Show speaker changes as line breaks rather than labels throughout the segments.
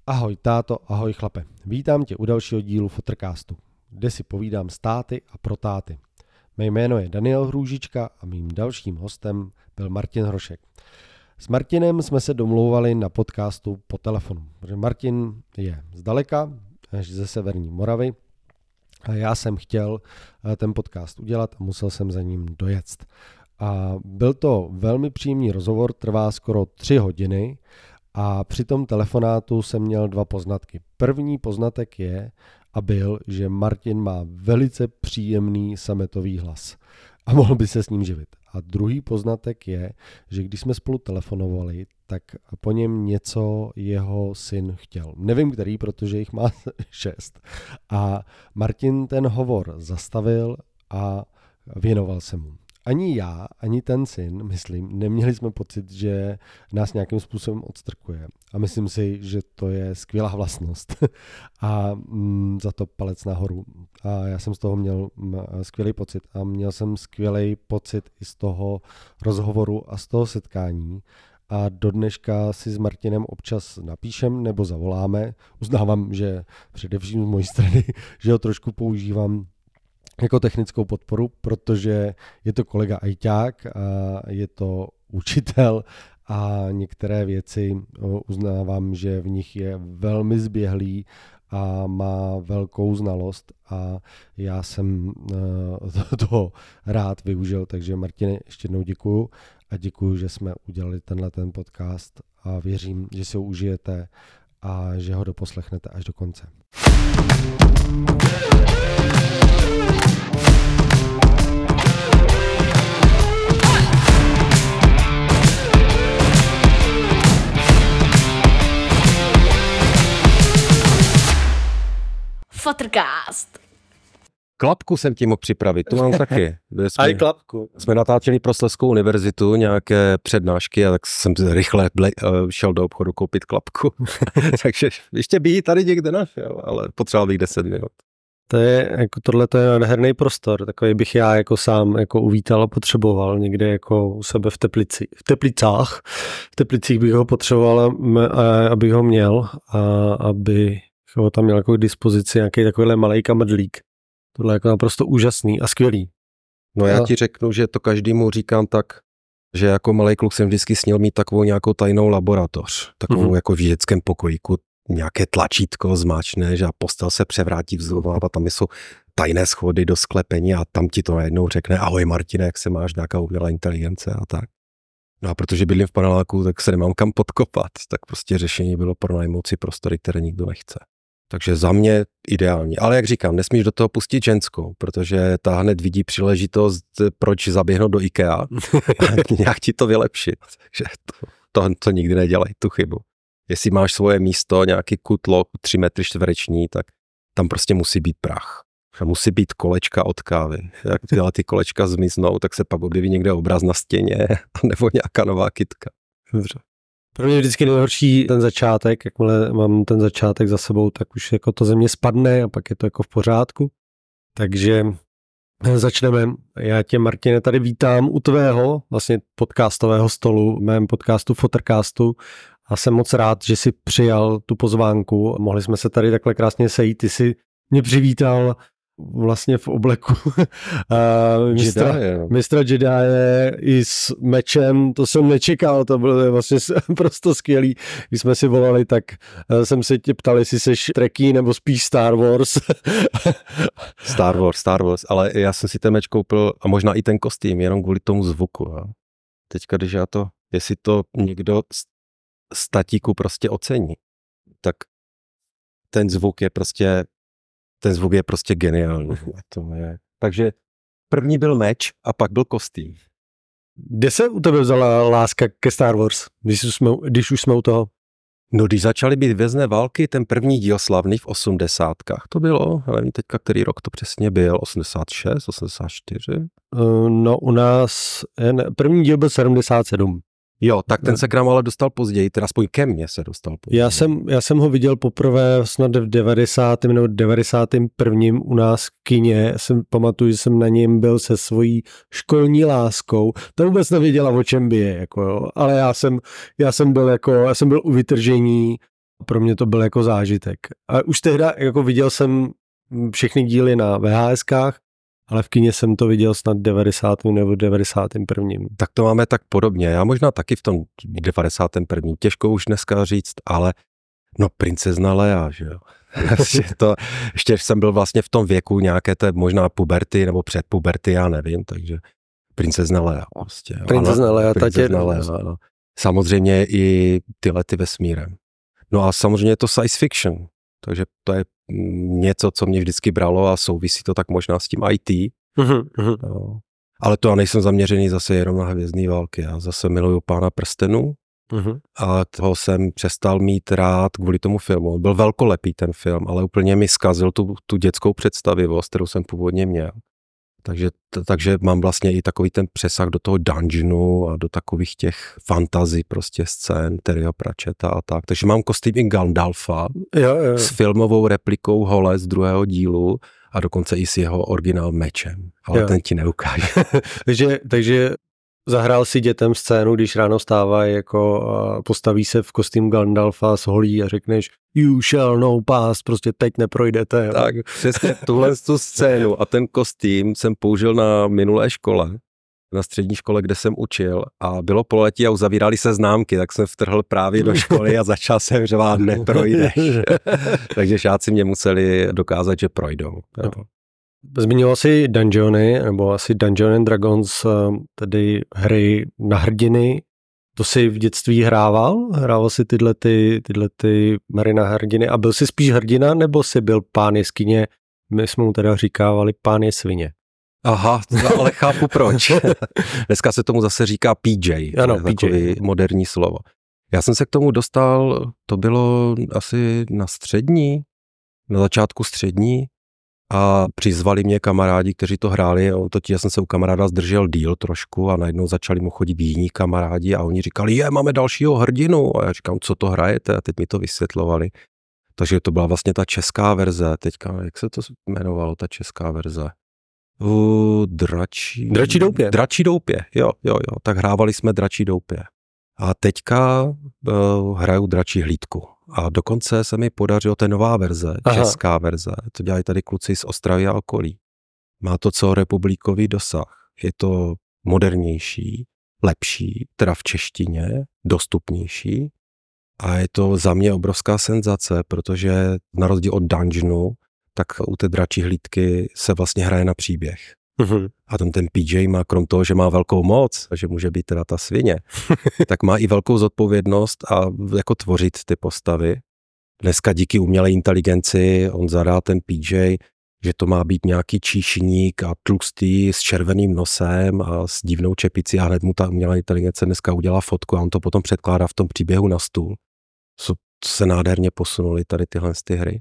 Ahoj táto, ahoj chlape. Vítám tě u dalšího dílu Fotrcastu, kde si povídám s táty a pro táty. Mé jméno je Daniel Hrůžička a mým dalším hostem byl Martin Hrošek. S Martinem jsme se domlouvali na podcastu po telefonu, protože Martin je zdaleka, až ze severní Moravy, a já jsem chtěl ten podcast udělat a musel jsem za ním dojet. A byl to velmi příjemný rozhovor, trvá skoro 3 hodiny a při tom telefonátu jsem měl 2 poznatky. První poznatek je a byl, že Martin má velice příjemný sametový hlas a mohl by se s ním živit. A druhý poznatek je, že když jsme spolu telefonovali, tak po něm něco jeho syn chtěl. Nevím který, protože jich má 6. A Martin ten hovor zastavil a věnoval se mu. Ani já, ani ten syn, myslím, neměli jsme pocit, že nás nějakým způsobem odstrkuje. A myslím si, že to je skvělá vlastnost. A za to palec nahoru. A já jsem z toho měl skvělý pocit. A měl jsem skvělý pocit i z toho rozhovoru a z toho setkání. A do dneška si s Martinem občas napíšem nebo zavoláme. Uznávám, že především z mojí strany, že ho trošku používám jako technickou podporu, protože je to kolega ajťák a je to učitel a některé věci uznávám, že v nich je velmi zběhlý a má velkou znalost a já jsem toho rád využil, takže Martine, ještě jednou děkuju a děkuju, že jsme udělali ten podcast a věřím, že si ho užijete a že ho doposlechnete až do konce.
Fotrcast.
Klapku jsem ti mohl připravit, tu mám taky.
A i klapku.
Jsme natáčeli pro Slezskou univerzitu nějaké přednášky a tak jsem rychle šel do obchodu koupit klapku. Takže ještě by ji tady někde našel, ale potřeboval bych 10 minut.
To je, jako tohle to je nádherný prostor, takový bych já jako sám jako uvítal a potřeboval někde jako u sebe v Teplicách. V Teplicích bych ho potřeboval, abych ho měl a aby ho tam měl jako k dispozici nějaký takovýhle malej kamrdlík. Tohle je jako naprosto úžasný a skvělý.
No já ti řeknu, že to každému říkám tak, že jako malej kluk jsem vždycky snil mít takovou nějakou tajnou laboratoř. Takovou jako v dětském pokojíku, nějaké tlačítko zmáčneš a postel se převrátí vzhůru a tam jsou tajné schody do sklepení a tam ti to najednou řekne: ahoj Martine, jak se máš, nějaká umělá inteligence a tak. No a protože bydlím v paneláku, tak se nemám kam podkopat, tak prostě řešení bylo pronajmout si prostory, které nikdo nechce. Takže za mě ideální. Ale jak říkám, nesmíš do toho pustit ženskou, protože ta hned vidí příležitost, proč zaběhnout do IKEA a nějak ti to vylepšit. Takže to nikdy nedělej, tu chybu. Jestli máš svoje místo, nějaký kutlo 3 metry čtvereční, tak tam prostě musí být prach. A musí být kolečka od kávy. Jak tyhle ty kolečka zmiznou, tak se pak objeví někde obraz na stěně nebo nějaká nová kytka.
Dobře. Pro mě vždycky nejhorší ten začátek, jakmile mám ten začátek za sebou, tak už jako to ze mě spadne a pak je to jako v pořádku. Takže začneme. Já tě, Martine, tady vítám u tvého vlastně podcastového stolu, v mém podcastu Fotrcastu a jsem moc rád, že jsi přijal tu pozvánku. Mohli jsme se tady takhle krásně sejít. Ty jsi mě přivítal vlastně v obleku mistra Jedi i s mečem, to jsem nečekal, to bylo vlastně prostě skvělý. Když jsme si volali, tak jsem se tě ptal, jestli seš Trekkie nebo spíš Star Wars.
Star Wars, ale já jsem si ten meč koupil a možná i ten kostým, jenom kvůli tomu zvuku. Jo. Teďka, když jestli to někdo z tatíku prostě ocení, tak ten zvuk je prostě geniální. Takže první byl meč a pak byl kostým.
Kde se u tebe vzala láska ke Star Wars, když už jsme u toho?
No, když začaly být Hvězdné války, ten první díl slavný v 80kách, to bylo, nevím teďka, který rok to přesně byl, 86, 84?
No, u nás první díl byl 77.
Jo, tak ten se k nám ale dostal později, teda aspoň ke mně se dostal později.
Já jsem ho viděl poprvé snad v 90. nebo 91. u nás v kině. Pamatuju, že jsem na něm byl se svojí školní láskou. To vůbec nevěděla, o čem by je, jako jo. Ale já jsem byl u vytržení Pro mě to byl jako zážitek. A už tehda jako viděl jsem všechny díly na VHSkách, ale v kině jsem to viděl snad 90. nebo 91.
Tak to máme tak podobně. Já možná taky v tom 91. Těžko už dneska říct, ale no Princezna Lea, že jo. Ještě jsem byl vlastně v tom věku nějaké té možná puberty nebo předpuberty, já nevím, takže Princezna Lea prostě.
Princezna Lea,
no. Samozřejmě i ty lety vesmírem. No a samozřejmě je to science fiction, takže to je něco, co mě vždycky bralo a souvisí to tak možná s tím IT. No. Ale to já nejsem zaměřený zase jenom na Hvězdný války, já zase miluju Pána prstenů a toho jsem přestal mít rád kvůli tomu filmu. Byl velkolepý ten film, ale úplně mi zkazil tu dětskou představivost, kterou jsem původně měl. Takže mám vlastně i takový ten přesah do toho dungeonu a do takových těch fantasy prostě scén, Terryho Pratchetta a tak. Takže mám kostým i Gandalfa s filmovou replikou Hole z 2. dílu a dokonce i s jeho originál mečem. Ale ten ti neukáže.
takže zahrál si dětem scénu, když ráno stávají, jako postaví se v kostýmu Gandalfa s holí a řekneš you shall no pass, prostě teď neprojdete.
Tak přesně tuhle tu scénu a ten kostým jsem použil na minulé škole, na střední škole, kde jsem učil a bylo pololetí a uzavírali se známky, tak jsem vtrhl právě do školy a začal jsem řvát neprojdeš. Takže žáci mě museli dokázat, že projdou. Jo.
Zmiňoval jsi dungeony, nebo asi Dungeons and Dragons, tedy hry na hrdiny. To jsi v dětství hrával? Hrával jsi tyhle hry na hrdiny a byl jsi spíš hrdina, nebo jsi byl pán jeskyně? My jsme mu teda říkávali pán je svině.
Aha, ale chápu proč. Dneska se tomu zase říká PJ.
Ano,
PJ. Takový moderní slovo. Já jsem se k tomu dostal, to bylo asi na začátku střední, a přizvali mě kamarádi, kteří to hráli, já jsem se u kamaráda zdržel díl trošku a najednou začali mu chodit jiní kamarádi a oni říkali, máme dalšího hrdinu a já říkám, co to hrajete a teď mi to vysvětlovali. Takže to byla vlastně ta česká verze, teďka, jak se to jmenovalo, ta česká verze?
Dračí doupě.
Dračí doupě, jo, tak hrávali jsme Dračí doupě. A teďka hraju Dračí hlídku. A dokonce se mi podařilo, to je nová verze, česká verze. To dělají tady kluci z Ostravy a okolí. Má to celorepublikový dosah. Je to modernější, lepší, teda v češtině, dostupnější. A je to za mě obrovská senzace, protože na rozdíl od Dungeonu, tak u té Dračí hlídky se vlastně hraje na příběh. A tam ten PJ má, krom toho, že má velkou moc, že může být teda ta svině, tak má i velkou zodpovědnost a jako tvořit ty postavy. Dneska díky umělé inteligenci on zadá ten PJ, že to má být nějaký číšník a tlustý s červeným nosem a s divnou čepicí a hned mu ta umělá inteligence dneska udělá fotku a on to potom předkládá v tom příběhu na stůl. Co se nádherně posunuli tady tyhle hry.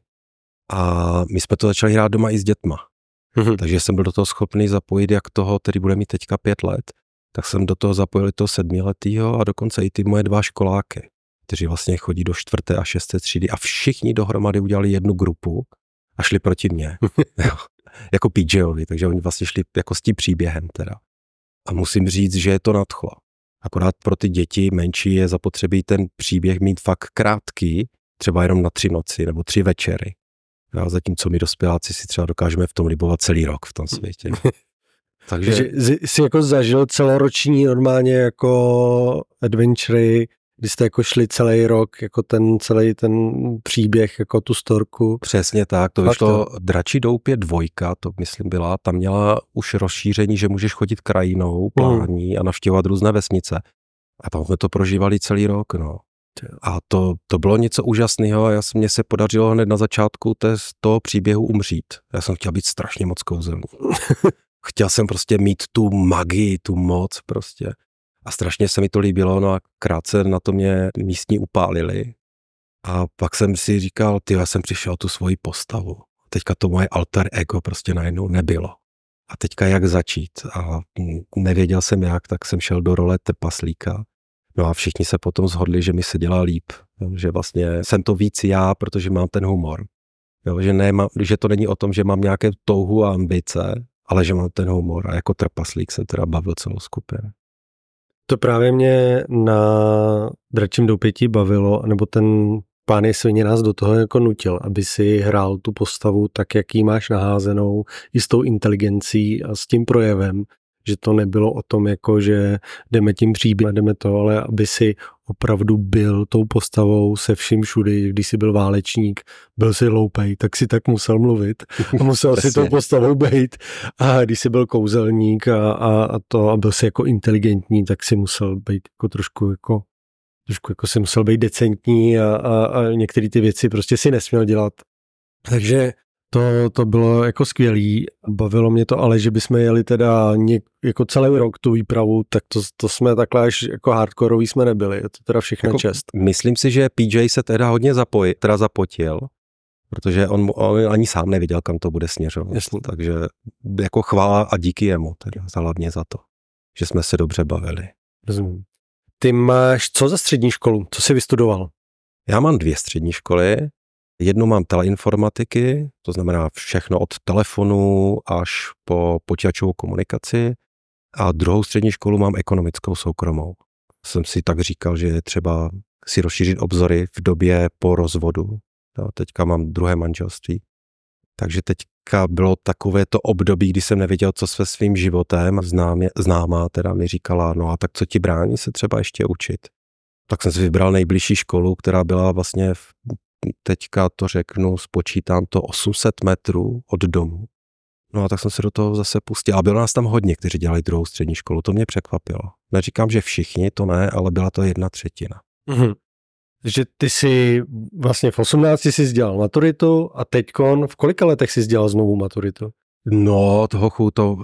A my jsme to začali hrát doma i s dětma. Takže jsem byl do toho schopný zapojit, jak toho, který bude mít teďka 5 let, tak jsem do toho zapojil toho 7letýho a dokonce i ty moje 2 školáky, kteří vlastně chodí do 4. a 6. třídy a všichni dohromady udělali jednu grupu a šli proti mně. Jako PJovi, takže oni vlastně šli jako s tím příběhem teda. A musím říct, že je to nadchlo. Akorát pro ty děti menší je zapotřebí ten příběh mít fakt krátký, třeba jenom na 3 noci nebo 3 večery. A zatímco my dospěláci si třeba dokážeme v tom libovat celý rok v tom světě.
Takže jsi jako zažil celoroční normálně jako adventury, kdy jste jako šli celý rok, jako celý ten příběh, jako tu storku.
Přesně tak, to vyšlo Dračí doupě 2, to myslím byla, tam měla už rozšíření, že můžeš chodit krajinou, plání a navštěvovat různé vesnice. A tam jsme to prožívali celý rok, no. A to bylo něco úžasného a mně se podařilo hned na začátku toho příběhu umřít. Já jsem chtěl být strašně moc kouzelný. Chtěl jsem prostě mít tu magii, tu moc prostě. A strašně se mi to líbilo, no a krátce na to mě místní upálili. A pak jsem si říkal, já jsem přišel tu svoji postavu. Teďka to moje alter ego prostě najednou nebylo. A teďka jak začít? A nevěděl jsem jak, tak jsem šel do role trpaslíka. No a všichni se potom shodli, že mi se dělá líp, že vlastně jsem to víc já, protože mám ten humor. Jo, že to není o tom, že mám nějaké touhu a ambice, ale že mám ten humor a jako trpaslík jsem teda bavil celou skupinu.
To právě mě na Dračím doupěti bavilo, nebo ten Pán svině nás do toho jako nutil, aby si hrál tu postavu tak, jak ji máš naházenou, i s tou inteligencí a s tím projevem, že to nebylo o tom, jako že jdeme tím příběhem, jdeme to, ale aby si opravdu byl tou postavou se vším všudy. Když jsi byl válečník, byl si hloupej, tak si tak musel mluvit a musel si tou postavou být. A když jsi byl kouzelník a byl si jako inteligentní, tak si musel být jako trošku jako si musel být decentní a některé ty věci prostě si nesměl dělat. Takže to bylo jako skvělý. Bavilo mě to, ale že bychom jeli teda jako celý rok tu výpravu, tak to jsme takhle až jako hardkorový jsme nebyli. Je to teda všechno jako čest.
Myslím si, že PJ se teda hodně zapotil, protože on ani sám nevěděl, kam to bude směřovat.
Jasně.
Takže jako chvála a díky jemu teda hlavně za to, že jsme se dobře bavili.
Rozumím. Ty máš co za střední školu? Co jsi vystudoval?
Já mám 2 střední školy. Jednu mám teleinformatiky, to znamená všechno od telefonu až po počítačovou komunikaci, a druhou střední školu mám ekonomickou soukromou. Jsem si tak říkal, že je třeba si rozšířit obzory v době po rozvodu. No, teďka mám druhé manželství. Takže teďka bylo takové to období, kdy jsem nevěděl, co se svým životem. Známá teda mi říkala, no a tak co ti brání se třeba ještě učit? Tak jsem si vybral nejbližší školu, která byla vlastně teďka to řeknu, spočítám to 800 metrů od domu. No a tak jsem se do toho zase pustil. A bylo nás tam hodně, kteří dělali druhou střední školu. To mě překvapilo. Neříkám, že všichni, to ne, ale byla to 1/3.
Mhm. Takže ty jsi vlastně v 18 jsi dělal maturitu a teďkon v kolika letech jsi dělal znovu maturitu?
No, toho to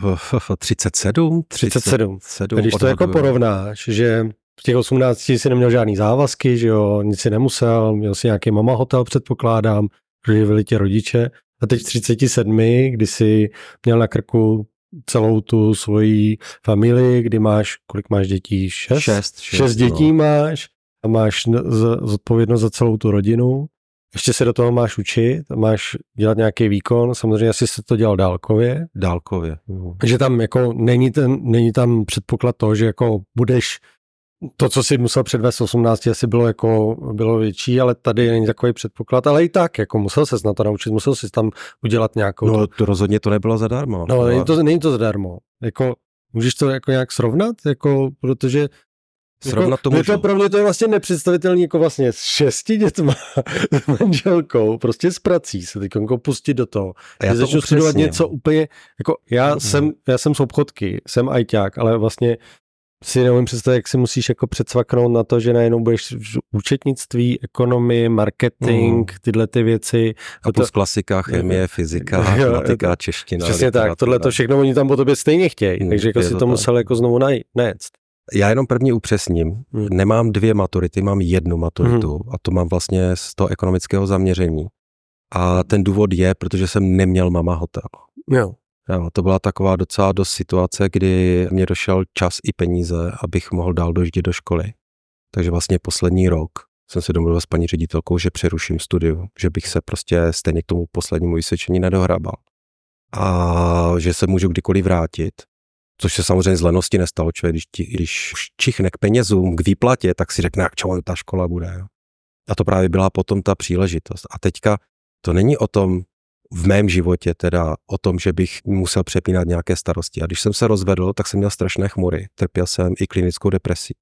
37.
37. Když to jako porovnáš, že v těch 18 jsi neměl žádný závazky, že jo, nic si nemusel, měl si nějaký mama hotel, předpokládám, protože byli tě rodiče. A teď v 37, kdy jsi měl na krku celou tu svoji familii, kdy máš, kolik máš dětí? 6 dětí máš a máš zodpovědnost za celou tu rodinu. Ještě se do toho máš učit, máš dělat nějaký výkon, samozřejmě asi se to dělal dálkově. Takže tam jako není tam předpoklad toho, že jako budeš to, co si musel předvést v 18, asi bylo větší, ale tady není takový předpoklad, ale i tak, jako musel ses na to naučit, musel ses tam udělat nějakou...
No to rozhodně to nebylo zadarmo.
No, není to zadarmo. Jako, můžeš to jako nějak srovnat, jako, protože
srovnat to můžu.
Pro mě to je vlastně nepředstavitelný, jako vlastně s 6 dětma, s manželkou, prostě s prací se teď pustit do toho. Já začnu studovat něco úplně, jako já jsem z obchodky, jsem ajťák, ale vlastně si neumím představit, jak si musíš jako předsvaknout na to, že najednou budeš v účetnictví, ekonomii, marketing, tyhle ty věci.
A plus klasika, chemie, fyzika, matematika, čeština.
Přesně tak, tohle to všechno oni tam po tobě stejně chtějí, takže jako si to musel jako znovu najít.
Já jenom první upřesním, nemám 2 maturity, mám 1 maturitu a to mám vlastně z toho ekonomického zaměření. A ten důvod je, protože jsem neměl mama hotel.
Jo,
to byla taková docela dost situace, kdy mě došel čas i peníze, abych mohl dál dojíždět do školy. Takže vlastně poslední rok jsem se domluvil s paní ředitelkou, že přeruším studium, že bych se prostě stejně k tomu poslednímu vysvědčení nedohrabal. A že se můžu kdykoliv vrátit, což se samozřejmě z lenosti nestalo. Člověk, když už čichne k penězům, k výplatě, tak si řekne, jak čemu ta škola bude. Jo? A to právě byla potom ta příležitost. A teďka to není o tom, v mém životě teda o tom, že bych musel přepínat nějaké starosti. A když jsem se rozvedl, tak jsem měl strašné chmury. Trpěl jsem i klinickou depresí.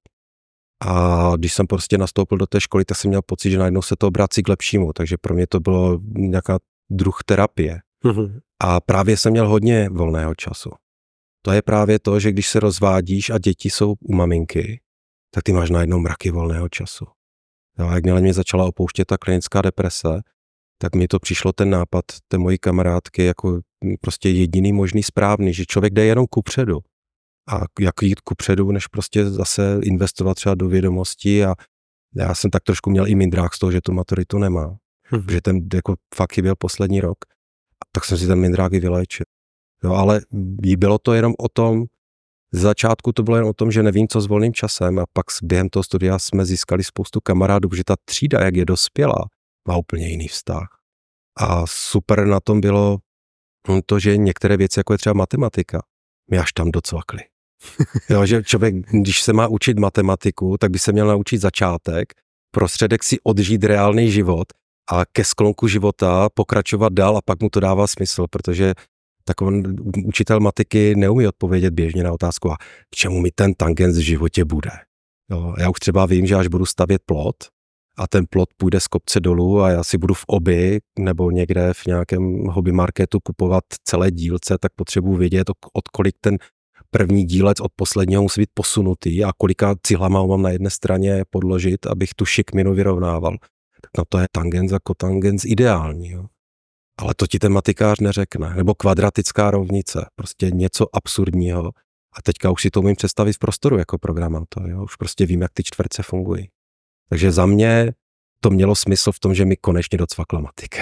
A když jsem prostě nastoupil do té školy, tak jsem měl pocit, že najednou se to obrací k lepšímu. Takže pro mě to bylo nějaká druh terapie. A právě jsem měl hodně volného času. To je právě to, že když se rozvádíš a děti jsou u maminky, tak ty máš najednou mraky volného času. A jakmile mě začala opouštět ta klinická deprese, tak mi to přišlo ten nápad té mojí kamarádky jako prostě jediný možný správný, že člověk jde jenom kupředu. A jak jít kupředu, než prostě zase investovat třeba do vědomostí a já jsem tak trošku měl i mindrák z toho, že tu maturitu nemá. Že ten jako fakt chyběl poslední rok. Tak jsem si ten mindrák i vyléčil. Jo, ale bylo to jenom o tom, z začátku to bylo jen o tom, že nevím, co s volným časem a pak během toho studia jsme získali spoustu kamarádů, že ta třída, jak je dospělá, má úplně jiný vztah. A super na tom bylo to, že některé věci, jako je třeba matematika, mi až tam docvakly. Jo, že člověk, když se má učit matematiku, tak by se měl naučit začátek prostředek si odžít reálný život a ke sklonku života pokračovat dál a pak mu to dává smysl, protože takový učitel matiky neumí odpovědět běžně na otázku, a k čemu mi ten tangens v životě bude. Jo, já už třeba vím, že až budu stavět plot a ten plot půjde z kopce dolů a já si budu v Obi nebo někde v nějakém hobby marketu kupovat celé dílce, tak potřebuji vědět, od kolik ten první dílec od posledního musí být posunutý a kolika cihlama mám na jedné straně podložit, abych tu šikminu vyrovnával. Tak na to je tangens a kotangens ideální. Jo. Ale to ti ten matikář neřekne. Nebo kvadratická rovnice, prostě něco absurdního. A teďka už si to umím představit v prostoru jako programátor. Jo. Už prostě vím, jak ty čtverce fungují. Takže za mě to mělo smysl v tom, že mi konečně docvakla matika.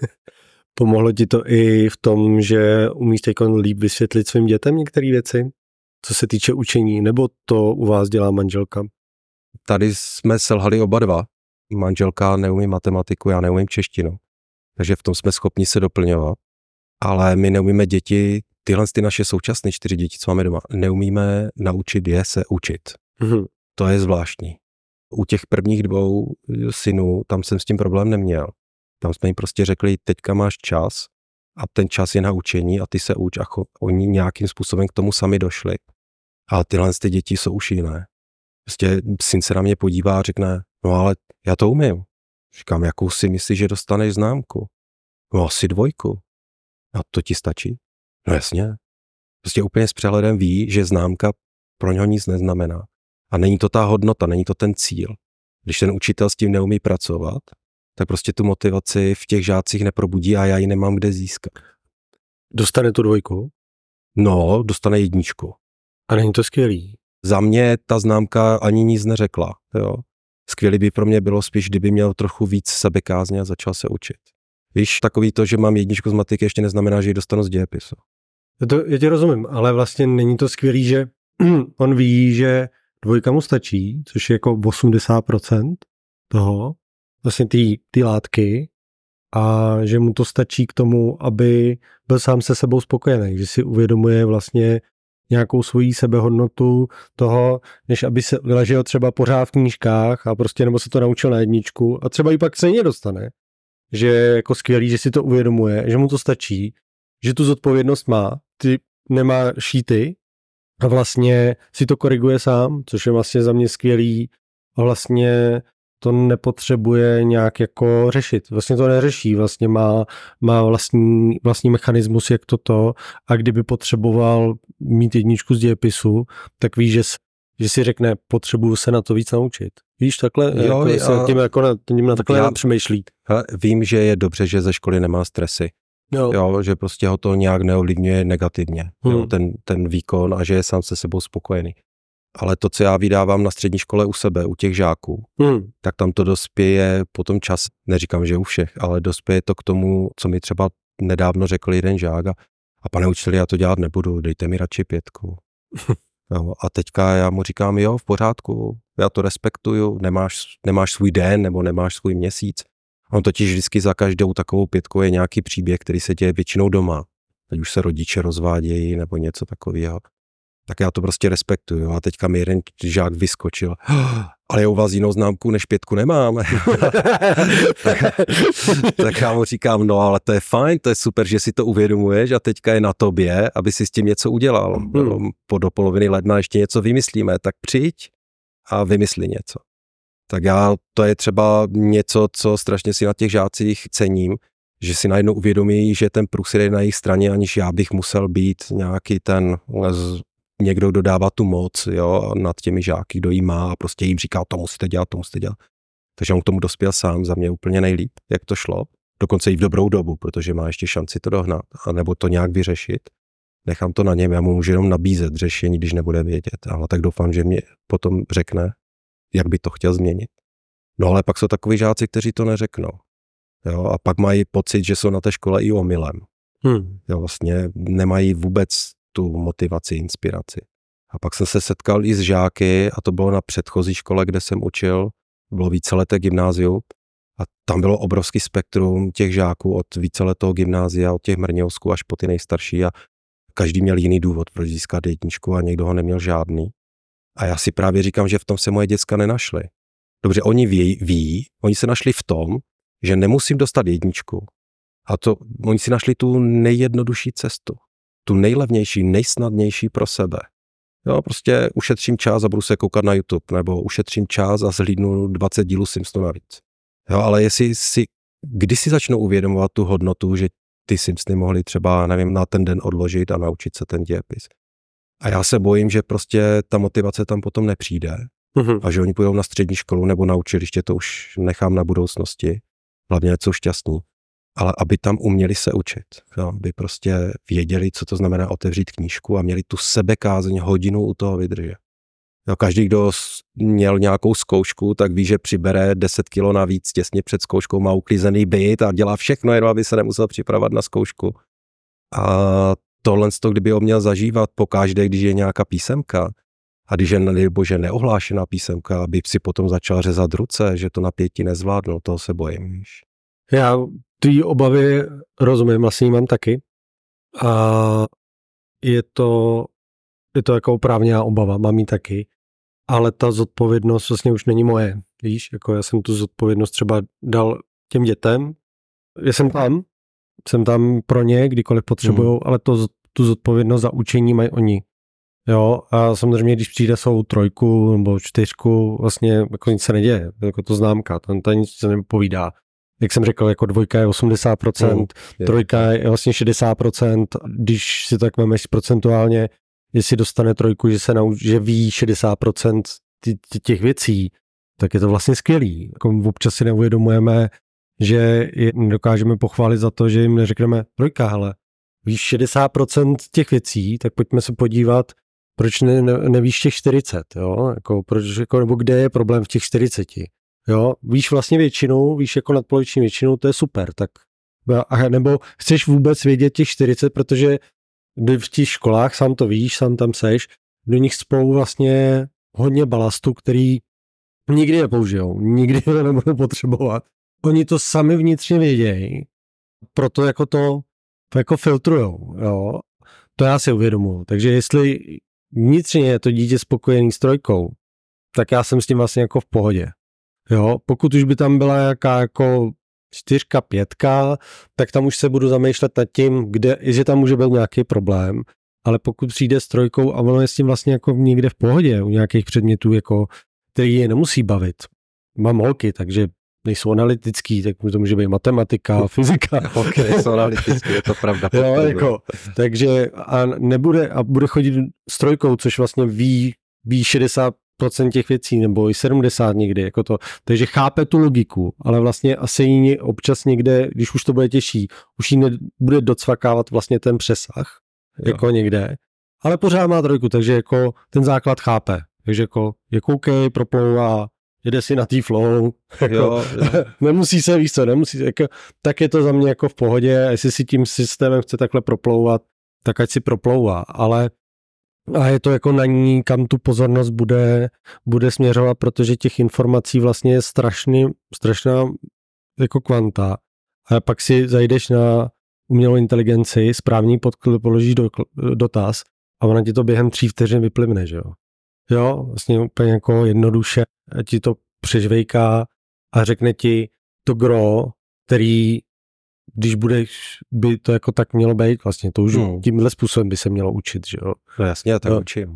Pomohlo ti to i v tom, že umíš teď líp vysvětlit svým dětem některé věci, co se týče učení, nebo to u vás dělá manželka?
Tady jsme selhali oba dva. Manželka neumí matematiku, já neumím češtinu. Takže v tom jsme schopni se doplňovat. Ale my neumíme děti, tyhle naše současné 4 děti, co máme doma, neumíme naučit je se učit. To je zvláštní. U těch prvních 2 synů, tam jsem s tím problém neměl. Tam jsme jim prostě řekli, teďka máš čas a ten čas je na učení a ty se uč a oni nějakým způsobem k tomu sami došli. Ale tyhle ty děti jsou už jiné. Prostě syn se na mě podívá a řekne, no ale já to umím. Říkám, jakou si myslíš, že dostaneš známku? No asi 2. A to ti stačí? No jasně. Prostě úplně s přehledem ví, že známka pro něho nic neznamená. A není to ta hodnota, není to ten cíl. Když ten učitel s tím neumí pracovat, tak prostě tu motivaci v těch žácích neprobudí a já ji nemám kde získat.
Dostane tu 2?
No, dostane 1.
A není to skvělý?
Za mě ta známka ani nic neřekla. Jo. Skvělý by pro mě bylo spíš, kdyby měl trochu víc sebekázně a začal se učit. Víš, takový to, že mám 1 z matiky, ještě neznamená, že ji dostanu z dějepisu.
Já tě rozumím, ale vlastně není to skvělý, že on ví, že 2 mu stačí, což je jako 80% toho, vlastně ty látky, a že mu to stačí k tomu, aby byl sám se sebou spokojený, že si uvědomuje vlastně nějakou svoji sebehodnotu toho, než aby se vyležel třeba pořád v knížkách a prostě nebo se to naučil na 1 a třeba ji pak stejně dostane. Že je jako skvělý, že si to uvědomuje, že mu to stačí, že tu zodpovědnost má, ty nemá šíty a vlastně si to koriguje sám, což je vlastně za mě skvělý a vlastně to nepotřebuje nějak jako řešit. Vlastně to neřeší, vlastně má vlastní mechanismus, jak toto, a kdyby potřeboval mít 1 z dějepisu, tak ví, že si řekne, potřebuju se na to víc naučit. Víš, takhle,
jo,
jako, se tím na takhle přemýšlí.
Vím, že je dobře, že ze školy nemá stresy. Jo, že prostě ho to nějak neovlivňuje negativně, jo, ten výkon, a že je sám se sebou spokojený. Ale to, co já vydávám na střední škole u sebe, u těch žáků, tak tam to dospěje potom čas, neříkám, že u všech, ale dospěje to k tomu, co mi třeba nedávno řekl jeden žák, a pane učiteli, já to dělat nebudu, dejte mi radši 5. Jo, a teďka já mu říkám, jo, v pořádku, já to respektuju, nemáš svůj den nebo nemáš svůj měsíc. On totiž vždycky za každou takovou 5 je nějaký příběh, který se děje většinou doma. Teď už se rodiče rozvádějí nebo něco takového. Tak já to prostě respektuju. A teďka mi jeden žák vyskočil. Ale já u vás jinou známku než 5 nemám. tak já mu říkám, no ale to je fajn, to je super, že si to uvědomuješ a teďka je na tobě, aby si s tím něco udělal. Do poloviny ledna ještě něco vymyslíme, tak přijď a vymysli něco. Tak to je třeba něco, co strašně si na těch žácích cením, že si najednou uvědomí, že ten průser je na jejich straně, aniž já bych musel být nějaký někdo, kdo dává tu moc, jo, nad těmi žáky, kdo jí má a prostě jim říká, to musíte dělat. Takže on k tomu dospěl sám, za mě úplně nejlíp, jak to šlo. Dokonce i v dobrou dobu, protože má ještě šanci to dohnat, anebo to nějak vyřešit. Nechám to na něm, já mu můžu jenom nabízet řešení, když nebude vědět, ale tak doufám, že mě potom řekne, jak by to chtěl změnit. No ale pak jsou takový žáci, kteří to neřeknou. Jo, a pak mají pocit, že jsou na té škole i omylem. Jo, vlastně nemají vůbec tu motivaci, inspiraci. A pak jsem se setkal i s žáky, a to bylo na předchozí škole, kde jsem učil, bylo víceleté gymnázium, a tam bylo obrovský spektrum těch žáků od víceletého gymnázia, od těch mrňovsků až po ty nejstarší, a každý měl jiný důvod, proč získat 1 a někdo ho neměl žádný. A já si právě říkám, že v tom se moje děcka nenašly. Dobře, oni ví, oni se našli v tom, že nemusím dostat 1. A to, oni si našli tu nejjednodušší cestu. Tu nejlevnější, nejsnadnější pro sebe. Jo, prostě ušetřím čas a budu se koukat na YouTube, nebo ušetřím čas a zhlídnu 20 dílů Simpsonů navíc. Jo, ale kdy si začnou uvědomovat tu hodnotu, že ty Simpsony mohli třeba, nevím, na ten den odložit a naučit se ten dějepis. A já se bojím, že prostě ta motivace tam potom nepřijde a že oni půjdou na střední školu nebo na učiliště, to už nechám na budoucnosti. Hlavně jsou šťastní. Ale aby tam uměli se učit. Jo, aby prostě věděli, co to znamená otevřít knížku a měli tu sebekázeň hodinu u toho vydržet. Jo, každý, kdo měl nějakou zkoušku, tak ví, že přibere 10 kilo navíc těsně před zkouškou, má uklizený byt a dělá všechno, jenom aby se nemusel připravovat na zkoušku. A tohle, kdyby ho měl zažívat pokaždé, když je nějaká písemka, a když je, bože, neohlášená písemka, aby si potom začal řezat ruce, že to napětí nezvládnul, toho se bojím. Víš.
Já ty obavy rozumím, vlastně mám taky. A je to jako oprávněná obava, mám ji taky. Ale ta zodpovědnost vlastně už není moje. Víš, jako já jsem tu zodpovědnost třeba dal těm dětem. Já jsem tam pro ně, kdykoliv potřebujou, ale tu zodpovědnost za učení mají oni. Jo, a samozřejmě, když přijde svou 3 nebo 4, vlastně jako nic se neděje, jako to známka, tam nic se nepovídá. Jak jsem řekl, jako 2 je 80%, 3 je vlastně 60%, když si tak vemeš procentuálně, jestli dostane 3, že ví 60% těch věcí, tak je to vlastně skvělý. Jako občas si neuvědomujeme, že je nedokážeme pochválit za to, že jim neřekneme 3, hele, víš 60% těch věcí, tak pojďme se podívat, proč nevíš těch 40, jo? Jako, proč, jako, nebo kde je problém v těch 40. Jo? Víš vlastně většinu, víš jako nadpoloviční většinu, to je super, tak nebo chceš vůbec vědět těch 40, protože v těch školách, sám to víš, sám tam seš, do nich spolu vlastně hodně balastu, který nikdy nepoužijou, nikdy to nebudou potřebovat. Oni to sami vnitřně vědějí, proto jako to jako filtrujou, jo. To já si uvědomuji. Takže jestli vnitřně je to dítě spokojený s 3, tak já jsem s tím vlastně jako v pohodě. Jo, pokud už by tam byla jaká jako 4, 5, tak tam už se budu zamýšlet nad tím, že tam může být nějaký problém, ale pokud přijde s 3 a ono je s tím vlastně jako někde v pohodě u nějakých předmětů, jako, který je nemusí bavit. Mám holky, takže nejsou analytický, tak to může být matematika, fyzika.
Holky nejsou analytický, je to pravda.
Jo, jako, takže bude chodit s 3, což vlastně ví 60% těch věcí, nebo i 70 někdy, jako to. Takže chápe tu logiku, ale vlastně asi ji občas někde, když už to bude těžší, už jí nebude docvakávat vlastně ten přesah, jako někde, ale pořád má 3, takže jako ten základ chápe. Takže jako je koukej, proplouvá, jede si na tý flow, jako, jo. Nemusí se, víš co, jako, tak je to za mě jako v pohodě, jestli si tím systémem chce takhle proplouvat, tak ať si proplouvá, ale a je to jako na ní, kam tu pozornost bude směřovat, protože těch informací vlastně je strašná jako kvanta. A pak si zajdeš na umělou inteligenci, správný položíš dotaz a ona ti to během 3 vteřin vyplivne, že jo. Jo, vlastně úplně jako jednoduše ti to přežvejká a řekne ti to gro, který, když by to jako tak mělo být, vlastně to už tímhle způsobem by se mělo učit, že jo.
No jasně, já tak učím.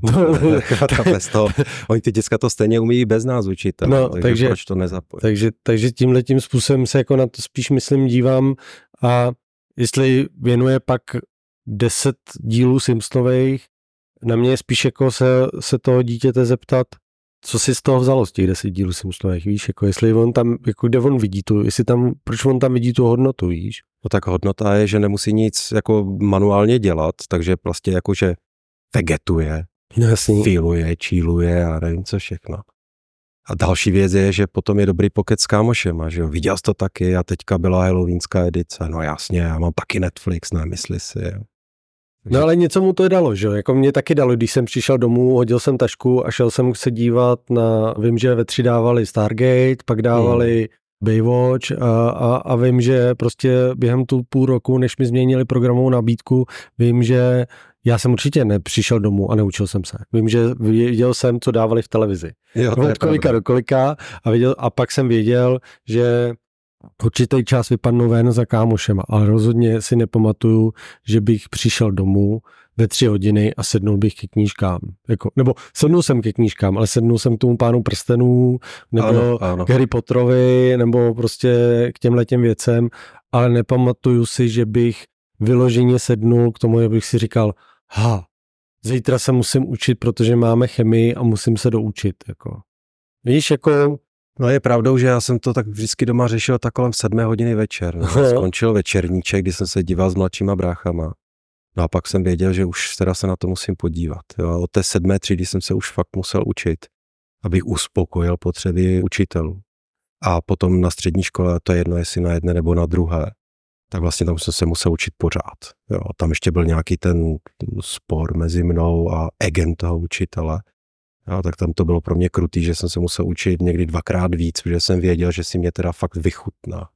Oni ty děcka to stejně umí bez nás učit, takže proč to nezapojit?
Takže tímhletím způsobem se jako na to spíš myslím dívám a jestli věnuje pak 10 dílů Simpsonových, na mě je spíš jako se toho dítěte zeptat, co si z toho vzalo z těch 10 dílů Simpsonových, víš, jako jestli on tam, jako kde on vidí proč on tam vidí tu hodnotu, víš?
No tak hodnota je, že nemusí nic jako manuálně dělat, takže prostě jakože vegetuje, feeluje, chilluje a nevím co všechno. A další věc je, že potom je dobrý pokec s kámošema, že jo, viděl jsi to taky a teďka byla halloweenská edice, no jasně, já mám taky Netflix, nemysli si, jo.
No ale něco mu to dalo, že jo, jako mě taky dalo, když jsem přišel domů, hodil jsem tašku a šel jsem se dívat vím, že ve 3 dávali Stargate, pak dávali Baywatch a vím, že prostě během tu půl roku, než mi změnili programovou nabídku, vím, že já jsem určitě nepřišel domů a neučil jsem se. Vím, že viděl jsem, co dávali v televizi. Od kolika do kolika a pak jsem věděl, že určitý čas vypadnu ven za kámošema, ale rozhodně si nepamatuju, že bych přišel domů ve 3 hodiny a sednul bych ke knížkám. Nebo sednul jsem ke knížkám, ale sednul jsem k tomu Pánu prstenů, nebo k Harry Potterovi, nebo prostě k těmhletěm věcem, ale nepamatuju si, že bych vyloženě sednul k tomu, abych si říkal, zítra se musím učit, protože máme chemii a musím se doučit. Víš,
No je pravdou, že já jsem to tak vždycky doma řešil tak kolem 7 hodiny večer. Skončil večerníček, kdy jsem se díval s mladšíma bráchama. No a pak jsem věděl, že už teda se na to musím podívat. Jo. A od té 7. třídy jsem se už fakt musel učit, abych uspokojil potřeby učitelů. A potom na střední škole, to je jedno, jestli na jedné nebo na druhé, tak vlastně tam jsem se musel učit pořád. Jo. Tam ještě byl nějaký ten spor mezi mnou a egem toho učitele. Jo, tak tam to bylo pro mě krutý, že jsem se musel učit někdy 2x víc, protože jsem věděl, že si mě teda fakt vychutná.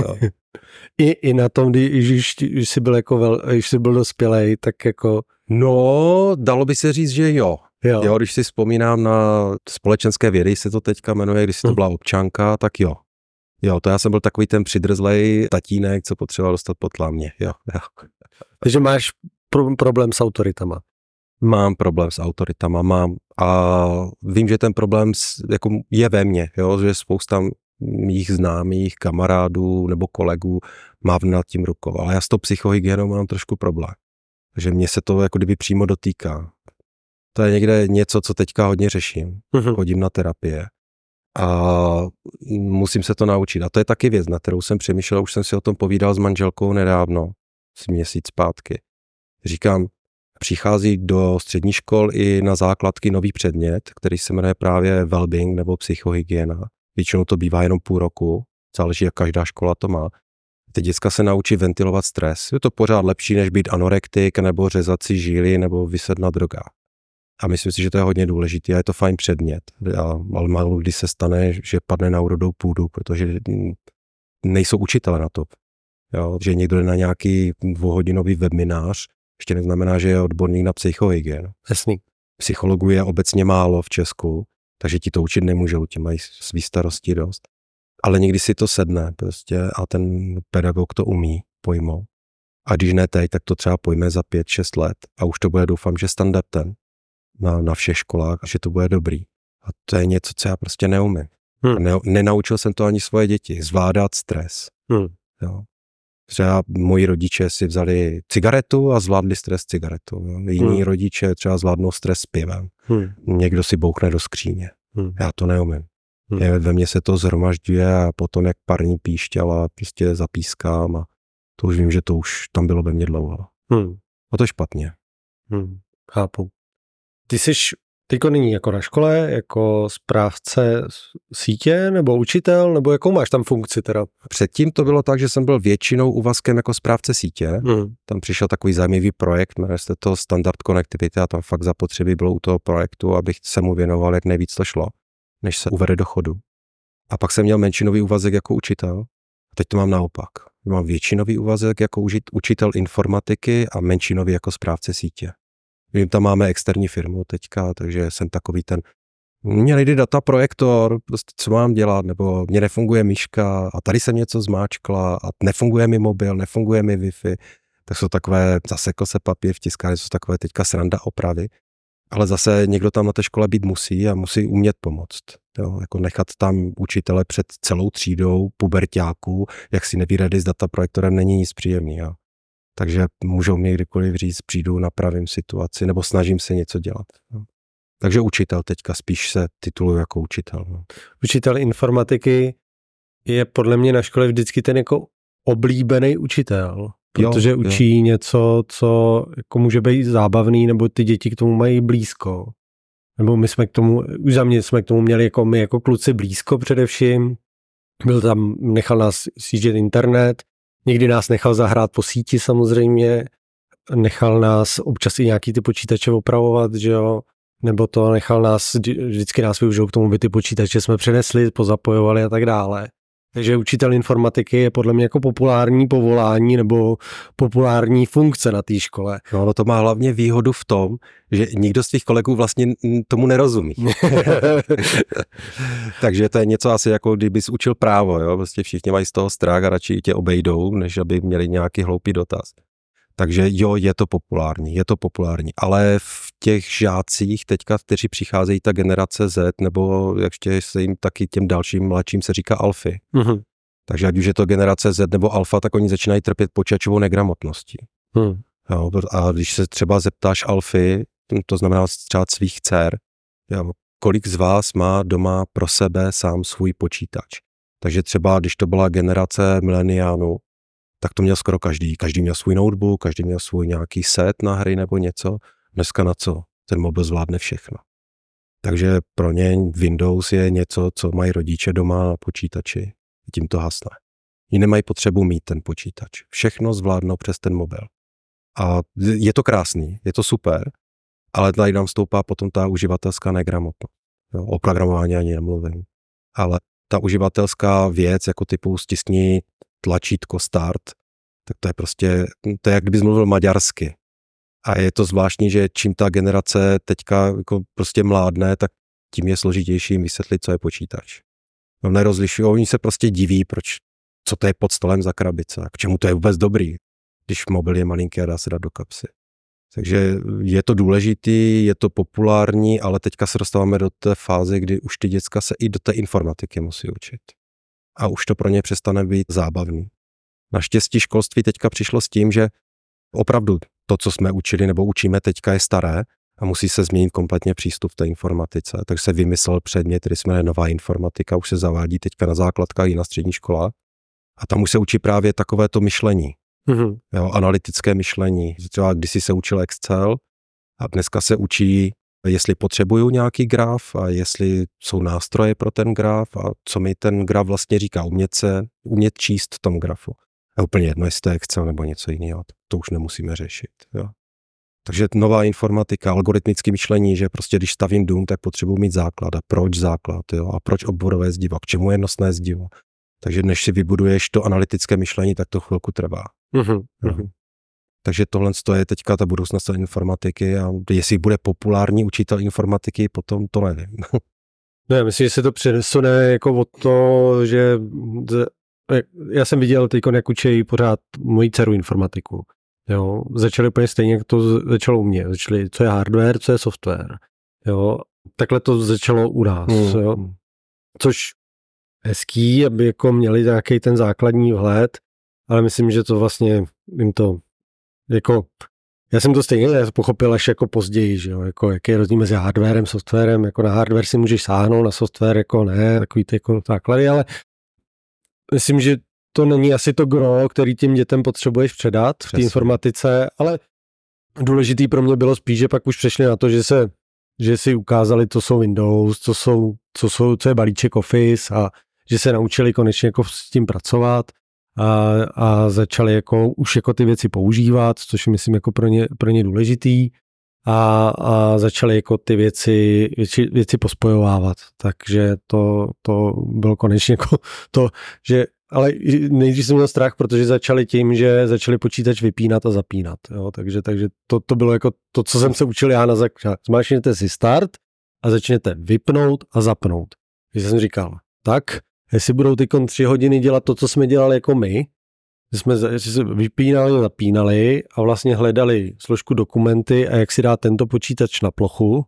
I na tom, když jsi byl když jsi byl dospělej, tak jako...
No, dalo by se říct, že jo. Když si vzpomínám na společenské vědy, se to teďka jmenuje, když to byla občanka, tak jo. Jo, to já jsem byl takový ten přidrzlej tatínek, co potřeboval dostat po tlamě. Jo.
Takže máš problém s autoritama.
Mám problém s autoritama, a vím, že ten problém je ve mně, jo, že spousta mých známých kamarádů nebo kolegů má nad tím rukou, ale já s tou psychohygienou mám trošku problém, že mě se to jako kdyby přímo dotýká. To je někde něco, co teďka hodně řeším, chodím na terapie a musím se to naučit. A to je taky věc, na kterou jsem přemýšlel, už jsem si o tom povídal s manželkou nedávno, měsíc zpátky. Říkám, přichází do střední škol i na základky nový předmět, který se jmenuje právě wellbeing nebo psychohygiena. Většinou to bývá jenom půl roku, záleží, jak každá škola to má. Ty děcka se naučí ventilovat stres. Je to pořád lepší, než být anorektik nebo řezat si žíly nebo vyset na drogách. A myslím si, že to je hodně důležitý a je to fajn předmět. Ale málo kdy se stane, že padne na úrodnou půdu, protože nejsou učitele na to. Jo, že někdo jde na nějaký 2hodinový webinář, ještě neznamená, že je odborník na psychohygienu.
Jasný.
Psychologů je obecně málo v Česku, takže ti to učit nemůžou, ti mají svý starosti dost. Ale někdy si to sedne prostě a ten pedagog to umí pojmout. A když ne teď, tak to třeba pojme za 5-6 let a už to bude, doufám, že standardem na všech školách a že to bude dobrý. A to je něco, co já prostě neumím. Nenaučil jsem to ani svoje děti, zvládat stres. Jo. Třeba moji rodiče si vzali cigaretu a zvládli stres cigaretu. Jiní rodiče třeba zvládnou stres s pivem. Někdo si bouchne do skříně. Já to neumím. Ve mně se to zhromažďuje a potom jak parní píšťala prostě zapískám a to už vím, že to už tam bylo ve mně dlouho. A to je špatně.
Chápu. Ty jsi teďko nyní jako na škole, jako správce sítě nebo učitel, nebo jakou máš tam funkci teda?
Předtím to bylo tak, že jsem byl většinou úvazkem jako správce sítě. Tam přišel takový zajímavý projekt, jmenuje se to Standard Connectivity a tam fakt zapotřebí bylo u toho projektu, abych se mu věnoval, jak nejvíc to šlo, než se uvede do chodu. A pak jsem měl menšinový úvazek jako učitel. A teď to mám naopak. Mám většinový úvazek jako učitel informatiky a menšinový jako správce sítě. Vím, tam máme externí firmu teďka, takže jsem takový ten, mně nejde data projektor, prostě co mám dělat, nebo mně nefunguje myška a tady jsem něco zmáčkla a nefunguje mi mobil, nefunguje mi Wi-Fi, tak jsou takové, zasekl se papír v tiskárně, jsou takové teďka sranda opravy, ale zase někdo tam na té škole být musí a musí umět pomoct. Jo, jako nechat tam učitele před celou třídou puberťáků, jak si neví rady s dataprojektorem, není nic příjemného. Takže můžou mě kdykoliv říct, přijdu, napravím situaci, nebo snažím se něco dělat. No. Takže učitel teďka, spíš se tituluji jako učitel. No.
Učitel informatiky je podle mě na škole vždycky ten jako oblíbený učitel, protože učí něco, co jako může být zábavný, nebo ty děti k tomu mají blízko. Nebo my jsme k tomu, už za mě jsme k tomu měli jako my jako kluci blízko především. Nechal nás sjíždět internet, někdy nás nechal zahrát po síti samozřejmě, nechal nás občas i nějaký ty počítače opravovat, že jo, nebo to nechal nás, vždycky nás využil k tomu, by ty počítače jsme přenesli, pozapojovali a tak dále. Takže učitel informatiky je podle mě jako populární povolání nebo populární funkce na té škole.
No, ono to má hlavně výhodu v tom, že nikdo z těch kolegů vlastně tomu nerozumí. Takže to je něco asi jako kdybys učil právo, jo? Prostě všichni mají z toho strach a radši tě obejdou, než aby měli nějaký hloupý dotaz. Takže jo, je to populární, ale v těch žácích teďka, kteří přicházejí ta generace Z, nebo ještě se jim taky těm dalším mladším se říká alfy.
Mm-hmm.
Takže ať už je to generace Z nebo alfa, tak oni začínají trpět počítačovou negramotností. Jo, a když se třeba zeptáš alfy, to znamená třeba svých dcer, jo, kolik z vás má doma pro sebe sám svůj počítač. Takže třeba, když to byla generace mileniánů, tak to měl skoro každý. Každý měl svůj notebook, každý měl svůj nějaký set na hry nebo něco. Dneska na co? Ten mobil zvládne všechno. Takže pro ně Windows je něco, co mají rodiče doma na počítači. Tím to hasne. Oni nemají potřebu mít ten počítač. Všechno zvládnou přes ten mobil. A je to krásný, je to super, ale tady nám stoupá potom ta uživatelská negramotnost. O programování ani nemluvím. Ale ta uživatelská věc, jako typu stiskni tlačítko start, tak to je prostě, to je jak kdybys mluvil maďarsky. A je to zvláštní, že čím ta generace teďka jako prostě mládne, tak tím je složitější vysvětlit, co je počítač. No, nerozlišují, oni se prostě diví, co to je pod stolem za krabice, k čemu to je vůbec dobrý, když mobil je malinký a dá se dát do kapsy. Takže je to důležitý, je to populární, ale teďka se dostáváme do té fáze, kdy už ty děcka se i do té informatiky musí učit. A už to pro ně přestane být zábavný. Naštěstí školství teďka přišlo s tím, že opravdu to, co jsme učili nebo učíme teďka, je staré a musí se změnit kompletně přístup v té informatice. Takže se vymyslel předmět, který se jmenuje nová informatika, už se zavádí teďka na základkách i na střední školách. A tam už se učí právě takovéto myšlení.
Mm-hmm.
Jo, analytické myšlení. Třeba kdysi se učil Excel a dneska se učí, jestli potřebuju nějaký graf a jestli jsou nástroje pro ten graf a co mi ten graf vlastně říká, umět číst v tom grafu. A úplně jedno, jestli to je Excel nebo něco jiného, to už nemusíme řešit. Jo. Takže nová informatika, algoritmické myšlení, že prostě když stavím dům, tak potřebuji mít základ. A proč základ? Jo? A proč obvodové zdivo? K čemu je nosné zdivo? Takže než si vybuduješ to analytické myšlení, tak to chvilku trvá.
Mm-hmm.
Takže tohle je teďka ta budoucnost informatiky a jestli bude populární učitel informatiky, potom to nevím.
No já myslím, že se to přesune jako od to, že já jsem viděl teď, jak učí pořád moji dceru informatiku. Jo, začali úplně stejně, jak to začalo u mě. Začali, co je hardware, co je software. Jo, takhle to začalo u nás. Jo. Což hezký, aby jako měli nějaký ten základní vhled, ale myslím, že to vlastně jim to jako, já jsem to stejně pochopil až jako později, že jo, jako jaký je rozdíl mezi hardwarem, softwarem, jako na hardware si můžeš sáhnout, na software jako ne, takový ty jako základy, ale myslím, že to není asi to gro, který těm dětem potřebuješ předat v té informatice, ale důležitý pro mě bylo spíš, že pak už přešli na to, že si ukázali, co jsou Windows, co je balíček Office a že se naučili konečně jako s tím pracovat a začali jako už jako ty věci používat, což myslím jako pro ně důležitý a začali jako ty věci pospojovávat. Takže to bylo konečně jako to, že ale nejdřív jsem měl strach, protože začali tím, že začali počítač vypínat a zapínat. Jo? Takže to bylo jako to, co jsem se učil já na začátku. Zmáčkněte si start a začněte vypnout a zapnout. Když jsem říkal, tak, jestli budou ty 3 hodiny dělat to, co jsme dělali jako my, že jsme vypínali, zapínali a vlastně hledali složku dokumenty a jak si dá tento počítač na plochu,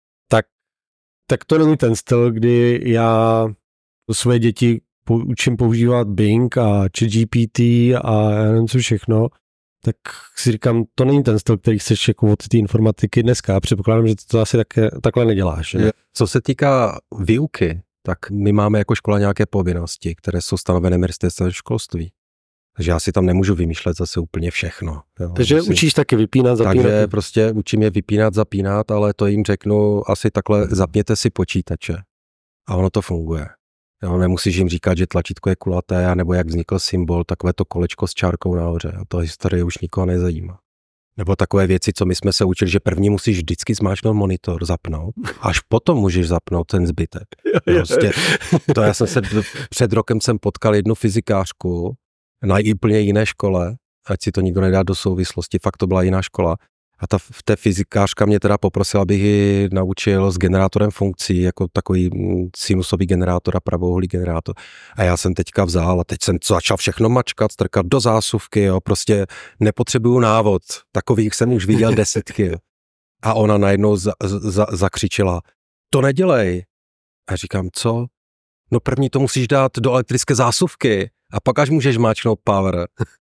tak to není ten styl, kdy já své děti učím používat Bing a ChatGPT a já nevím co všechno, tak si říkám, to není ten styl, který chceš jako od té informatiky dneska. Předpokládám, že to asi takhle neděláš. Ne?
Co se týká výuky, tak my máme jako škola nějaké povinnosti, které jsou stanovené ministerstvem školství. Takže já si tam nemůžu vymýšlet zase úplně všechno. Jo.
Takže učíš taky vypínat, zapínat?
Takže prostě učím je vypínat, zapínat, ale to jim řeknu asi takhle, zapněte si počítače. A ono to funguje. Jo, nemusíš jim říkat, že tlačítko je kulaté, nebo jak vznikl symbol, takové to kolečko s čárkou nahoře. A to historie už nikoho nezajímá. Nebo takové věci, co my jsme se učili, že první musíš vždycky zmáčknout monitor, zapnout, až potom můžeš zapnout ten zbytek. Prostě, to já jsem se před rokem jsem potkal jednu fyzikářku na úplně jiné škole, ať si to nikdo nedá do souvislosti, fakt to byla jiná škola. A v té fyzikářka mě teda poprosila, abych ji naučil s generátorem funkcí, jako takový sinusový generátor a pravouhlý generátor. A já jsem teďka vzal a teď jsem začal všechno mačkat, strkat do zásuvky, jo, prostě nepotřebuju návod, takových jsem už viděl desítky. Jo. A ona najednou zakřičela, to nedělej. A říkám, co? No první to musíš dát do elektrické zásuvky a pak až můžeš máčknout power.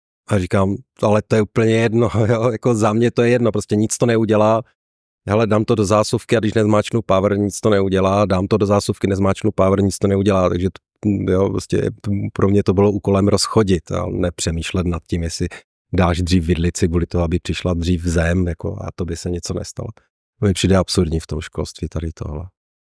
A říkám, ale to je úplně jedno, jo? Jako za mě to je jedno, prostě nic to neudělá. Hele, dám to do zásuvky a když nezmáčknu power, nic to neudělá, dám to do zásuvky, nezmáčknu power, nic to neudělá, takže jo, prostě pro mě to bylo úkolem rozchodit a nepřemýšlet nad tím, jestli dáš dřív vidlici kvůli toho, aby přišla dřív zem, jako, a to by se něco nestalo. To mi přijde absurdní v tom školství tady tohle.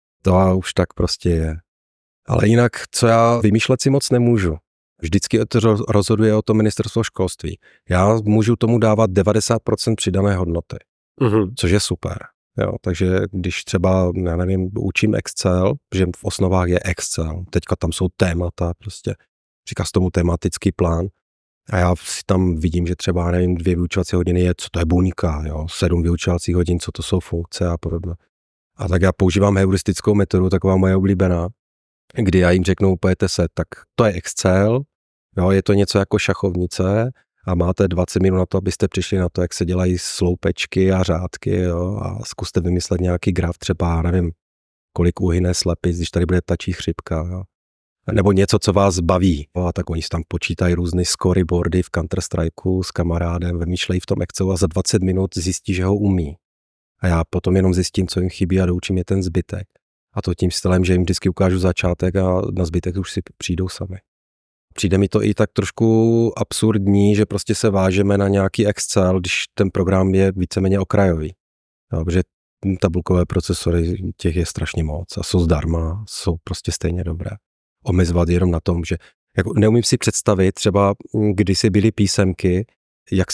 To už tak prostě je. Ale jinak, co já vymýšlet si moc nemůžu. Vždycky to rozhoduje o to ministerstvo školství. Já můžu tomu dávat 90% přidané hodnoty, což je super. Jo, takže když třeba, já nevím, učím Excel, že v osnovách je Excel, teďka tam jsou témata, prostě říká se tomu tematický plán a já si tam vidím, že třeba, nevím, 2 vyučovací hodiny je, co to je buňka, jo, 7 vyučovacích hodin, co to jsou funkce a podobně. A tak já používám heuristickou metodu, taková moje oblíbená, kdy já jim řeknu, pojďte se, tak to je Excel, jo, je to něco jako šachovnice a máte 20 minut na to, abyste přišli na to, jak se dělají sloupečky a řádky, jo, a zkuste vymyslet nějaký graf, třeba, nevím, kolik uhyne slepic, když tady bude ptačí chřipka, jo. Nebo něco, co vás baví. Jo, a tak oni si tam počítají různé scoryboardy v Counter-Strikeu s kamarádem, vymýšlejí v tom Excelu a za 20 minut zjistí, že ho umí. A já potom jenom zjistím, co jim chybí a doučím je ten zbytek. A to tím stylem, že jim vždycky ukážu začátek a na zbytek už si přijdou sami. Přijde mi to i tak trošku absurdní, že prostě se vážeme na nějaký Excel, když ten program je víceméně okrajový. Jo, protože tabulkové procesory, těch je strašně moc a jsou zdarma, jsou prostě stejně dobré. Omezovat jenom na tom, že jako neumím si představit, třeba kdysi byly písemky, jak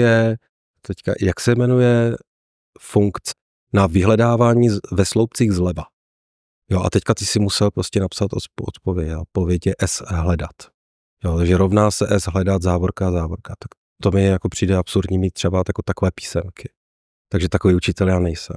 se jmenuje funkce na vyhledávání ve sloupcích zleva. Jo, a teďka ty si musel prostě napsat odpověď. Odpověď je S hledat. Jo, takže rovná se S hledat, závorka. Tak to mi jako přijde absurdní mít třeba jako takové písemky. Takže takový učitel já nejsem.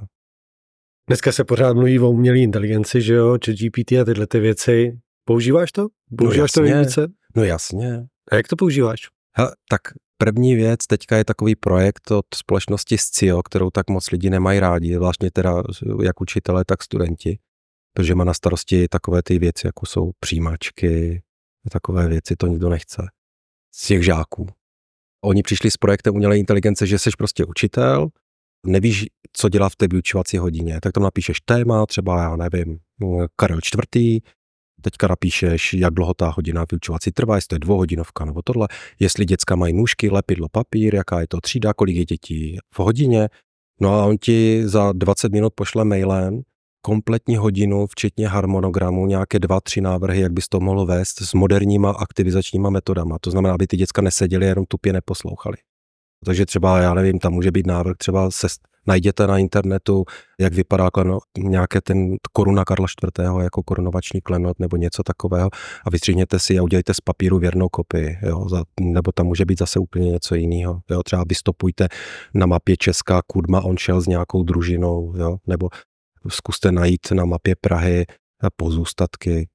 Dneska se pořád mluví o umělé inteligenci, že jo, ChatGPT a tyhle ty věci. Používáš to? Používáš to více?
No jasně.
A jak to používáš?
Hele, tak první věc teďka je takový projekt od společnosti Scio, kterou tak moc lidi nemají rádi, vlastně teda jak učitelé, tak studenti, protože má na starosti takové ty věci, jako jsou přijímačky, takové věci, to nikdo nechce. Z těch žáků. Oni přišli s projektem umělé inteligence, že jsi prostě učitel, nevíš, co dělá v té vyučovací hodině, tak tam napíšeš téma, třeba, já nevím, Karel IV., teďka napíšeš, jak dlouho ta hodina vyučovací trvá, jestli to je 2hodinovka nebo tohle, jestli děcka mají nůžky, lepidlo, papír, jaká je to třída, kolik je dětí v hodině. No a on ti za 20 minut pošle mailem kompletní hodinu, včetně harmonogramu, nějaké 2-3 návrhy, jak bys to mohl vést s moderníma aktivizačníma metodama. To znamená, aby ty děcka neseděli, jenom tupě neposlouchali. Takže třeba, já nevím, tam může být návrh, třeba najděte na internetu, jak vypadá nějaké ten koruna Karla IV. Jako korunovační klenot nebo něco takového a vystřihněte si a udělejte z papíru věrnou kopii, jo, nebo tam může být zase úplně něco jiného. Jo, třeba vystopujte na mapě Česká Kudma, on šel s nějakou družinou, jo, nebo zkuste najít na mapě Prahy pozůstatky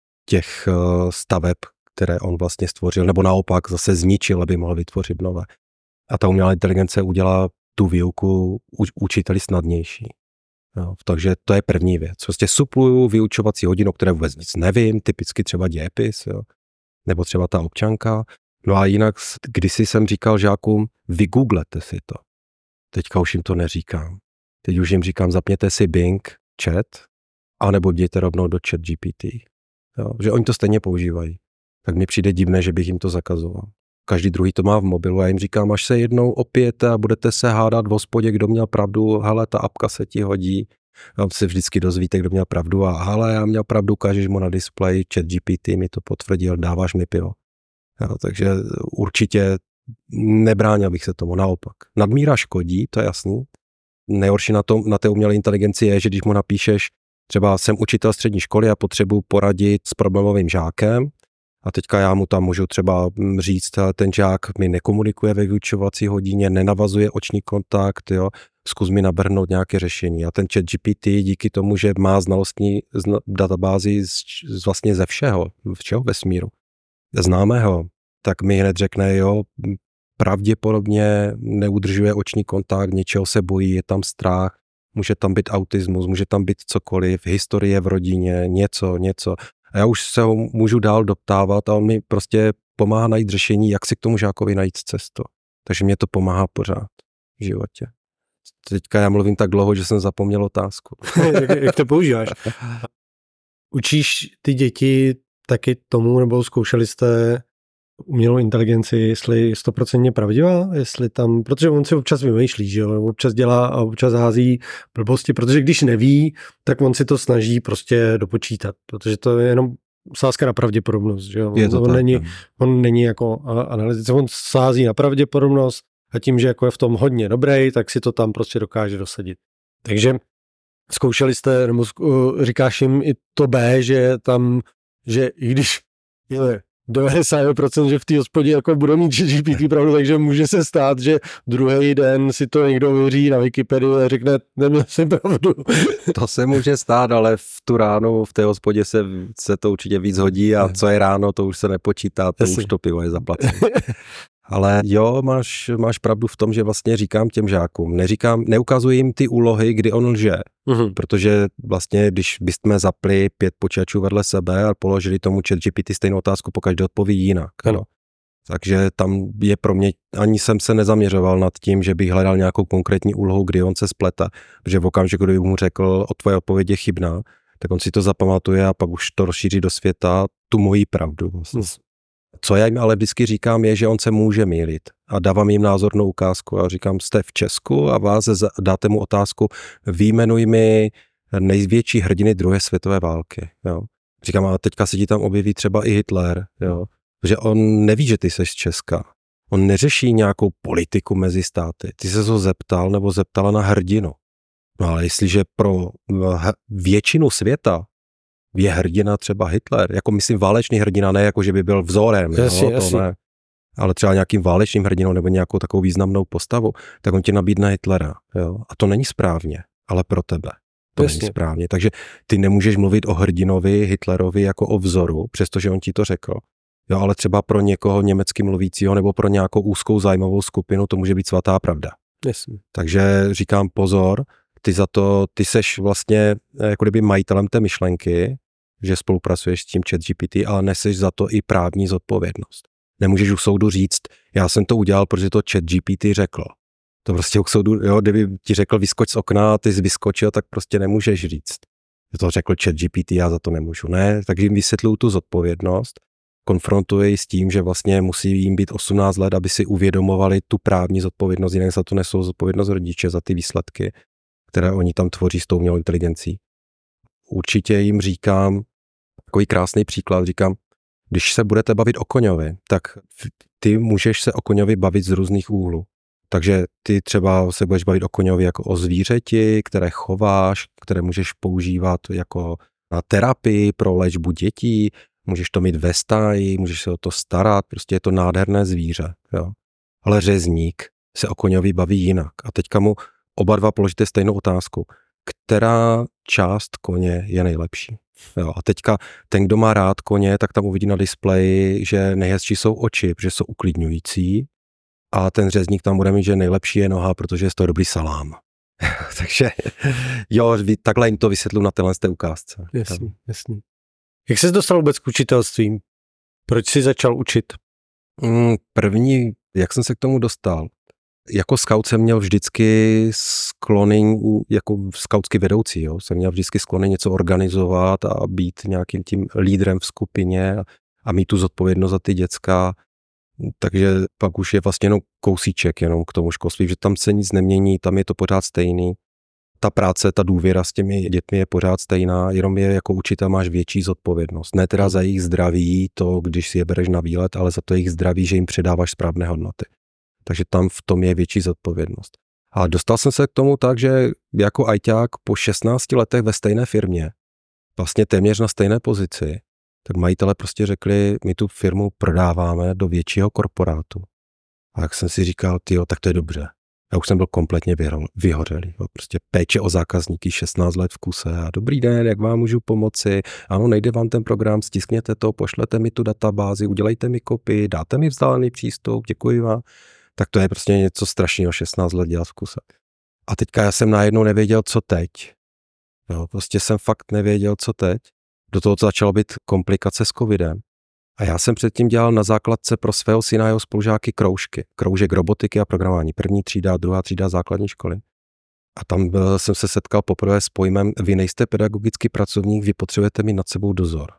těch staveb, které on vlastně stvořil, nebo naopak zase zničil, aby mohl vytvořit nové. A ta umělá inteligence udělá tu výuku učiteli snadnější. Jo, takže to je první věc. Prostě supluju vyučovací hodinu, které vůbec nic nevím, typicky třeba dějepis, jo, nebo třeba ta občanka. No a jinak kdysi jsem říkal žákům, vygooglete si to. Teďka už jim to neříkám. Teď už jim říkám, zapněte si Bing chat, anebo jděte rovnou do ChatGPT. Jo, že oni to stejně používají. Tak mi přijde divné, že bych jim to zakazoval. Každý druhý to má v mobilu a já jim říkám, až se jednou opijete a budete se hádat v hospodě, kdo měl pravdu, hele, ta apka se ti hodí. Tam se vždycky dozvíte, kdo měl pravdu a hele, já měl pravdu, ukážeš mu na displeji, ChatGPT mi to potvrdil, dáváš mi pivo. Jo, takže určitě nebránil bych se tomu, naopak. Nadmíra škodí, to je jasný. Nejhorší na té umělé inteligenci je, že když mu napíšeš, třeba jsem učitel střední školy a potřebuji poradit s problémovým žákem a teďka já mu tam můžu třeba říct, ten žák mi nekomunikuje ve vyučovací hodině, nenavazuje oční kontakt, jo, zkus mi navrhnout nějaké řešení. A ten ChatGPT díky tomu, že má znalostní databázi vlastně ze všeho vesmíru, známého, tak mi hned řekne, jo, pravděpodobně neudržuje oční kontakt, něčeho se bojí, je tam strach, může tam být autismus, může tam být cokoliv, historie v rodině, něco. A já už se ho můžu dál doptávat a on mi prostě pomáhá najít řešení, jak si k tomu žákovi najít cestu. Takže mě to pomáhá pořád v životě. Teďka já mluvím tak dlouho, že jsem zapomněl otázku.
Jak to používáš? Učíš ty děti taky tomu, nebo zkoušeli jste umělou inteligenci, jestli je 100% pravdivá, jestli tam, protože on si občas vymýšlí, že jo, občas dělá a občas hází blbosti, protože když neví, tak on si to snaží prostě dopočítat, protože to je jenom sázka na pravděpodobnost, že jo. On není jako analytice, on sází na pravděpodobnost a tím, že jako je v tom hodně dobrý, tak si to tam prostě dokáže dosadit. Takže zkoušeli jste, nebo říkáš jim i to B, že tam, že i když je 90%, že v té hospodě jako budou mít GPT pravdu, takže může se stát, že druhý den si to někdo vyhoří na Wikipedii a řekne, neměl jsem pravdu.
To se může stát, ale v tu ránu v té hospodě se to určitě víc hodí a co je ráno, to už se nepočítá, to už to pivo je zaplacené. Ale jo, máš pravdu v tom, že vlastně říkám těm žákům, neukazuji jim ty úlohy, kdy on lže, protože vlastně, když bychom zapli 5 počítačů vedle sebe a položili tomu ChatGPT stejnou otázku, pokaždé odpoví jinak.
Ano.
Takže tam je pro mě, ani jsem se nezaměřoval nad tím, že bych hledal nějakou konkrétní úlohu, kdy on se splete, protože v okamžiku, kdyby mu řekl, o tvoje odpověď je chybná, tak on si to zapamatuje a pak už to rozšíří do světa tu moji pravdu. Vlastně. Co já jim ale vždycky říkám je, že on se může mýlit a dávám jim názornou ukázku a říkám, jste v Česku a dáte mu otázku, vyjmenuj mi největší hrdiny druhé světové války. Jo. Říkám, a teďka se ti tam objeví třeba i Hitler, jo. Že on neví, že ty seš z Česka. On neřeší nějakou politiku mezi státy. Ty se ho zeptal nebo zeptala na hrdinu. No ale jestliže pro většinu světa je hrdina třeba Hitler, jako myslím válečný hrdina, ne jako, že by byl vzorem,
jasně.
Ne, ale třeba nějakým válečným hrdinou nebo nějakou takovou významnou postavu, tak on ti nabídne Hitlera. Jo? A to není správně, ale pro tebe. To není správně. Takže ty nemůžeš mluvit o hrdinovi Hitlerovi jako o vzoru, přestože on ti to řekl. Jo, ale třeba pro někoho německy mluvícího nebo pro nějakou úzkou zájmovou skupinu to může být svatá pravda.
Jasně.
Takže říkám pozor, ty seš vlastně jako kdyby majitelem té myšlenky, že spolupracuješ s tím ChatGPT, ale neseš za to i právní zodpovědnost. Nemůžeš u soudu říct, já jsem to udělal, protože to ChatGPT řekl. To prostě u soudu, jo, kdyby ti řekl vyskoč z okna a ty jsi vyskočil, tak prostě nemůžeš říct. To řekl ChatGPT, já za to nemůžu. Ne, takže jim vysvětluju tu zodpovědnost, konfrontuji s tím, že vlastně musí jim být 18 let, aby si uvědomovali tu právní zodpovědnost, jinak za to nesou zodpovědnost rodiče za ty výsledky, které oni tam tvoří s tou umělou inteligencí. Určitě jim říkám, takový krásný příklad, říkám, když se budete bavit o koňovi, tak ty můžeš se o koňovi bavit z různých úhlů. Takže ty třeba se budeš bavit o koňovi jako o zvířeti, které chováš, které můžeš používat jako na terapii pro léčbu dětí, můžeš to mít ve stáji, můžeš se o to starat, prostě je to nádherné zvíře. Jo. Ale řezník se o koňovi baví jinak. A teďka mu oba dva položíte stejnou otázku. Která část koně je nejlepší? Jo, a teďka ten, kdo má rád koně, tak tam uvidí na displeji, že nejhezčí jsou oči, protože jsou uklidňující. A ten řezník tam bude mít, že nejlepší je noha, protože je to dobrý salám. Takže jo, takhle jim to vysvětlu na téhle ukázce.
Jasný. Jak jsi dostal vůbec k učitelství? Proč jsi začal učit?
První, jak jsem se k tomu dostal? Jako skaut jsem měl vždycky sklony, jako skautský vedoucí, jo? Jsem měl vždycky sklony něco organizovat a být nějakým tím lídrem v skupině a mít tu zodpovědnost za ty děcka. Takže pak už je vlastně jenom kousíček jenom k tomu školství, že tam se nic nemění, tam je to pořád stejný. Ta práce, ta důvěra s těmi dětmi je pořád stejná, jenom je jako učitel máš větší zodpovědnost. Ne teda za jejich zdraví, to když si je bereš na výlet, ale za to jejich zdraví, že jim předáváš správné hodnoty. takže tam v tom je větší zodpovědnost. Ale dostal jsem se k tomu tak, že jako ajťák po 16 letech ve stejné firmě, vlastně téměř na stejné pozici, tak majitelé prostě řekli, my tu firmu prodáváme do většího korporátu. A jak jsem si říkal, tyjo, tak to je dobře. Já už jsem byl kompletně vyhořelý. Prostě péče o zákazníky 16 let v kuse a dobrý den, jak vám můžu pomoci? Ano, nejde vám ten program, stiskněte to, pošlete mi tu databázi, udělejte mi kopii, dáte mi vzdálený přístup, děkuji vám. Tak to je prostě něco strašného 16 let dělat v kuse. A teďka já jsem najednou nevěděl, co teď. Jo, prostě jsem fakt nevěděl, co teď. Do toho začalo být komplikace s covidem. A já jsem předtím dělal na základce pro svého syna a jeho spolužáky kroužky. Kroužek robotiky a programování. První třída, druhá třída základní školy. A tam jsem se setkal poprvé s pojmem, vy nejste pedagogický pracovník, vy potřebujete mít nad sebou dozor.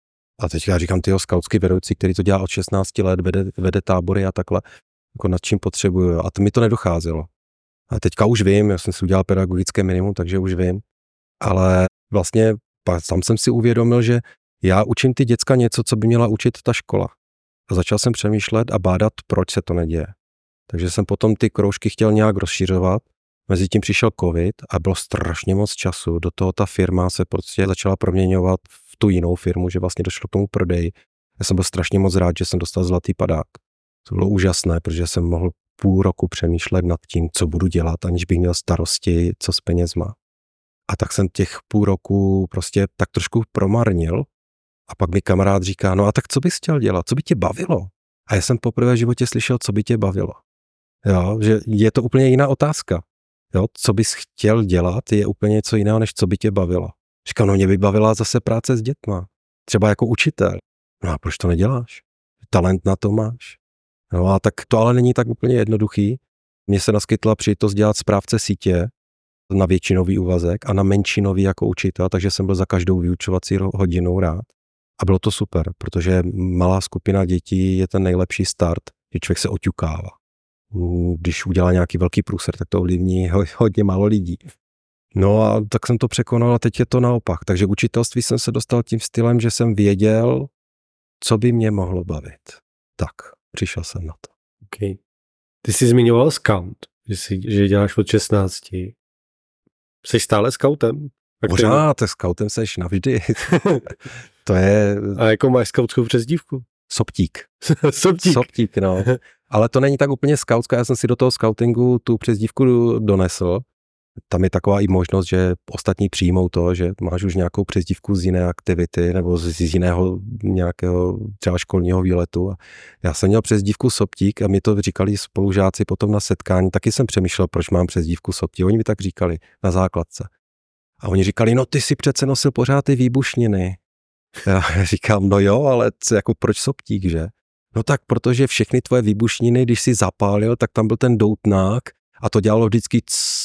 A teď já říkám, tyho skautský vedoucí, který to dělá od 16 let, vede tábory a takhle, jako nad čím potřebuju. A to mi to nedocházelo. A teďka už vím, já jsem si udělal pedagogické minimum, takže už vím. Ale vlastně tam jsem si uvědomil, že já učím ty děcka něco, co by měla učit ta škola. A začal jsem přemýšlet a bádat, proč se to neděje. Takže jsem potom ty kroužky chtěl nějak rozšiřovat. Mezitím přišel covid a bylo strašně moc času. Do toho ta firma se prostě začala proměňovat v tu jinou firmu, že vlastně došlo k tomu prodeji. Já jsem byl strašně moc rád, že jsem dostal zlatý padák. To bylo úžasné, protože jsem mohl půl roku přemýšlet nad tím, co budu dělat, aniž bych měl starosti, co s penězma. A tak jsem těch půl roku prostě tak trošku promarnil. A pak mi kamarád říká, no a tak co bys chtěl dělat, co by tě bavilo? A já jsem poprvé v životě slyšel, co by tě bavilo. Jo, že je to úplně jiná otázka. Jo, co bys chtěl dělat, je úplně něco jiného, než co by tě bavilo. Říkám, no mě by bavila zase práce s dětma. Třeba jako učitel. No a proč to neděláš? Talent na to máš. No a tak to ale není tak úplně jednoduchý. Mně se naskytla příležitost dělat správce sítě na většinový úvazek a na menšinový jako učitel, takže jsem byl za každou vyučovací hodinu rád. A bylo to super, protože malá skupina dětí je ten nejlepší start, že člověk se oťukává. Když udělá nějaký velký průser, tak to ovlivní hodně málo lidí. No a tak jsem to překonal a teď je to naopak. Takže k učitelství jsem se dostal tím stylem, že jsem věděl, co by mě mohlo bavit. Tak, přišel jsem na to.
Okay. Ty jsi zmiňoval scout, že děláš od 16. Jsi stále scoutem?
Pořád, scoutem seš navždy. To je...
A jako máš scoutskou přezdívku?
Soptík.
Soptík.
Soptík, no. Ale to není tak úplně scoutská, já jsem si do toho scoutingu tu přezdívku donesl. Tam je taková i možnost, že ostatní přijmou to, že máš už nějakou přezdívku z jiné aktivity nebo z jiného nějakého třeba školního výletu. A já jsem měl přezdívku Soptík a mi to říkali spolužáci potom na setkání. Taky jsem přemýšlel, proč mám přezdívku Soptík. Oni mi tak říkali na základce. A oni říkali, no ty si přece nosil pořád ty výbušniny. Já říkám, no jo, ale jako proč Soptík, že? No tak, protože všechny tvoje výbušniny, když si zapálil, tak tam byl ten doutnák a to dělalo vždycky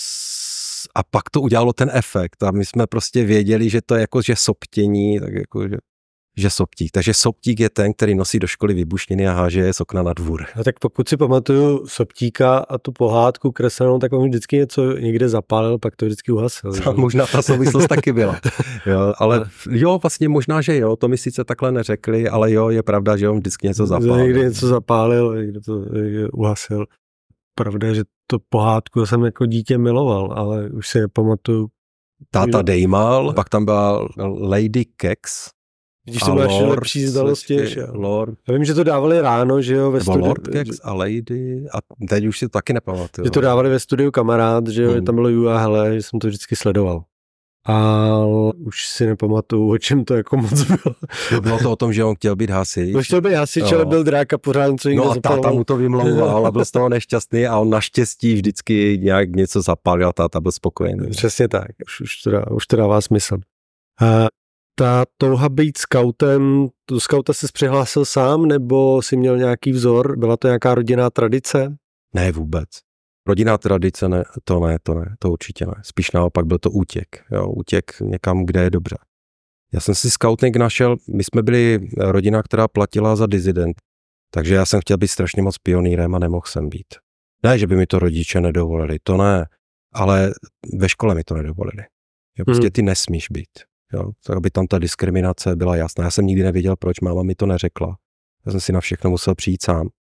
a pak to udělalo ten efekt. A my jsme prostě věděli, že to je jako, že soptění, tak jako, že Soptík. Takže Soptík je ten, který nosí do školy výbušniny a háže je z okna na dvůr.
A tak pokud si pamatuju Soptíka a tu pohádku kreslenou, tak on vždycky něco někde zapálil, pak to vždycky uhasil.
Možná ta souvislost taky byla. Jo, ale jo, vlastně možná, že jo, to mi sice takhle neřekli, ale jo, je pravda, že on vždycky něco zapálil.
Někdy něco zapálil, někdo to uhasil. Pravda je, že to pohádku jsem jako dítě miloval, ale už si nepamatuju.
Táta dejmal, pak tam byla Lady Kex.
Když to máš lepší znalosti.
Lord.
Já vím, že to dávali ráno, že jo, ve studiu.
Lord Kex a Lady a teď už si to taky nepamatuju.
Že to dávali ve studiu Kamarád, že jo, tam bylo Ju a Hele, že jsem to vždycky sledoval. A už si nepamatuju, o čem to jako moc bylo.
Bylo to o tom, že on chtěl být hasič.
On chtěl být hasič, ale byl drák a pořád něco někde
zapaloval. No a táta mu to vymlouval a byl z toho nešťastný a on naštěstí vždycky nějak něco zapálil a táta byl spokojený.
Přesně tak, už to dává smysl. A ta touha být scoutem, do scouta jsi přihlásil sám, nebo jsi měl nějaký vzor? Byla to nějaká rodinná tradice?
Ne, vůbec. Rodinná tradice ne, to určitě ne. Spíš naopak byl to útěk. Jo, útěk někam, kde je dobře. Já jsem si scouting našel, my jsme byli rodina, která platila za dizident, takže já jsem chtěl být strašně moc pionýrem a nemohl jsem být. Ne, že by mi to rodiče nedovolili, to ne, ale ve škole mi to nedovolili. Jo, prostě ty nesmíš být. Jo, tak aby tam ta diskriminace byla jasná. Já jsem nikdy nevěděl, proč máma mi to neřekla. Já jsem si na všechno musel přijít sám.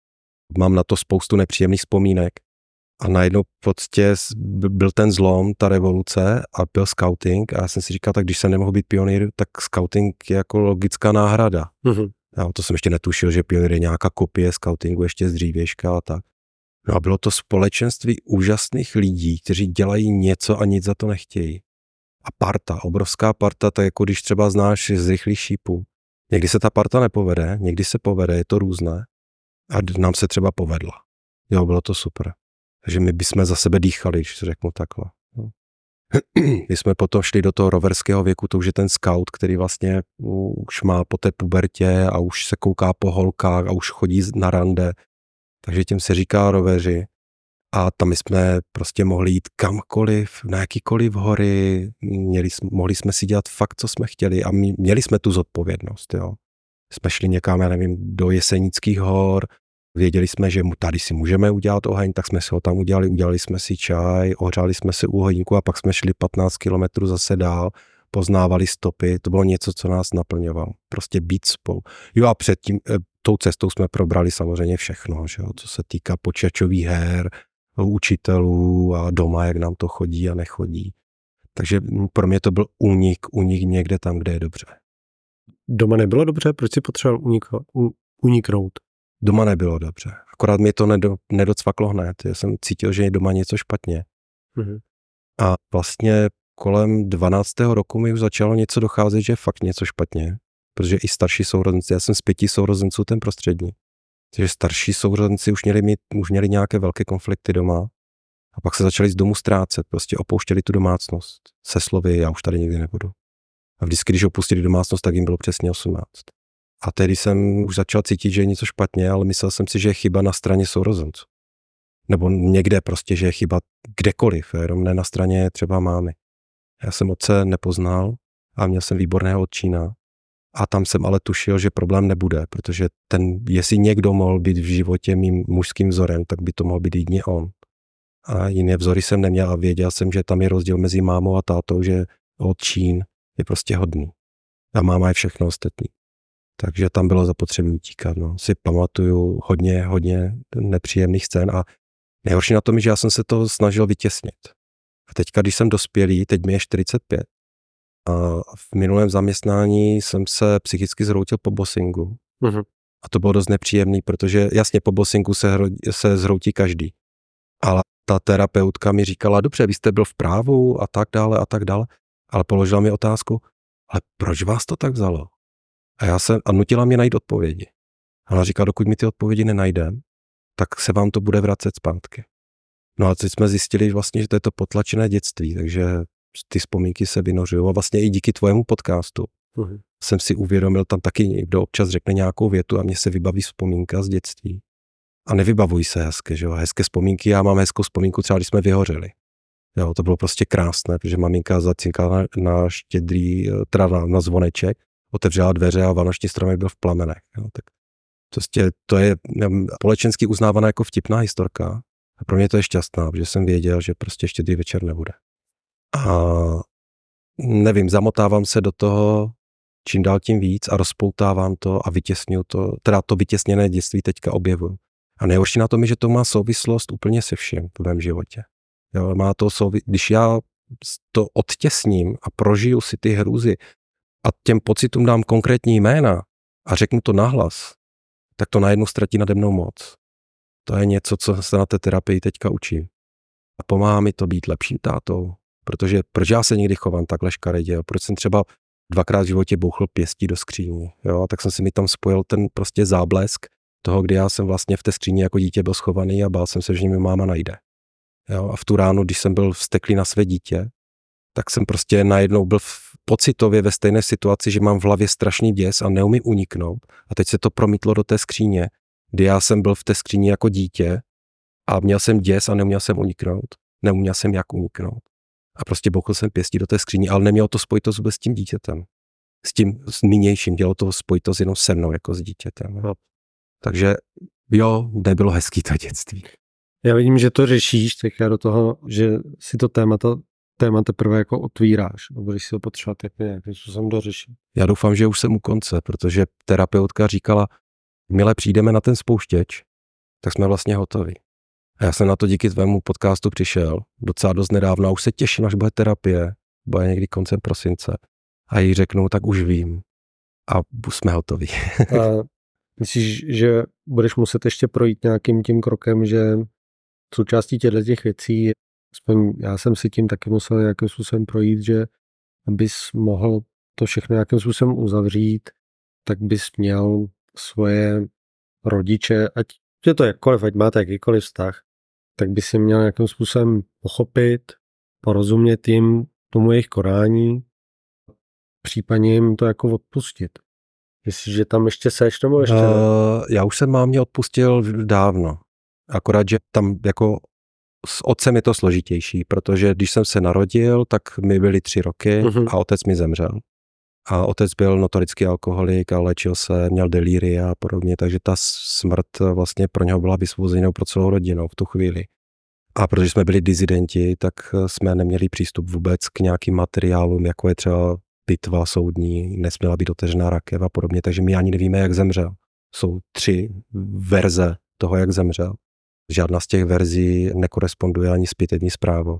mám na to spoustu nepříjemných vzpomínek. A najednou prostě byl ten zlom, ta revoluce a byl scouting a já jsem si říkal, tak když jsem nemohl být pionýr, tak scouting je jako logická náhrada. Já to jsem ještě netušil, že pionýr je nějaká kopie scoutingu ještě z dřívějška a tak. No a bylo to společenství úžasných lidí, kteří dělají něco a nic za to nechtějí. A parta, obrovská parta, tak jako když třeba znáš z rychlých šípů. Někdy se ta parta nepovede, někdy se povede, je to různé. A nám se třeba povedla. Jo, bylo to super. Takže my bychom za sebe dýchali, když to řeknu takhle. Když jsme potom šli do toho roverského věku, to už je ten scout, který vlastně už má po té pubertě a už se kouká po holkách a už chodí na rande. Takže tím se říká roveři. A tam jsme prostě mohli jít kamkoliv, na jakýkoliv hory, mohli jsme si dělat fakt, co jsme chtěli a měli jsme tu zodpovědnost. Jo. Jsme šli někam, já nevím, do Jesenických hor, věděli jsme, že tady si můžeme udělat oheň, tak jsme si ho tam udělali jsme si čaj, ohřáli jsme si uhoníku a pak jsme šli 15 kilometrů zase dál, poznávali stopy, to bylo něco, co nás naplňovalo. Prostě být spolu. Jo a předtím, tou cestou jsme probrali samozřejmě všechno, že jo, co se týká počítačových her, učitelů a doma, jak nám to chodí a nechodí. Takže pro mě to byl únik někde tam, kde je dobře.
Doma nebylo dobře? Proč si potřeboval uniknout?
Doma nebylo dobře. Akorát mi to nedocvaklo hned. Já jsem cítil, že je doma něco špatně. A vlastně kolem 12. roku mi už začalo něco docházet, že je fakt něco špatně. Protože i starší sourozenci, já jsem z 5 sourozenců ten prostřední. Takže starší sourozenci už měli nějaké velké konflikty doma a pak se začali z domu ztrácet, prostě opouštěli tu domácnost se slovy, já už tady nikdy nebudu. A vždycky, když opustili domácnost, tak jim bylo přesně 18. A tehdy jsem už začal cítit, že je něco špatně, ale myslel jsem si, že je chyba na straně sourozenců. Nebo někde prostě, že je chyba kdekoliv, jenom ne na straně třeba mámy. Já jsem otce nepoznal a měl jsem výborného otčína. A tam jsem ale tušil, že problém nebude, protože jestli někdo mohl být v životě mým mužským vzorem, tak by to mohl být jedině on. A jiné vzory jsem neměl a věděl jsem, že tam je rozdíl mezi mámou a tátou, že otčín je prostě hodný. A máma je všechno ostatní. Takže tam bylo zapotřebí utíkat. No. Si pamatuju hodně nepříjemných scén a nejhorší na tom je, že já jsem se to snažil vytěsnit. A teďka, když jsem dospělý, teď mi je 45, a v minulém zaměstnání jsem se psychicky zhroutil po bossingu. A to bylo dost nepříjemný, protože jasně po bossingu se zhroutí každý. Ale ta terapeutka mi říkala, dobře, vy jste byl v právu a tak dále. Ale položila mi otázku, ale proč vás to tak vzalo? A nutila mě najít odpovědi. A ona říkala, dokud mi ty odpovědi nenajdem, tak se vám to bude vracet zpátky. No a teď jsme zjistili vlastně, že to je to potlačené dětství, takže ty vzpomínky se vynořují a vlastně i díky tvojemu podcastu jsem si uvědomil, tam taky někdo občas řekne nějakou větu a mně se vybaví vzpomínka z dětství. A nevybavují se hezké, že jo, hezké vzpomínky, já mám hezkou vzpomínku třeba, když jsme vyhořeli. Jo, to bylo prostě krásné, protože maminka zacinkala na Štědrý, teda na zvoneček, otevřela dveře a vánoční stromek byl v plamenech. Jo, tak prostě to je společensky uznávaná jako vtipná historka a pro mě to je šťastná, protože jsem věděl, že prostě Štědrý večer nebude. A nevím, zamotávám se do toho čím dál tím víc a rozpoutávám to a vytěsňuju to, teda to vytěsněné dětství teďka objevuju. A nejhorší na tom je, že to má souvislost úplně se vším v mém životě. Jo, má to když já to odtěsním a prožiju si ty hrůzy a těm pocitům dám konkrétní jména a řeknu to nahlas, tak to najednou ztratí nade mnou moc. To je něco, co se na té terapii teďka učím. A pomáhá mi to být lepším tátou, protože proč já se někdy chovám takhle škaredě, proč jsem třeba 2krát v životě bouchl pěstí do skříně, jo, tak jsem si mi tam spojil ten prostě záblesk toho, kdy já jsem vlastně v té skříni jako dítě byl schovaný a bál jsem se, že mě máma najde. Jo, a v tu ránu, když jsem byl vzteklý na své dítě, tak jsem prostě najednou byl pocitově ve stejné situaci, že mám v hlavě strašný děs a neumím uniknout. A teď se to promítlo do té skříně, kdy já jsem byl v té skříni jako dítě a měl jsem děs a neuměl jsem uniknout. Neuměl jsem jak uniknout. A prostě bouchl jsem pěstí do té skříně, ale nemělo to spojitost vůbec s tím dítětem. S tím nynějším, dělalo to spojitost jenom se mnou jako s dítětem. Jo. Takže jo, nebylo hezký to dětství.
Já vidím, že to řešíš, tak já do toho, že si to téma teprve jako otvíráš, budeš si ho potřebovat nějak, co jsem dořešil.
Já doufám, že už jsem u konce, protože terapeutka říkala, milé, přijdeme na ten spouštěč tak jsme vlastně hotoví. A já jsem na to díky tvému podcastu přišel docela dost nedávno a už se těším, až bude terapie, bude někdy koncem prosince. A jí řeknu, tak už vím. A jsme hotoví.
A myslíš, že budeš muset ještě projít nějakým tím krokem, že součástí těch věcí, já jsem si tím taky musel nějakým způsobem projít, že abys mohl to všechno nějakým způsobem uzavřít, tak bys měl svoje rodiče, ať je to jakkoliv, ať máte jakýkoliv vztah, tak bys si měl nějakým způsobem pochopit, porozumět jim tomu jejich konání, případně jim to jako odpustit. Myslíš, že tam ještě seš, nebo ještě
já už jsem mámě odpustil dávno. Akorát, že tam jako s otcem je to složitější, protože když jsem se narodil, tak mi byly 3 roky a otec mi zemřel. A otec byl notorický alkoholik a léčil se, měl delíria a podobně, takže ta smrt vlastně pro něho byla vysvozenou pro celou rodinu v tu chvíli. A protože jsme byli dizidenti, tak jsme neměli přístup vůbec k nějakým materiálům, jako je třeba pitva soudní, nesměla být otevřená rakev a podobně, takže my ani nevíme, jak zemřel. Jsou 3 verze toho, jak zemřel. Žádná z těch verzí nekoresponduje ani s pitevní zprávou.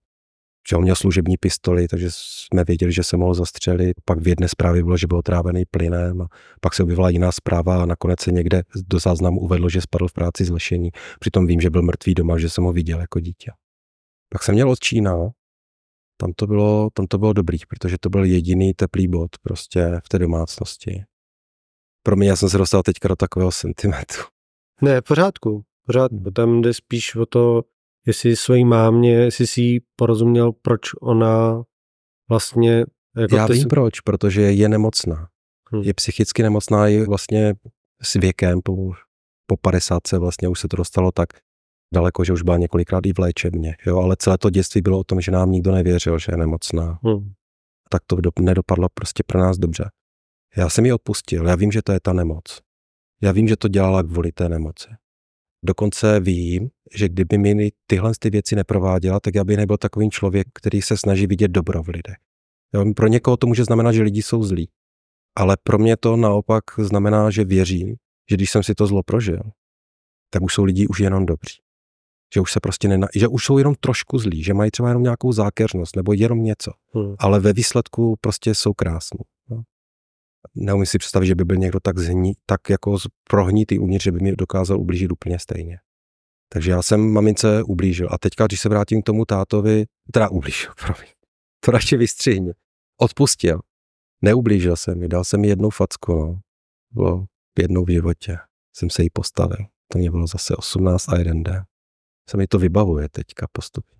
Že on měl služební pistoli, takže jsme věděli, že se mohl zastřelit. Pak v jedné zprávě bylo, že byl otrávený plynem a pak se objevila jiná zpráva a nakonec se někde do záznamu uvedlo, že spadl v práci z lešení. Přitom vím, že byl mrtvý doma, že jsem ho viděl jako dítě. Pak jsem měl otčína, tam to bylo dobrý, protože to byl jediný teplý bod prostě v té domácnosti. Pro mě já jsem se dostal teďka do takového sentimentu.
Ne, pořádku. Tam jde spíš o to, jestli svojí mámě, jestli si jí porozuměl, proč ona vlastně... Jako
já vím proč, protože je nemocná. Je psychicky nemocná i vlastně s věkem, po 50 vlastně už se to dostalo tak daleko, že už byla několikrát i v léčebně. Jo? Ale celé to dětství bylo o tom, že nám nikdo nevěřil, že je nemocná. Tak to nedopadlo prostě pro nás dobře. Já jsem ji odpustil, já vím, že to je ta nemoc. Já vím, že to dělala kvůli té nemoci. Dokonce vím, že kdyby mi tyhle věci neprováděla, tak já bych nebyl takový člověk, který se snaží vidět dobro v lidech. Jo, pro někoho to může znamenat, že lidi jsou zlí. Ale pro mě to naopak znamená, že věřím, že když jsem si to zlo prožil, tak už jsou lidi už jenom dobří. Že už se prostě že už jsou jenom trošku zlí, že mají třeba jenom nějakou zákeřnost nebo jenom něco. Ale ve výsledku prostě jsou krásní. Neumím si představit, že by byl někdo tak jako prohnitý uvnitř, že by mi dokázal ublížit úplně stejně. Takže já jsem mamince ublížil. A teďka, když se vrátím k tomu tátovi, to radši vystřihni. Odpustil. Neublížil jsem mi, dal jsem mi 1 facku, no. Bylo jednou v životě. Jsem se jí postavil. To mě bylo zase 18 a 1 den. Se mi to vybavuje teďka postupně.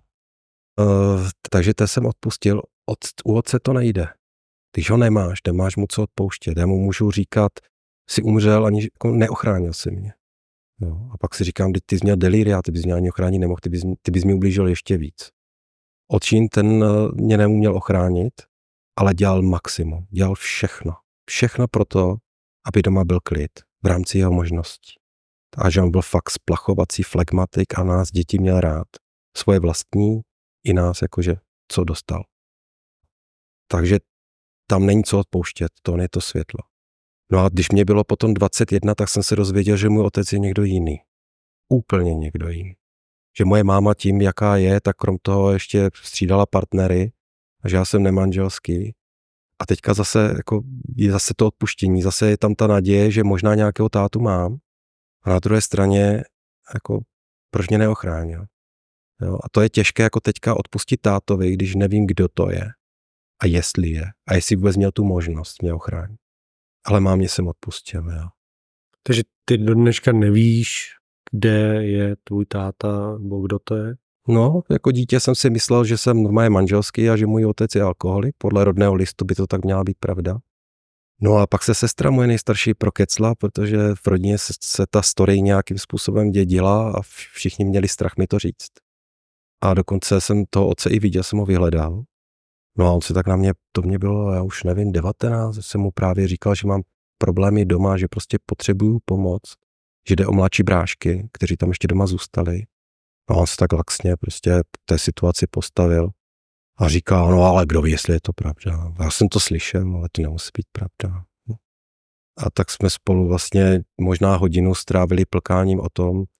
Takže to jsem odpustil. U otce to nejde. Když ho nemáš mu co odpouštět. Já mu můžu říkat, jsi umřel, ani jako neochránil si mě. Jo. A pak si říkám, ty jsi měl delíria, ty bys mě ani ochránit nemohl, ty bys mi ublížil ještě víc. Otčín ten mě neuměl ochránit, ale dělal maximum, dělal všechno. Všechno pro to, aby doma byl klid v rámci jeho možností. A že on byl fakt splachovací flegmatik a nás děti měl rád. Svoje vlastní i nás jakože co dostal. Takže tam není co odpouštět, to je to světlo. No a když mě bylo potom 21, tak jsem se dozvěděl, že můj otec je někdo jiný. Úplně někdo jiný. Že moje máma tím, jaká je, tak krom toho ještě střídala partnery a že já jsem nemanželský. A teďka zase je zase to odpuštění, zase je tam ta naděje, že možná nějakého tátu mám. A na druhé straně, proč mě neochránil. Jo? A to je těžké jako teďka odpustit tátovi, když nevím, kdo to je. A jestli je. A jestli vůbec měl tu možnost mě ochránit. Ale mámě jsem odpustil, jo.
Takže ty do dneška nevíš, kde je tvůj táta, nebo kdo to je?
No, jako dítě jsem si myslel, že jsem normálně manželský a že můj otec je alkoholik. Podle rodného listu by to tak měla být pravda. No a pak se sestra moje nejstarší prokecla, protože v rodině se ta story nějakým způsobem dědila a všichni měli strach mi to říct. A dokonce jsem toho otce i viděl, jsem ho vyhledal. No a on se tak na mě, to mě bylo, já už nevím, 19, jsem mu právě říkal, že mám problémy doma, že prostě potřebuju pomoc, že jde o mladší brášky, kteří tam ještě doma zůstali. A on se tak laxně prostě v té situaci postavil a říká, no ale kdo ví, jestli je to pravda. Já jsem to slyšel, ale to nemusí být pravda. A tak jsme spolu vlastně možná hodinu strávili plkáním o tom,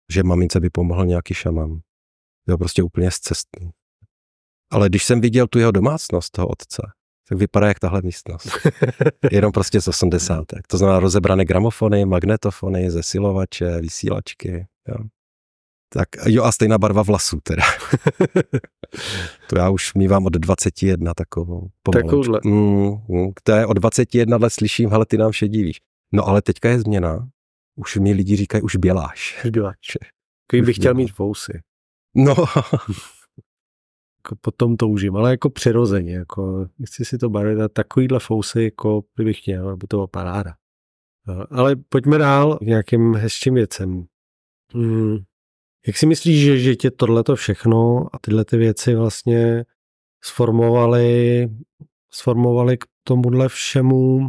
že mamince by pomohl nějaký šaman. Jo, prostě úplně z cesty. Ale když jsem viděl tu jeho domácnost, toho otce, tak vypadá jak tahle místnost. Jenom prostě z 80. To znamená rozebrané gramofony, magnetofony, zesilovače, vysílačky. Jo. Tak jo, a stejná barva vlasů teda. To já už mívám od 21 takovou
Takovouhle.
To je od 21 let slyším, hele, ty nám šedívíš. No ale teďka je změna. Už mi lidi říkají, už běláš.
Takový bych chtěl mít fousy.
No.
Jako potom toužím, ale jako přirozeně, jako chci si to barvit a takovýhle fousy, jako bych chtěl, aby to byla paráda. No, ale pojďme dál k nějakým hezčím věcem. Jak si myslíš, že tě tohleto všechno a tyhle ty věci vlastně sformovaly k tomuhle všemu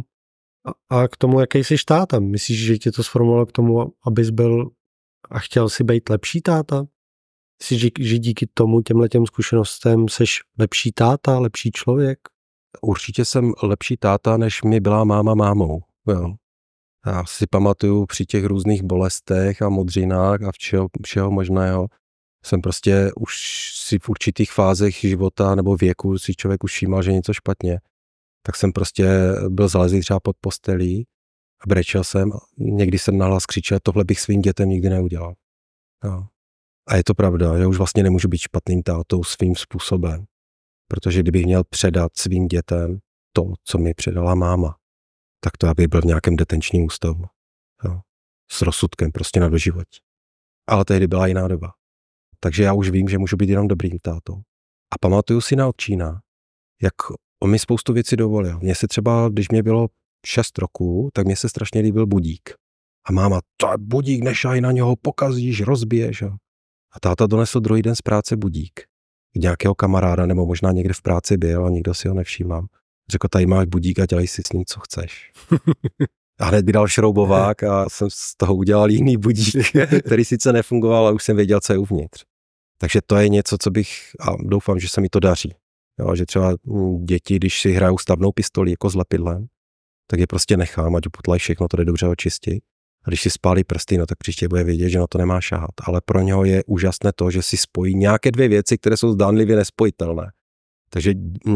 a k tomu, jaký jsi táta? Myslíš, že tě to sformovalo k tomu, abys byl a chtěl si být lepší táta? Myslíš, že díky tomu těmhletěm zkušenostem seš lepší táta, lepší člověk?
Určitě jsem lepší táta, než mi byla máma mámou. Jo. Já si pamatuju při těch různých bolestech a modřinách a všeho možného. Jsem prostě už si v určitých fázech života nebo věku si člověk už všímal, že něco špatně. Tak jsem prostě byl zalezlý třeba pod postelí a brečel jsem. Někdy jsem nahlas křičel, tohle bych svým dětem nikdy neudělal. Jo. A je to pravda, že už vlastně nemůžu být špatným tátou svým způsobem. Protože kdybych měl předat svým dětem to, co mi předala máma, tak to aby byl v nějakém detenčním ústavu. Jo. S rozsudkem prostě na doživotí. Ale tehdy byla jiná doba. Takže já už vím, že můžu být jenom dobrým tátou. A pamatuju si na otčína, jak on mi spoustu věcí dovolil. Mně se třeba, když mě bylo 6 roků, tak mně se strašně líbil budík. A máma, to je budík, nešaj na něho, pokazíš, rozbiješ. A táta donesl druhý den z práce budík. Nějakého kamaráda, nebo možná někde v práci byl a nikdo si ho nevšímám. Řekl, tady máš budík a dělej si s ním, co chceš. A hned mi dal šroubovák a jsem z toho udělal jiný budík, který sice nefungoval, ale už jsem věděl, co je uvnitř. Takže to je něco, co bych, a doufám, že se mi to daří. Jo, že třeba děti, když si hrajou stavnou pistoli jako s lepidlem, tak je prostě nechám, ať upotlají všechno, to jde dobře očistit. A když si spálí prsty, no tak příště bude vědět, že na to nemá šahat. Ale pro něho je úžasné to, že si spojí nějaké 2 věci, které jsou zdánlivě nespojitelné. Takže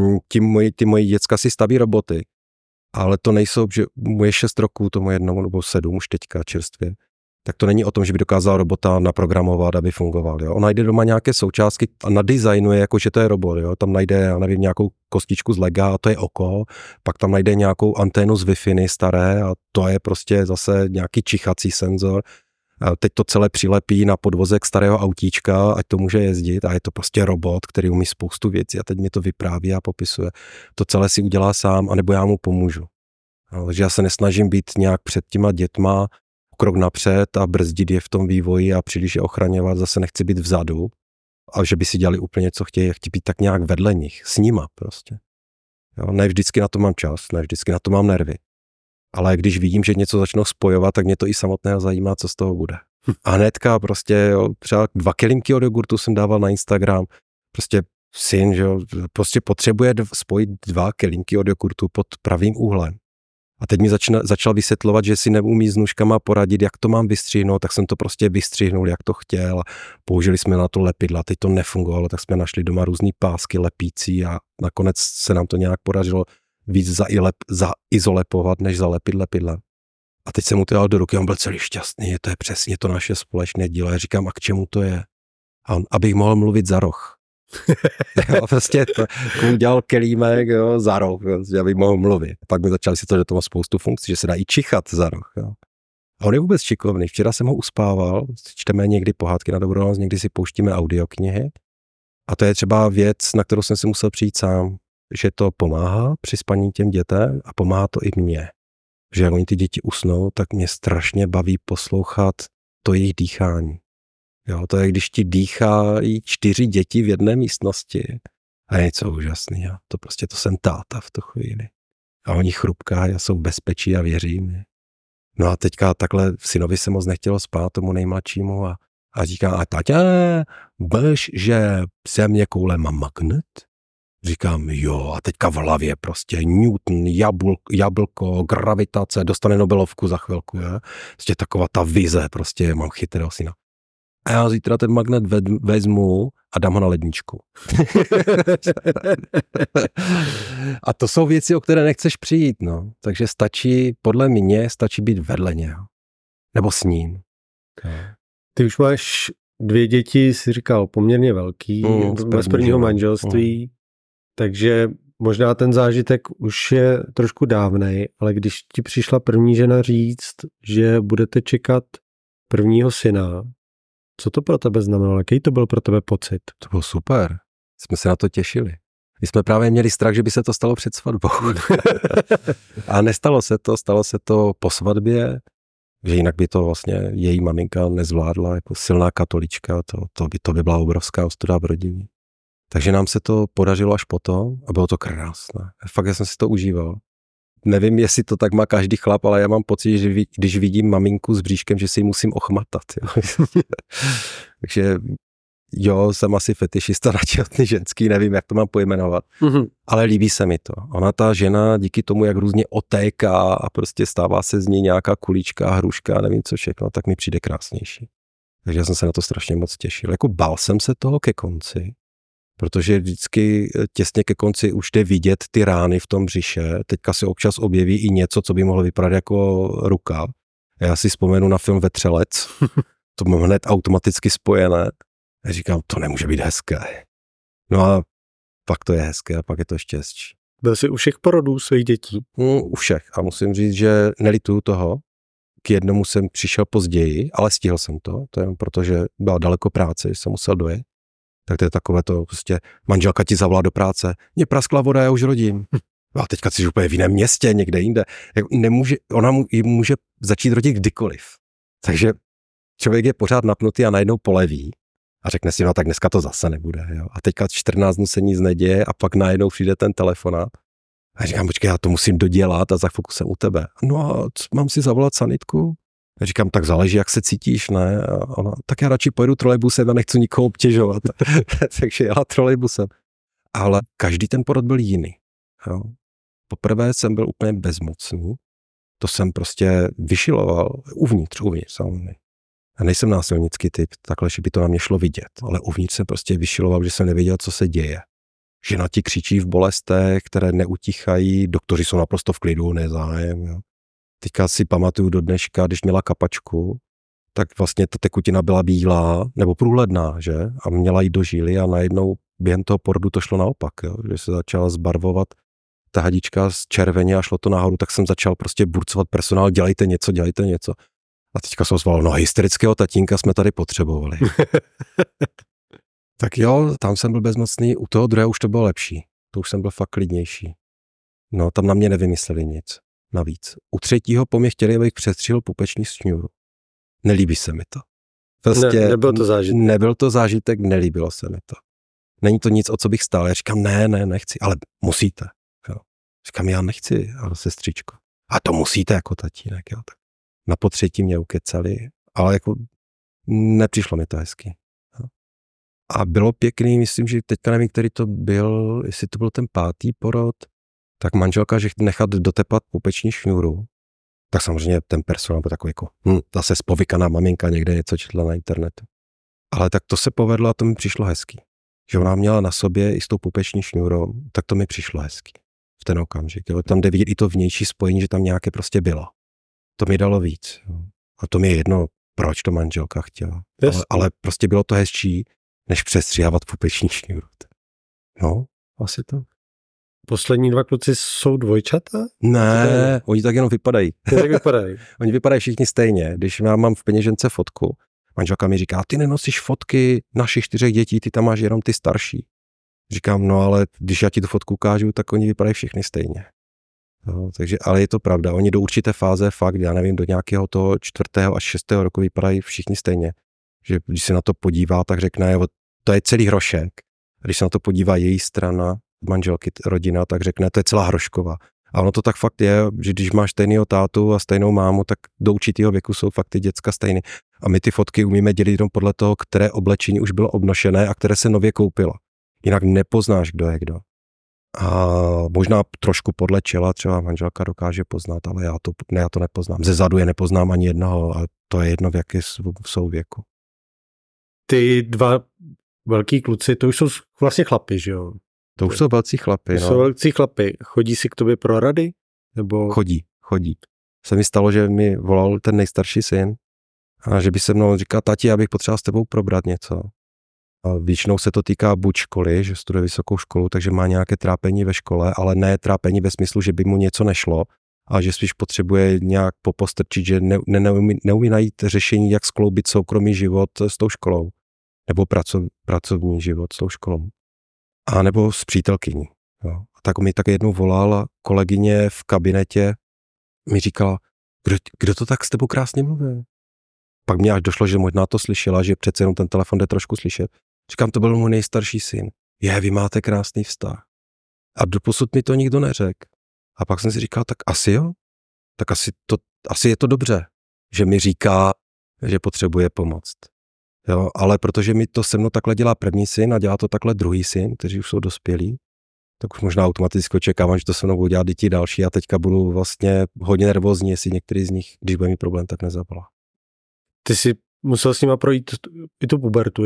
ty moji děcka si staví roboty, ale to nejsou, že mu je 6 roků, tomu jednomu nebo 7 už teďka čerstvě, tak to není o tom, že by dokázal robota naprogramovat, aby fungoval. Jo? On najde doma nějaké součástky a nadizajnuje, jako že to je robot. Jo? Tam najde, já nevím, nějakou kostičku z lega a to je oko, pak tam najde nějakou anténu z Wi-Fi staré a to je prostě zase nějaký čichací senzor. A teď to celé přilepí na podvozek starého autíčka, ať to může jezdit a je to prostě robot, který umí spoustu věcí a teď mi to vypráví a popisuje. To celé si udělá sám, anebo já mu pomůžu. No, takže já se nesnažím být nějak před těma dětma krok napřed a brzdit je v tom vývoji a příliš je ochraňovat, zase nechci být vzadu a že by si dělali úplně, co chtějí, chci být tak nějak vedle nich, s nima prostě. Jo, ne vždycky na to mám čas, ne vždycky na to mám nervy. Ale když vidím, že něco začnou spojovat, tak mě to i samotného zajímá, co z toho bude. A hnedka prostě, jo, třeba 2 kelímky od jogurtu jsem dával na Instagram, prostě syn, že jo, prostě potřebuje spojit 2 kelímky od jogurtu pod pravým úhlem. A teď mi začal vysvětlovat, že si neumí s nůžkama poradit, jak to mám vystřihnout, tak jsem to prostě vystřihnul, jak to chtěl a použili jsme na to lepidla, teď to nefungovalo, tak jsme našli doma různý pásky lepící a nakonec se nám to nějak podařilo víc zaizolepovat, než zalepit lepidlem. A teď jsem mu to dal do ruky, on byl celý šťastný, to je přesně to naše společné dílo. Já říkám, a k čemu to je? A on, abych mohl mluvit za roh. Jo, prostě to udělal kelímek, jo, za roh, prostě, abych mohl mluvit. Pak mi začali si to, že to má spoustu funkcí, že se dá i čichat za roh. Jo. A on je vůbec šikovný. Včera jsem ho uspával, čteme někdy pohádky na dobrovolnost, někdy si pouštíme audioknihy. A to je třeba věc, na kterou jsem si musel přijít sám, že to pomáhá při spaní těm dětem a pomáhá to i mně. Že jak oni ty děti usnou, tak mě strašně baví poslouchat to jejich dýchání. Jo, to je, když ti dýchají 4 děti v jedné místnosti a je něco úžasného. To jsem táta v tu chvíli. A oni chrupkají a jsou v bezpečí a věří mi. No a teďka takhle synovi se moc nechtělo spát, tomu nejmladšímu a říká, a tatě, víš, že země koule má magnet? Říkám, jo, a teďka v hlavě prostě Newton, jablko, gravitace, dostane Nobelovku za chvilku, je? Prostě taková ta vize, prostě mám chytrého syna. a já zítra ten magnet vezmu a dám ho na ledničku. A to jsou věci, o které nechceš přijít, no. Takže podle mě stačí být vedle něho. Nebo s ním.
Ty už máš 2 děti, jsi říkal, poměrně velký, z prvního manželství, takže možná ten zážitek už je trošku dávnej, ale když ti přišla první žena říct, že budete čekat prvního syna, co to pro tebe znamenalo? Jaký to byl pro tebe pocit?
To bylo super. Jsme se na to těšili. My jsme právě měli strach, že by se to stalo před svatbou. A nestalo se to, stalo se to po svatbě, že jinak by to vlastně její maminka nezvládla, jako silná katolička, to by byla obrovská ostuda v rodině. Takže nám se to podařilo až potom a bylo to krásné. Fakt já jsem si to užíval. Nevím, jestli to tak má každý chlap, ale já mám pocit, že když vidím maminku s bříškem, že si ji musím ochmatat. Jo. Takže jo, jsem asi fetišista na těhotný ženský, nevím, jak to mám pojmenovat, ale líbí se mi to. Ona, ta žena, díky tomu, jak různě otéká a prostě stává se z ní nějaká kulička, hruška, nevím co všechno, tak mi přijde krásnější. Takže já jsem se na to strašně moc těšil. Jako bál jsem se toho ke konci, protože vždycky těsně ke konci už jde vidět ty rány v tom břiše. Teďka se občas objeví i něco, co by mohlo vypadat jako ruka. Já si vzpomenu na film Vetřelec, to mám hned automaticky spojené. Já říkám, to nemůže být hezké. No a pak to je hezké a pak je to ještě hezčí.
Byl jsi u všech porodů svých dětí?
U všech. A musím říct, že nelituju toho. K jednomu jsem přišel později, ale stihl jsem to. To je jen proto, že byla daleko práce, že jsem musel dojet. Tak to je takové to, prostě manželka ti zavolá do práce, mě praskla voda, já už rodím. A teďka jsi úplně v jiném městě, někde jinde. Ona může začít rodit kdykoliv. Takže člověk je pořád napnutý a najednou poleví a řekne si, no tak dneska to zase nebude. Jo. A teďka 14 dnů se nic neděje a pak najednou přijde ten telefonát. A říkám, počkej, já to musím dodělat a za chvilku jsem u tebe. No a mám si zavolat sanitku? Já říkám, tak záleží, jak se cítíš, ne? A ona, tak já radši pojedu trolejbusem a nechci nikoho obtěžovat. Takže jela trolejbusem. Ale každý ten porod byl jiný. Jo. Poprvé jsem byl úplně bezmocný. To jsem prostě vyšiloval uvnitř samozřejmě. Já nejsem násilnický typ, takhle, že by to na mě šlo vidět. Ale uvnitř jsem prostě vyšiloval, že jsem nevěděl, co se děje. Žena ti křičí v bolestech, které neutichají, doktoři jsou naprosto v klidu, nezájem. Jo. Teďka si pamatuju do dneška, když měla kapačku, tak vlastně ta tekutina byla bílá nebo průhledná, že? A měla jít do žíly a najednou během toho porodu to šlo naopak, jo? Že se začala zbarvovat ta hadička z červeně a šlo to nahoru, tak jsem začal prostě burcovat personál, dělejte něco. A teďka jsem zval, no hysterického tatínka jsme tady potřebovali. Tak jo, tam jsem byl bezmocný, u toho druhého už to bylo lepší. To už jsem byl fakt klidnější. No, tam na mě nevymysleli nic. Navíc. U třetího po mě chtěli, abych přestřihl pupeční šňůru. Nelíbí se mi to. Prostě
nebyl to zážitek.
Nebyl to zážitek, nelíbilo se mi to. Není to nic, o co bych stál. Já říkám, ne, nechci, ale musíte. Jo. Říkám, já nechci, ale sestřičko. A to musíte jako tatínek. Jo. Tak na potřetí mě ukecali, ale jako nepřišlo mi to hezky. Jo. A bylo pěkný, myslím, že teďka nevím, který to byl, jestli to byl ten 5. porod, tak manželka, že chce nechat dotepat pupeční šňůru, tak samozřejmě ten personál byl takový jako, zase spovykaná maminka někde něco četla na internetu. Ale tak to se povedlo a to mi přišlo hezky. Že ona měla na sobě i s tou pupeční šňůrou, tak to mi přišlo hezky v ten okamžik. Jo. Tam jde vidět i to vnější spojení, že tam nějaké prostě bylo. To mi dalo víc. Jo. A to mi je jedno, proč to manželka chtěla. Ale prostě bylo to hezčí, než přestřihávat pupeční šňůru. No, asi to.
Poslední 2 kluci jsou dvojčata?
Ne, oni tak jenom vypadají.
Tak vypadají.
Oni vypadají všichni stejně. Když já mám v peněžence fotku, manželka mi říká, ty nenosíš fotky našich 4 dětí, ty tam máš jenom ty starší. Říkám, no ale když já ti tu fotku ukážu, tak oni vypadají všichni stejně. No, takže, ale je to pravda, oni do určité fáze fakt, já nevím, do nějakého toho 4. až 6. roku vypadají všichni stejně. Že když se na to podívá, tak řekne, to je celý hrošek. A když se na to podívá její strana, manželky, rodina, tak řekne, to je celá hrošková. A ono to tak fakt je, že když máš stejného tátu a stejnou mámu, tak do určitého věku jsou fakt ty děcka stejný. A my ty fotky umíme dělit jenom podle toho, které oblečení už bylo obnošené a které se nově koupilo. Jinak nepoznáš, kdo je kdo. A možná trošku podle čela třeba manželka dokáže poznat, ale já to nepoznám. Ze zadu je nepoznám ani jednoho, a to je jedno, v jaké jsou věku.
ty dva velký kluci, to už jsou vlastně chlapi, že jo?
To už jsou velcí chlapi,
To jsou velcí chlapi. Chodí si k tobě pro rady? Nebo...
Chodí. Se mi stalo, že mi volal ten nejstarší syn a že by se mnou říkal, tati, já bych potřeboval s tebou probrat něco. A většinou se to týká buď školy, že studuje vysokou školu, takže má nějaké trápení ve škole, ale ne trápení ve smyslu, že by mu něco nešlo, a že spíš potřebuje nějak popostrčit, že neumí najít řešení, jak skloubit soukromý život s tou školou, nebo pracovní život s tou školou, a nebo s přítelkyní. Jo. A tak mi tak jednou volala kolegyně v kabinetě, mi říkala, kdo to tak s tebou krásně mluví? Pak mi až došlo, že možná to slyšela, že přece jenom ten telefon jde trošku slyšet. Říkám, to byl můj nejstarší syn. Vy máte krásný vztah. A doposud mi to nikdo neřekl. A pak jsem si říkal, tak asi jo? Tak asi je to dobře, že mi říká, že potřebuje pomoct. Jo, ale protože mi to se mnou takhle dělá první syn a dělá to takhle druhý syn, kteří už jsou dospělí, tak už možná automaticky očekávám, že to se mnou budou dělat děti další a teďka budu vlastně hodně nervózní, jestli některý z nich, když bude mít problém, tak nezavolá.
Ty jsi musel s nima projít i tu pubertu.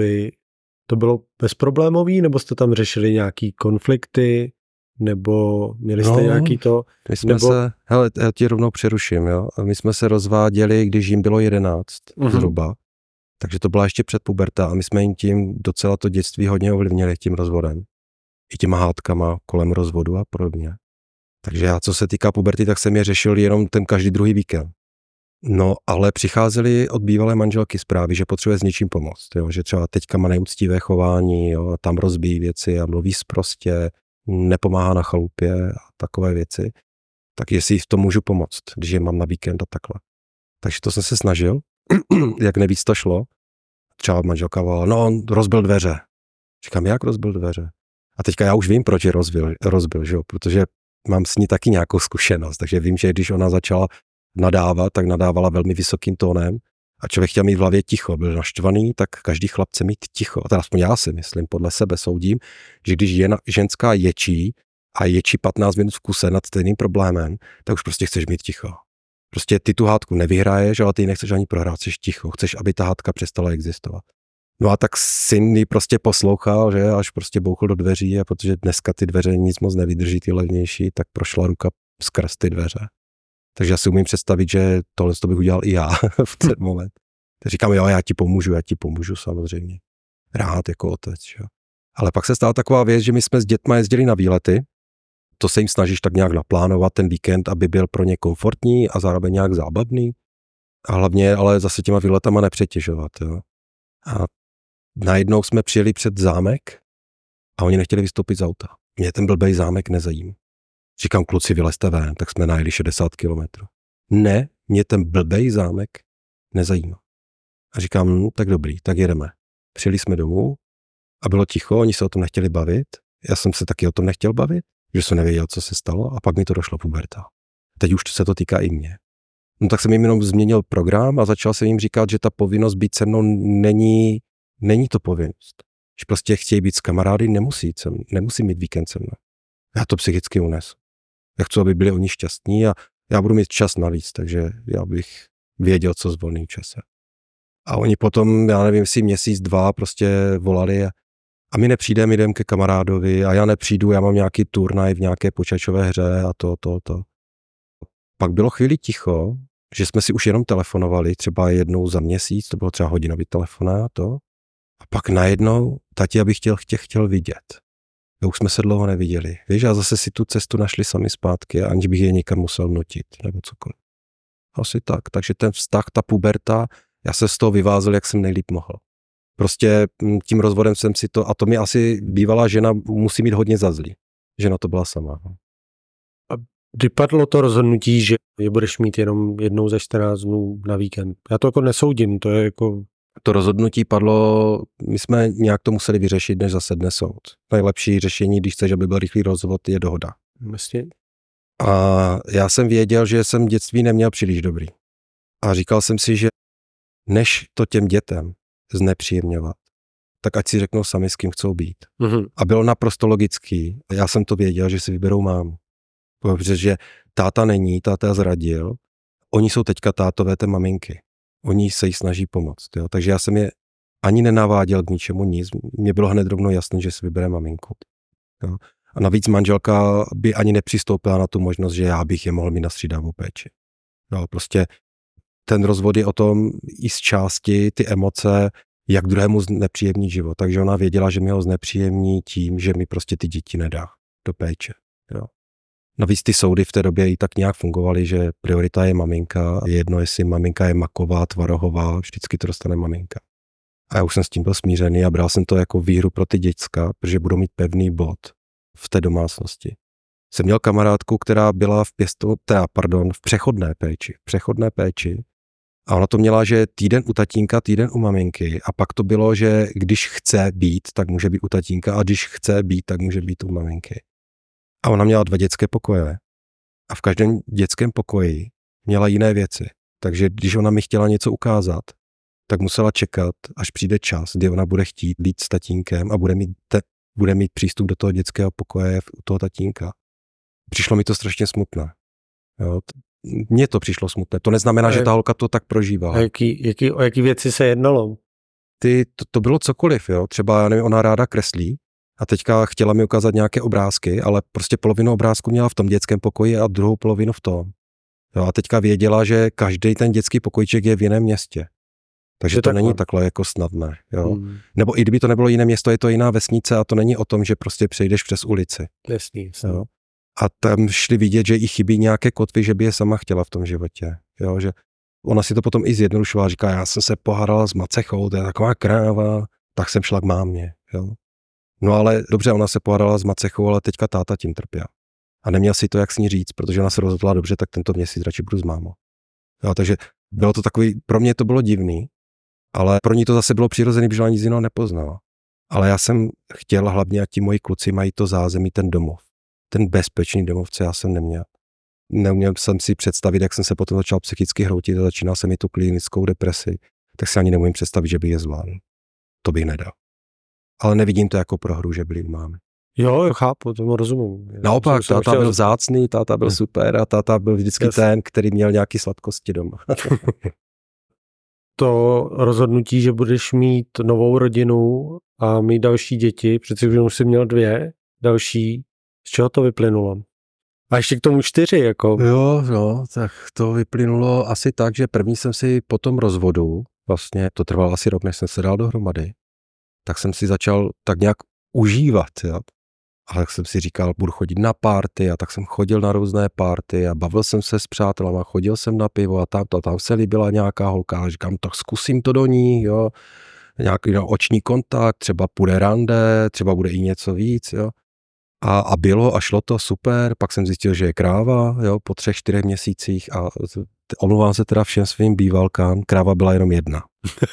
To bylo bezproblémový, nebo jste tam řešili nějaký konflikty, nebo měli jste nějaký to?
My jsme se, hele, já ti rovnou přeruším, jo. My jsme se rozváděli, když jim bylo 11 zhruba, takže to byla ještě před puberta a my jsme jim tím docela to dětství hodně ovlivnili tím rozvodem. I těma hádkama kolem rozvodu a podobně. Takže já, co se týká puberty, tak jsem je řešil jenom ten každý druhý víkend. No, ale přicházely od bývalé manželky zprávy, že potřebuje s něčím pomoct, jo? Že třeba teďka má neúctivé chování, jo? A tam rozbíjí věci a mluví sprostě, nepomáhá na chalupě a takové věci, tak jestli v tom můžu pomoct, když je mám na víkend a takhle. Takže to jsem se snažil, jak nevíc to šlo. Třeba manželka volala, no on rozbil dveře. Říkám, jak rozbil dveře? A teďka já už vím, proč je rozbil, že jo? Protože mám s ní taky nějakou zkušenost, takže vím, že když ona začala nadávat, tak nadávala velmi vysokým tónem a člověk chtěl mít v hlavě ticho, byl naštvaný, tak každý chlap chce mít ticho. A teda aspoň já si myslím, podle sebe soudím, že když ženská ječí a ječí 15 minut v kuse nad stejným problémem, tak už prostě chceš mít ticho. Prostě ty tu hádku nevyhraješ, ale ty nechceš ani prohrát, chceš ticho, chceš, aby ta hádka přestala existovat. No a tak syn ji prostě poslouchal, že až prostě bouchl do dveří, a protože dneska ty dveře nic moc nevydrží, ty levnější, tak prošla ruka skrz ty dveře. Takže já si umím představit, že tohle to bych udělal i já v ten moment. Tak říkám, jo, já ti pomůžu samozřejmě. Rád jako otec. Jo. Ale pak se stala taková věc, že my jsme s dětma jezdili na výlety. To se jim snažíš tak nějak naplánovat ten víkend, aby byl pro ně komfortní a zároveň nějak zábavný. A hlavně ale zase těma výletama nepřetěžovat. Jo. A najednou jsme přijeli před zámek a oni nechtěli vystoupit z auta. Mě ten blbej zámek nezajímá. Říkám, kluci, vylezte ven, tak jsme najeli 60 kilometrů. Ne, mě ten blbej zámek nezajímá. A říkám, tak dobrý, tak jedeme. Přijeli jsme domů a bylo ticho, oni se o tom nechtěli bavit. Já jsem se taky o tom nechtěl bavit, že jsem nevěděl, co se stalo, a pak mi to došlo puberta. Teď už se to týká i mě. No tak jsem jim jenom změnil program a začal jsem jim říkat, že ta povinnost být se mnou není to povinnost. Že prostě chtějí být s kamarády, nemusí mít víkend se mnou. Já to psychicky unesu. Já chci, aby byli oni šťastní a já budu mít čas navíc, takže já bych věděl, co s volným časem. A oni potom, já nevím, si měsíc, dva prostě volali a my nepřijdeme, jdem ke kamarádovi a já nepřijdu, já mám nějaký turnaj v nějaké počítačové hře a to. Pak bylo chvíli ticho, že jsme si už jenom telefonovali, třeba jednou za měsíc, to bylo třeba hodinový telefonát a pak najednou, tati, abych tě chtěl vidět. Už jsme se dlouho neviděli. Víš, a zase si tu cestu našli sami zpátky, aniž bych je někam musel nutit, nebo cokoliv. Asi tak. Takže ten vztah, ta puberta, já se z toho vyvázel, jak jsem nejlíp mohl. Prostě tím rozvodem jsem si to, a to mi asi bývalá žena musí mít hodně za zlý. Žena to byla sama.
A kdy padlo to rozhodnutí, že je budeš mít jenom jednou za 14 dnů na víkend? Já to jako nesoudím, to je jako...
To rozhodnutí padlo, my jsme nějak to museli vyřešit, než zasedne soud. Nejlepší řešení, když chceš, aby byl rychlý rozvod, je dohoda.
Myslím.
A já jsem věděl, že jsem v dětství neměl příliš dobrý. A říkal jsem si, že než to těm dětem znepříjemňovat, tak ať si řeknou sami, s kým chcou být.
Mm-hmm.
A bylo naprosto logický. A já jsem to věděl, že si vyberou mámu. Protože táta není, táta zradil. Oni jsou teďka tátové té maminky. Oni se jí snaží pomoct. Jo? Takže já jsem je ani nenaváděl k ničemu nic. Mně bylo hned rovno jasné, že si vybere maminku. Jo. A navíc manželka by ani nepřistoupila na tu možnost, že já bych je mohl mít na střídavou péči. Jo, prostě ten rozvod je o tom i z části ty emoce, jak druhému znepříjemnit život. Takže ona věděla, že mi ho znepříjemní tím, že mi prostě ty děti nedá do péče. Jo. Navíc ty soudy v té době i tak nějak fungovaly, že priorita je maminka, je jedno, jestli maminka je maková, tvarohová, vždycky to dostane maminka. A já už jsem s tím byl smířený a bral jsem to jako výhru pro ty děcka, protože budou mít pevný bod v té domácnosti. Jsem měl kamarádku, která byla v přechodné péči. A ona to měla, že týden u tatínka, týden u maminky. A pak to bylo, že když chce být, tak může být u tatínka a když chce být, tak může být u maminky. A ona měla 2 dětské pokoje. A v každém dětském pokoji měla jiné věci. Takže když ona mi chtěla něco ukázat, tak musela čekat, až přijde čas, kdy ona bude chtít být s tatínkem a bude mít přístup do toho dětského pokoje u toho tatínka. Přišlo mi to strašně smutné. Jo? Mně to přišlo smutné. To neznamená, že ta holka to tak prožívala.
O jaký věci se jednalo?
To bylo cokoliv. Jo? Třeba, já nevím, ona ráda kreslí a teďka chtěla mi ukázat nějaké obrázky, ale prostě polovinu obrázku měla v tom dětském pokoji a druhou polovinu v tom. Jo? A teďka věděla, že každý ten dětský pokojček je v jiném městě. Takže to není takhle jako snadné. Jo? Nebo i kdyby to nebylo jiné město, je to jiná vesnice a to není o tom, že prostě přejdeš přes ulici.
Jasný.
Jo? A tam šli vidět, že jí chybí nějaké kotvy, že by je sama chtěla v tom životě. Jo? Že ona si to potom i zjednodušovala, říká, já jsem se pohádala s macechou, to je taková kráva, tak jsem šla k mámě. Jo? No ale dobře, ona se pohádala s macechou, ale teďka táta tím trpěl. A neměl si to jak s ní říct, protože ona se rozhodla dobře, tak tento měsíc radši budu s mámou. Jo? Takže bylo to takový, pro mě to bylo divný, ale pro ní to zase bylo přirozený, protože ona nic jiného nepoznala. Ale já jsem chtěl hlavně, ať ti moji kluci mají to zázemí, ten domov. Ten bezpečný domov, co já jsem neměl. Neuměl jsem si představit, jak jsem se potom začal psychicky hroutit a začínal jsem mi tu klinickou depresi, tak si ani nemůžu představit, že by je zvládl. To bych nedal. Ale nevidím to jako prohru, že byli u mámy.
Jo, chápu, tomu rozumím.
Naopak, táta byl vzácný, táta byl super a táta byl vždycky ten, který měl nějaký sladkosti doma.
To rozhodnutí, že budeš mít novou rodinu a mít další děti, přece už jsi měl 2 další, z čeho to vyplynulo? A ještě k tomu 4, jako.
Jo, tak to vyplynulo asi tak, že první jsem si po tom rozvodu, vlastně to trvalo asi rok, než jsem se dal dohromady, tak jsem si začal tak nějak užívat, jo. A tak jsem si říkal, budu chodit na party a tak jsem chodil na různé party a bavil jsem se s přátelama, chodil jsem na pivo a tam se líbila nějaká holka a říkám, tak zkusím to do ní, jo. Nějaký oční kontakt, třeba půjde rande, třeba bude i něco víc, jo. A bylo a šlo to super, pak jsem zjistil, že je kráva, jo, po 3-4 měsících a omlouvám se teda všem svým bývalkám, kráva byla jenom jedna.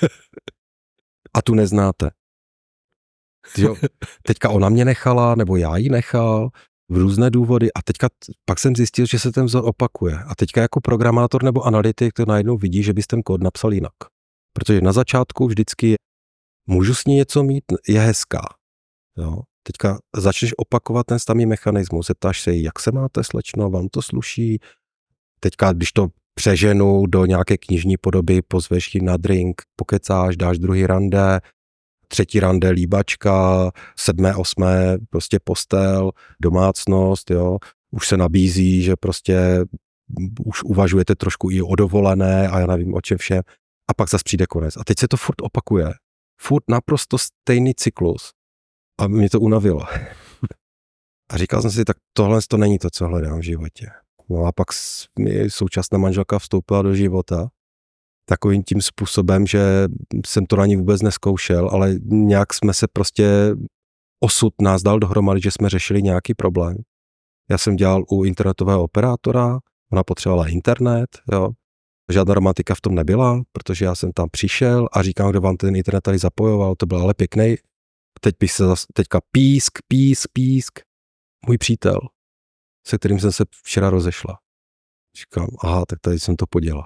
A tu neznáte. Jo, teďka ona mě nechala, nebo já ji nechal, v různé důvody a teďka pak jsem zjistil, že se ten vzor opakuje. A teďka jako programátor nebo analytik to najednou vidí, že bys ten kód napsal jinak. Protože na začátku vždycky můžu s ní něco mít, je hezká. Jo. Teďka začneš opakovat ten samý mechanismus, zeptáš se jí, jak se máte, slečno, vám to sluší. Teďka, když to přeženu do nějaké knižní podoby, pozveš ji na drink, pokecáš, dáš druhý rande, 3. rande, líbačka, 7., 8. prostě postel, domácnost, jo. Už se nabízí, že prostě už uvažujete trošku i o dovolené a já nevím o čem všem. A pak zase přijde konec. A teď se to furt opakuje. Furt naprosto stejný cyklus. A mě to unavilo. A říkal jsem si, tak tohle to není to, co hledám v životě. No a pak mi současná manželka vstoupila do života takovým tím způsobem, že jsem to na ní vůbec nezkoušel, ale nějak jsme se prostě, osud nás dal dohromady, že jsme řešili nějaký problém. Já jsem dělal u internetového operátora, ona potřebovala internet, jo. Žádná romantika v tom nebyla, protože já jsem tam přišel a říkám, kdo vám ten internet tady zapojoval, to byl ale pěkný. Teď bych se teďka písk, můj přítel, se kterým jsem se včera rozešla. Říkám, aha, tak tady jsem to podělal.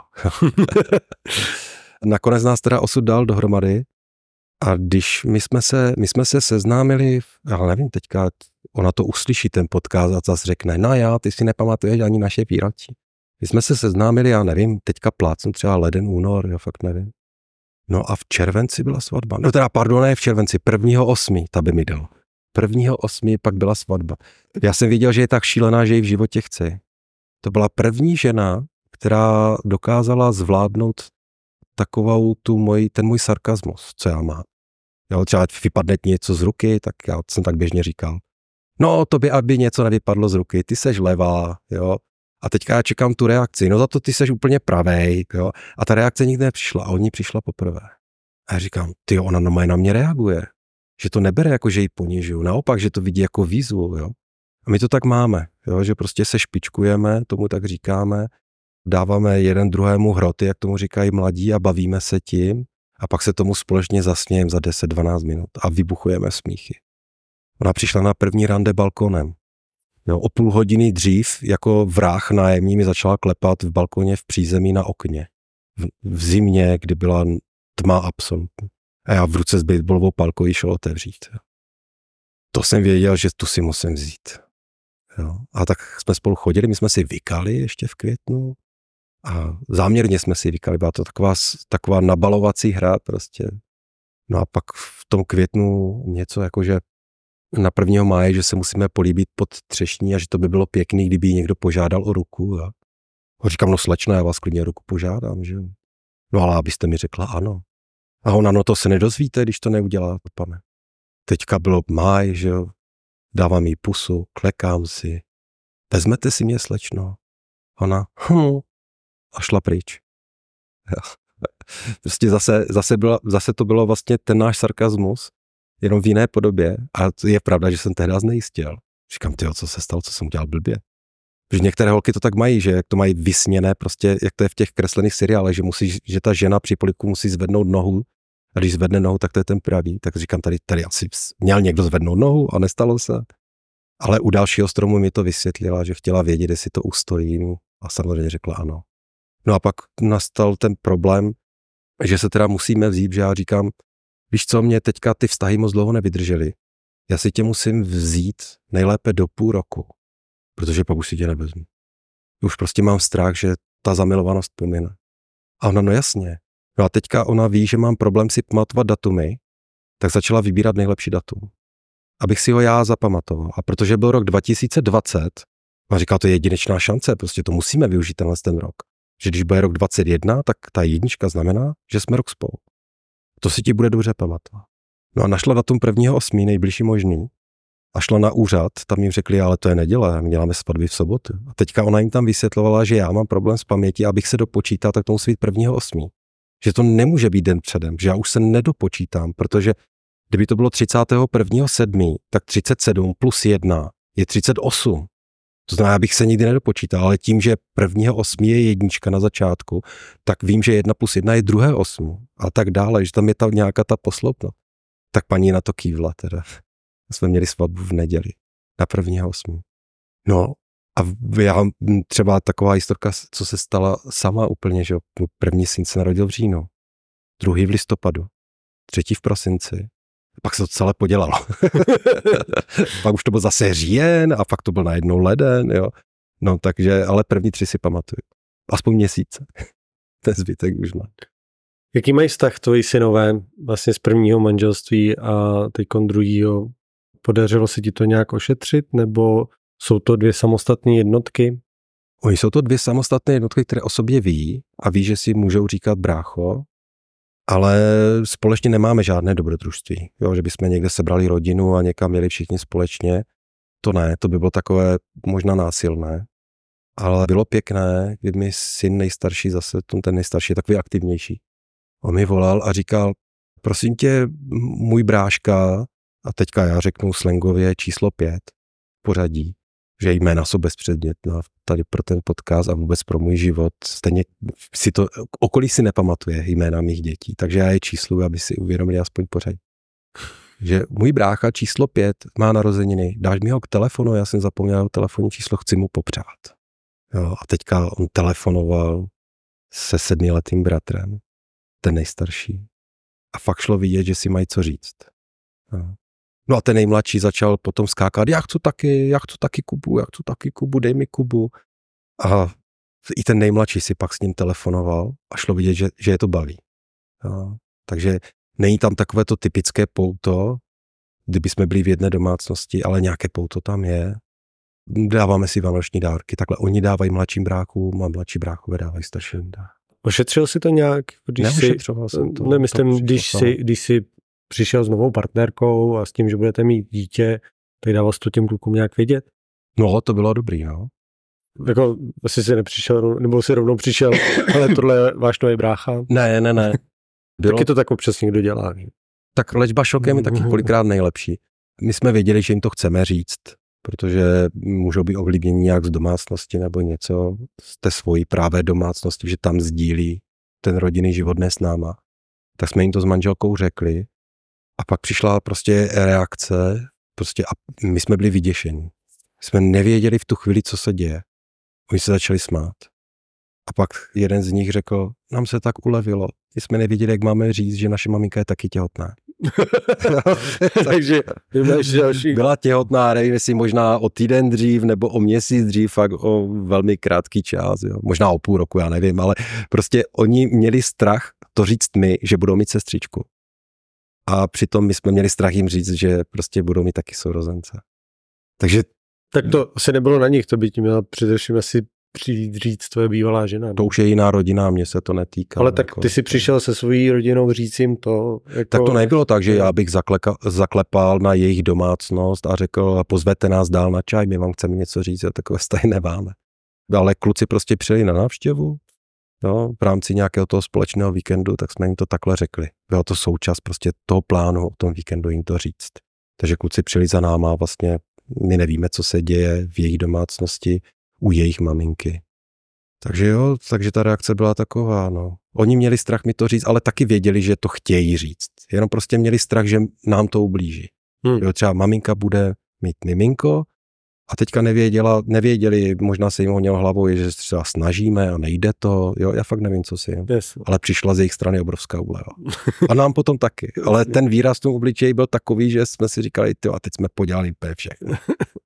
Nakonec nás teda osud dal dohromady a když my jsme se seznámili, já nevím, teďka ona to uslyší ten podcast a zase řekne, no já, ty si nepamatuješ ani naše výročí. My jsme se seznámili, já nevím, teďka plácnu třeba leden, únor, já fakt nevím. No a v červenci byla svatba. No teda, pardon, ne v červenci, 1.8. ta by mi dal. 1.8. pak byla svatba. Já jsem věděl, že je tak šílená, že ji v životě chci. To byla první žena, která dokázala zvládnout takovou ten můj sarkazmus, co já mám. Jo, třeba vypadne něco z ruky, tak já jsem tak běžně říkal. No, tobě, aby něco nevypadlo z ruky, ty seš levá, jo. A teďka já čekám tu reakci, no za to ty seš úplně pravej, jo. A ta reakce nikdy nepřišla a od ní přišla poprvé. A já říkám, ona normálně na mě reaguje. Že to nebere jako, že ji ponižuju, naopak, že to vidí jako výzvu, jo. A my to tak máme, jo, že prostě se špičkujeme, tomu tak říkáme, dáváme jeden druhému hroty, jak tomu říkají mladí, a bavíme se tím a pak se tomu společně zasmějeme za 10-12 minut a vybuchujeme smíchy. Ona přišla na první rande balkonem. Jo, o půl hodiny dřív jako vrah nájemní mi začala klepat v balkoně v přízemí na okně. V zimě, kdy byla tma absolutní. A já v ruce s baseballovou palkou ji šel otevřít. Jo. To jsem věděl, že tu si musím vzít. Jo. A tak jsme spolu chodili, my jsme si vykali ještě v květnu. A záměrně jsme si vykali, byla to taková nabalovací hra prostě. No a pak v tom květnu něco jakože na 1. máje, že se musíme políbit pod třešní a že to by bylo pěkný, kdyby jí někdo požádal o ruku. A říkám, no slečno, já vás klidně o ruku požádám, že jo. No ale abyste mi řekla ano. A ona, no to se nedozvíte, když to neudělá, pane. Teďka bylo máj, že jo. Dávám jí pusu, klekám si. Vezmete si mě, slečno? Ona, a šla pryč. Prostě zase to bylo vlastně ten náš sarkazmus, jenom v jiné podobě. A je pravda, že jsem tehdy znejistil. Říkám, co se stalo, co jsem udělal blbě. Protože některé holky to tak mají, že jak to mají vysněné, prostě jak to je v těch kreslených seriálech, že ta žena při poliku musí zvednout nohu a když zvedne nohu, tak to je ten pravý. Tak říkám, tady asi měl někdo zvednout nohu a nestalo se. Ale u dalšího stromu mi to vysvětlila, že chtěla vědět, jestli to ustojím a samozřejmě řekla ano. No a pak nastal ten problém, že se teda musíme vzít, že já říkám, víš co, mě teďka ty vztahy moc dlouho nevydržely. Já si tě musím vzít nejlépe do půl roku, protože pak už si tě nevezmu. Už prostě mám strach, že ta zamilovanost pomine. A ona, no jasně. No a teďka ona ví, že mám problém si pamatovat datumy, tak začala vybírat nejlepší datum. Abych si ho já zapamatoval. A protože byl rok 2020, a říkal, to je jedinečná šance, prostě to musíme využít ten rok. Že když bude rok 2021, tak ta jednička znamená, že jsme rok spolu. To si ti bude dobře pamatovat. No a našla datum 1.8. nejbližší možný a šla na úřad, tam jim řekli, ale to je neděle, my děláme svatby v sobotu. A teďka ona jim tam vysvětlovala, že já mám problém s pamětí, abych se dopočítal, tak to musí být 1.8. Že to nemůže být den předem, že já už se nedopočítám, protože kdyby to bylo 31.7., tak 37 plus 1 je 38. To znamená, abych se nikdy nedopočítal, ale tím, že 1.8. je jednička na začátku, tak vím, že 1 plus 1 je 2.8. A tak dále, že tam je nějaká ta posloupnost. Tak paní na to kývla teda. Jsme měli svatbu v neděli na 1.8. No a já třeba taková historka, co se stala sama úplně, že první syn se narodil v říjnu, druhý v listopadu, třetí v prosinci. Pak se to celé podělalo. Pak už to byl zase říjen a pak to byl najednou leden, jo. No takže, ale první 3 si pamatuju. Aspoň měsíce. Ten zbytek už má.
Jaký mají vztah tvoji synové vlastně z prvního manželství a teďkon druhýho? Podařilo se ti to nějak ošetřit, nebo jsou to 2 samostatné jednotky?
Oni jsou to 2 samostatné jednotky, které o sobě ví a ví, že si můžou říkat brácho, ale společně nemáme žádné dobrodružství. Jo, že bychom někde sebrali rodinu a někam jeli všichni společně. To ne, to by bylo takové možná násilné. Ale bylo pěkné, kdy mi syn nejstarší, zase ten nejstarší je takový aktivnější. On mi volal a říkal, prosím tě, můj bráška, a teďka já řeknu slangově číslo 5 pořadí, že jména jsou bezpředmětná tady pro ten podcast a vůbec pro můj život. Stejně si to, okolí si nepamatuje jména mých dětí, takže já je čísluji, aby si uvědomili aspoň pořadí. Že můj brácha číslo 5 má narozeniny, dáš mi ho k telefonu, já jsem zapomněl telefonní číslo, chci mu popřát. Jo, a teďka on telefonoval se 7letým bratrem, ten nejstarší. A fakt šlo vidět, že si mají co říct. Jo. No a ten nejmladší začal potom skákat, já chci taky Kubu, dej mi Kubu. A i ten nejmladší si pak s ním telefonoval a šlo vidět, že je to baví. Jo. Takže není tam takové to typické pouto, kdyby jsme byli v jedné domácnosti, ale nějaké pouto tam je. Dáváme si vánoční dárky. Takhle oni dávají mladším bráchům a mladší bráchové dávají starším.
Ošetřil si to nějak?
Neošetřoval jsem to.
Nemyslím, když jsi přišel s novou partnerkou a s tím, že budete mít dítě, tak dával jsi to těm klukům nějak vědět?
No, to bylo dobrý, no.
Jako, asi si nepřišel, nebo si rovnou přišel, ale tohle je váš nový brácha?
Ne.
Taky to tak občas někdo dělá.
Tak léčba šokem je taky kolikrát nejlepší. My jsme věděli, že jim to chceme říct, protože můžou být ovlivněni nějak z domácnosti nebo něco z té svojí pravé domácnosti, že tam sdílí ten rodinný život ne s náma. Tak jsme jim to s manželkou řekli a pak přišla prostě reakce prostě a my jsme byli vyděšení. Jsme nevěděli v tu chvíli, co se děje. Oni se začali smát. A pak jeden z nich řekl, nám se tak ulevilo. My jsme nevěděli, jak máme říct, že naše maminka je taky těhotná.
Takže
byla těhotná, nevím, jestli možná o týden dřív nebo o měsíc dřív, fakt o velmi krátký čas, jo. Možná o půl roku, já nevím, ale prostě oni měli strach to říct mi, že budou mít sestřičku. A přitom my jsme měli strach jim říct, že prostě budou mít taky sourozence. Takže
tak to asi nebylo na nich, to by ti měla především asi přijít říct tvoje bývalá žena.
To už je jiná rodina, mě se to netýká.
Ale tak jako, ty si přišel se svojí rodinou říct jim to. Jako...
Tak to nebylo tak, že já bych zaklepal na jejich domácnost a řekl, pozvete nás dál na čaj, my vám chceme něco říct, a takové vztahy nemáme. Ale kluci prostě přijeli na návštěvu, jo, v rámci nějakého toho společného víkendu, tak jsme jim to takhle řekli. Bylo to součást prostě toho plánu o tom víkendu jim to říct. Takže kluci přijeli za náma a vlastně my nevíme, co se děje v jejich domácnosti, u jejich maminky. Takže jo, takže ta reakce byla taková, no. Oni měli strach mi to říct, ale taky věděli, že to chtějí říct. Jenom prostě měli strach, že nám to ublíží. Jo, třeba maminka bude mít miminko a teďka nevěděli, možná se jim honilo hlavou, že se třeba snažíme a nejde to, jo, já fakt nevím, co si jim.
Yes.
Ale přišla z jejich strany obrovská úleva. A nám potom taky. Ale ten výraz v tom obličeji byl takový, že jsme si říkali, a teď jsme podělali úplně všechno.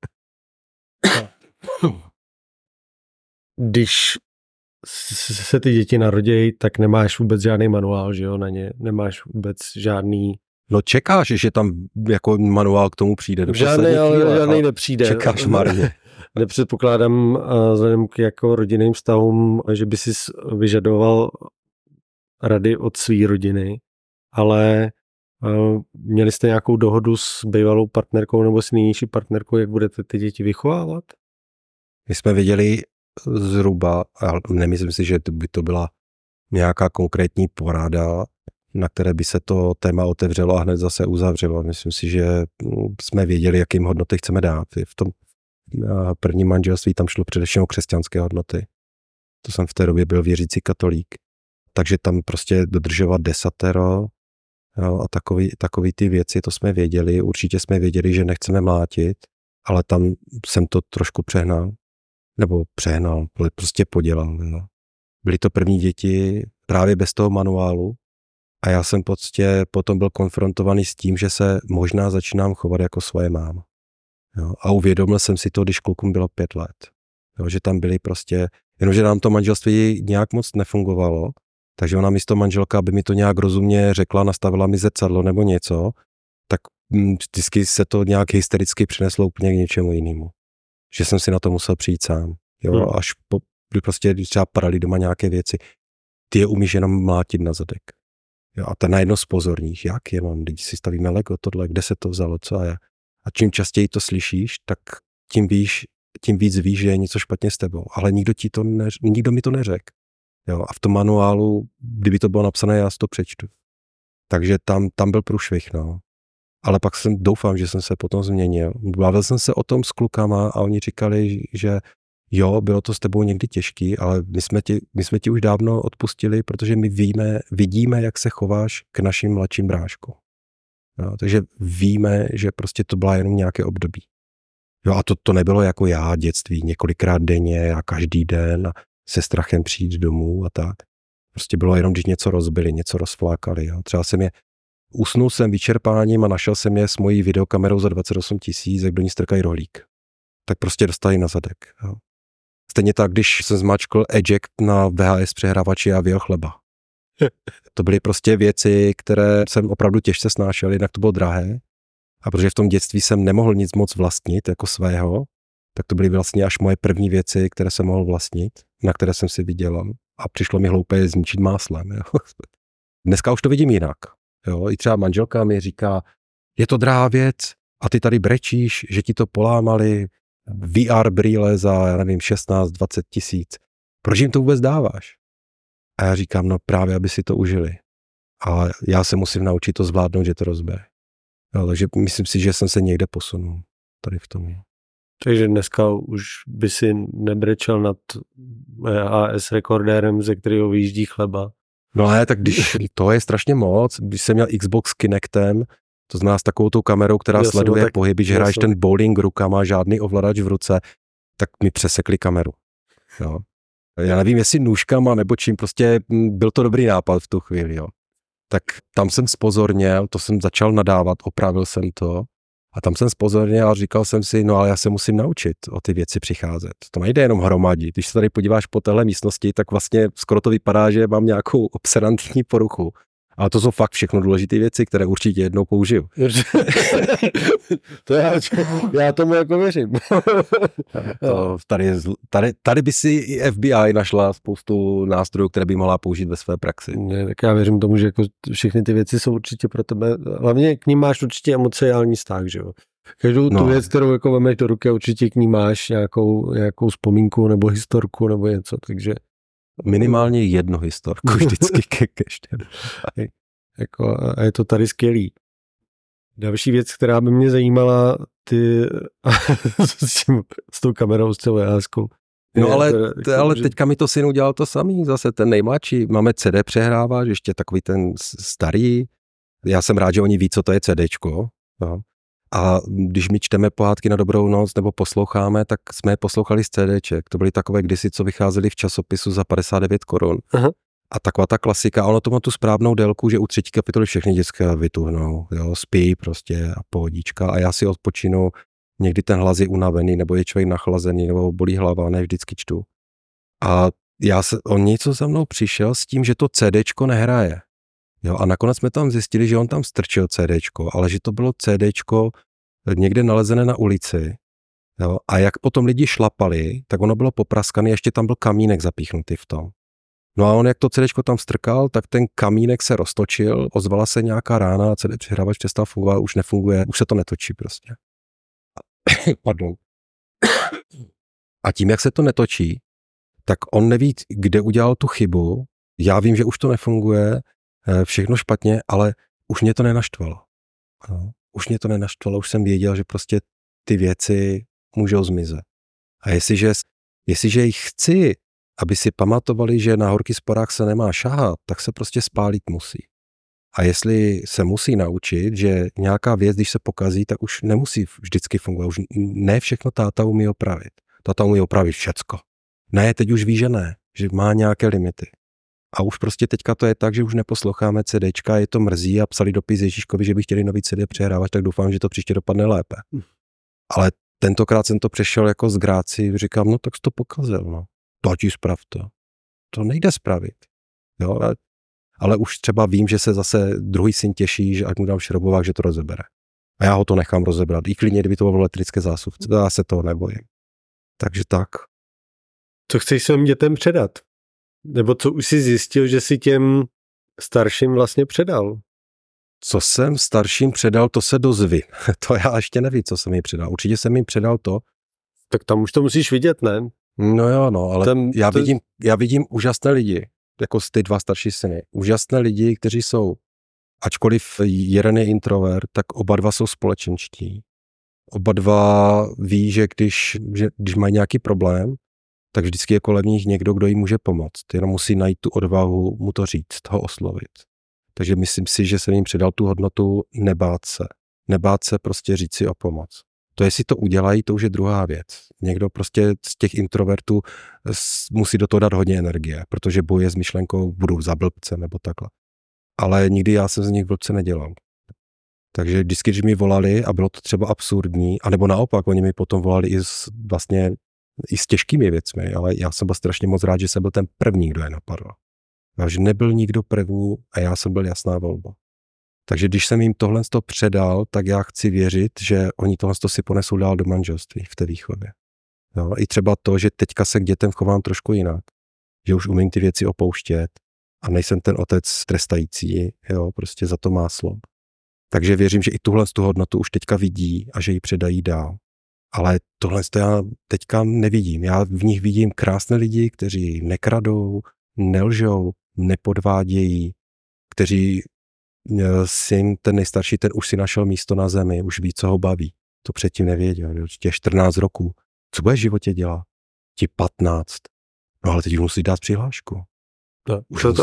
Když se ty děti narodějí, tak nemáš vůbec žádný manuál, že jo, na ně, nemáš vůbec žádný...
No čekáš, že tam jako manuál k tomu přijde.
Žádný nepřijde.
Čekáš marně.
Nepředpokládám vzhledem k jako rodinným vztahům, že by si vyžadoval rady od své rodiny, ale měli jste nějakou dohodu s bývalou partnerkou nebo s nynější partnerkou, jak budete ty děti vychovávat?
My jsme věděli zhruba, ale nemyslím si, že by to byla nějaká konkrétní porada, na které by se to téma otevřelo a hned zase uzavřelo. Myslím si, že jsme věděli, jakým hodnoty chceme dát. V tom prvním manželství tam šlo především o křesťanské hodnoty. To jsem v té době byl věřící katolík. Takže tam prostě dodržovat desatero, jo, a takový ty věci, to jsme věděli. Určitě jsme věděli, že nechceme mlátit, ale tam jsem to trošku přehnal, prostě podělal. Jo. Byly to první děti právě bez toho manuálu a já jsem prostě potom byl konfrontovaný s tím, že se možná začínám chovat jako svoje máma. Jo. A uvědomil jsem si to, když klukům bylo 5 let. Jo, že tam byli prostě, jenomže nám to manželství nějak moc nefungovalo, takže ona místo manželka, aby mi to nějak rozumně řekla, nastavila mi zrcadlo nebo něco, tak vždycky se to nějak hystericky přineslo úplně k něčemu jinému. Že jsem si na to musel přijít sám. Jo, až prostě třeba padaly doma nějaké věci. Ty je umíš jenom mlátit na zadek. Jo, a ten najednou zpozorníš, jak jenom, když si stavíme Lego, tohle, kde se to vzalo, co a já. A čím častěji to slyšíš, tak tím víc víš, že je něco špatně s tebou. Ale nikdo mi to neřekl. Jo, a v tom manuálu, kdyby to bylo napsané, já si to přečtu. Takže tam byl průšvih, no. Ale pak doufám, že jsem se potom změnil. Bavil jsem se o tom s klukama a oni říkali, že jo, bylo to s tebou někdy těžký, ale my jsme ti už dávno odpustili, protože my vidíme, jak se chováš k našim mladším bráškům. Jo, takže víme, že prostě to byla jenom nějaké období. Jo, a to nebylo jako já, dětství, několikrát denně a každý den a se strachem přijít domů a tak. Prostě bylo jenom, když něco rozbili, něco rozflákali. Jo. Třeba usnul jsem vyčerpáním a našel jsem je s mojí videokamerou za 28 000, jak do ní strkají rohlík. Tak prostě dostali na zadek. Jo. Stejně tak, když jsem zmáčkl eject na VHS přehrávači a vyjel chleba. To byly prostě věci, které jsem opravdu těžce snášel, jinak to bylo drahé. A protože v tom dětství jsem nemohl nic moc vlastnit jako svého, tak to byly vlastně až moje první věci, které jsem mohl vlastnit, na které jsem si vydělal. A přišlo mi hloupé je zničit máslem. Jo. Dneska už to vidím jinak. Jo. I třeba manželka mi říká, je to drahá věc a ty tady brečíš, že ti to polámali VR brýle za, já nevím, 16-20 tisíc. Proč jim to vůbec dáváš? A já říkám, no právě, aby si to užili. A já se musím naučit to zvládnout, že to rozbere. No, takže myslím si, že jsem se někde posunul tady v tom.
Takže dneska už by si nebrečel nad AS rekordérem, ze kterého vyjíždí chleba.
No ale tak když to je strašně moc, když jsem měl Xbox Kinectem, to znamená s takovou tou kamerou, která sleduje pohyby, že hraješ ten bowling rukama, žádný ovladač v ruce, tak mi přesekli kameru. Jo. Já nevím, jestli nůžkama nebo čím, prostě byl to dobrý nápad v tu chvíli. Jo. Tak tam jsem spozorněl, to jsem začal nadávat, opravil jsem to a tam jsem spozorněl a říkal jsem si, no ale já se musím naučit o ty věci přicházet. To nejde jenom hromadit. Když se tady podíváš po téhle místnosti, tak vlastně skoro to vypadá, že mám nějakou obsedantní poruchu. Ale to jsou fakt všechno důležité věci, které určitě jednou použiju.
To já tomu jako věřím.
Tady by si i FBI našla spoustu nástrojů, které by mohla použít ve své praxi.
Ne, tak já věřím tomu, že jako všechny ty věci jsou určitě pro tebe. Hlavně k ním máš určitě emocionální vztah, že jo. Každou tu věc, kterou jako vemeš do ruky, určitě k ní máš nějakou vzpomínku nebo historku nebo něco, takže
minimálně jednu historku vždycky ke každému.
A je to tady skvělý. Další věc, která by mě zajímala, ty s tou kamerou, s celou jáskou.
No ale teďka mi to syn udělal to samý, zase ten nejmladší. Máme CD přehrávač, ještě takový ten starý. Já jsem rád, že oni ví, co to je CDčko. No. A když my čteme pohádky na dobrou noc nebo posloucháme, tak jsme je poslouchali z CDček. To byly takové kdysi, co vycházely v časopisu za 59 korun. Aha. A taková ta klasika, ono to má tu správnou délku, že u 3. kapitoly všechny dětské vytuhnou, jo, spí prostě a pohodička a já si odpočinu, někdy ten hlas je unavený, nebo je člověk nachlazený, nebo bolí hlava, ne vždycky čtu. A on něco za mnou přišel s tím, že to CDčko nehraje. Jo, a nakonec jsme tam zjistili, že on tam strčil CDčko, ale že to bylo CDčko někde nalezené na ulici. Jo, a jak potom lidi šlapali, tak ono bylo popraskané, ještě tam byl kamínek zapíchnutý v tom. No a on jak to CDčko tam strkal, tak ten kamínek se roztočil, ozvala se nějaká rána a CD přehrávač přestal fungovat, už nefunguje, už se to netočí prostě. Pardon. A tím, jak se to netočí, tak on neví, kde udělal tu chybu, já vím, že už to nefunguje, všechno špatně, ale už mě to nenaštvalo. No, už mě to nenaštvalo, už jsem věděl, že prostě ty věci můžou zmizet. A jestliže jich chci, aby si pamatovali, že na horký sporách se nemá šahat, tak se prostě spálit musí. A jestli se musí naučit, že nějaká věc, když se pokazí, tak už nemusí vždycky fungovat. Už ne všechno táta umí opravit. Táta umí opravit všecko. Ne, teď už ví, že ne, že má nějaké limity. A už prostě teďka to je tak, že už neposloucháme CDčka, je to mrzí a psali dopis Ježíškovi, že by chtěli nový CD přehrávat, tak doufám, že to příště dopadne lépe. Ale tentokrát jsem to přešel jako z gráci, říkám, no tak jsi to pokazil, no. Tati, sprav to. To nejde spravit. Jo, ale už třeba vím, že se zase druhý syn těší, že ať mu dám šroubovák, že to rozebere. A já ho to nechám rozebrat. I klidně, kdyby to bylo elektrické zásuvce, já se toho nebojím. Takže tak.
Co chceš svým dětem předat? Nebo co už jsi zjistil, že si těm starším vlastně předal?
Co jsem starším předal, to se dozvím. To já ještě nevím, co jsem jim předal. Určitě jsem jim předal to.
Tak tam už to musíš vidět, ne?
No jo, no, ale já vidím úžasné lidi, jako ty dva starší syny. Úžasné lidi, kteří jsou, ačkoliv jeden je introvert, tak oba dva jsou společenští. Oba dva ví, že když mají nějaký problém, tak vždycky je kolem nich někdo, kdo jim může pomoct. Jenom musí najít tu odvahu mu to říct, ho oslovit. Takže myslím si, že jsem jim předal tu hodnotu nebát se. Nebát se prostě říct si o pomoc. To, jestli to udělají, to už je druhá věc. Někdo prostě z těch introvertů musí do toho dát hodně energie, protože boje s myšlenkou, budou za blbce nebo takhle. Ale nikdy já jsem z nich blbce nedělal. Takže vždycky, když mi volali a bylo to třeba absurdní, anebo naopak, oni mi potom volali i s těžkými věcmi, ale já jsem byl strašně moc rád, že jsem byl ten první, kdo je napadl. že nebyl nikdo první a já jsem byl jasná volba. Takže když jsem jim tohle předal, tak já chci věřit, že oni tohle si ponesou dál do manželství v té výchově. Jo? I třeba to, že teďka se k dětem chovám trošku jinak. Že už umím ty věci opouštět a nejsem ten otec trestající, jo, prostě za to máslo. Takže věřím, že i tu hodnotu už teďka vidí a že ji předají dál. Ale tohle já teďka nevidím. Já v nich vidím krásné lidi, kteří nekradou, nelžou, nepodvádějí, kteří syn, ten nejstarší, ten už si našel místo na zemi, už ví, co ho baví. To předtím nevěděl. Tě 14 roků. Co bude v životě dělat? Ti 15. No ale teď musí dát přihlášku.
No,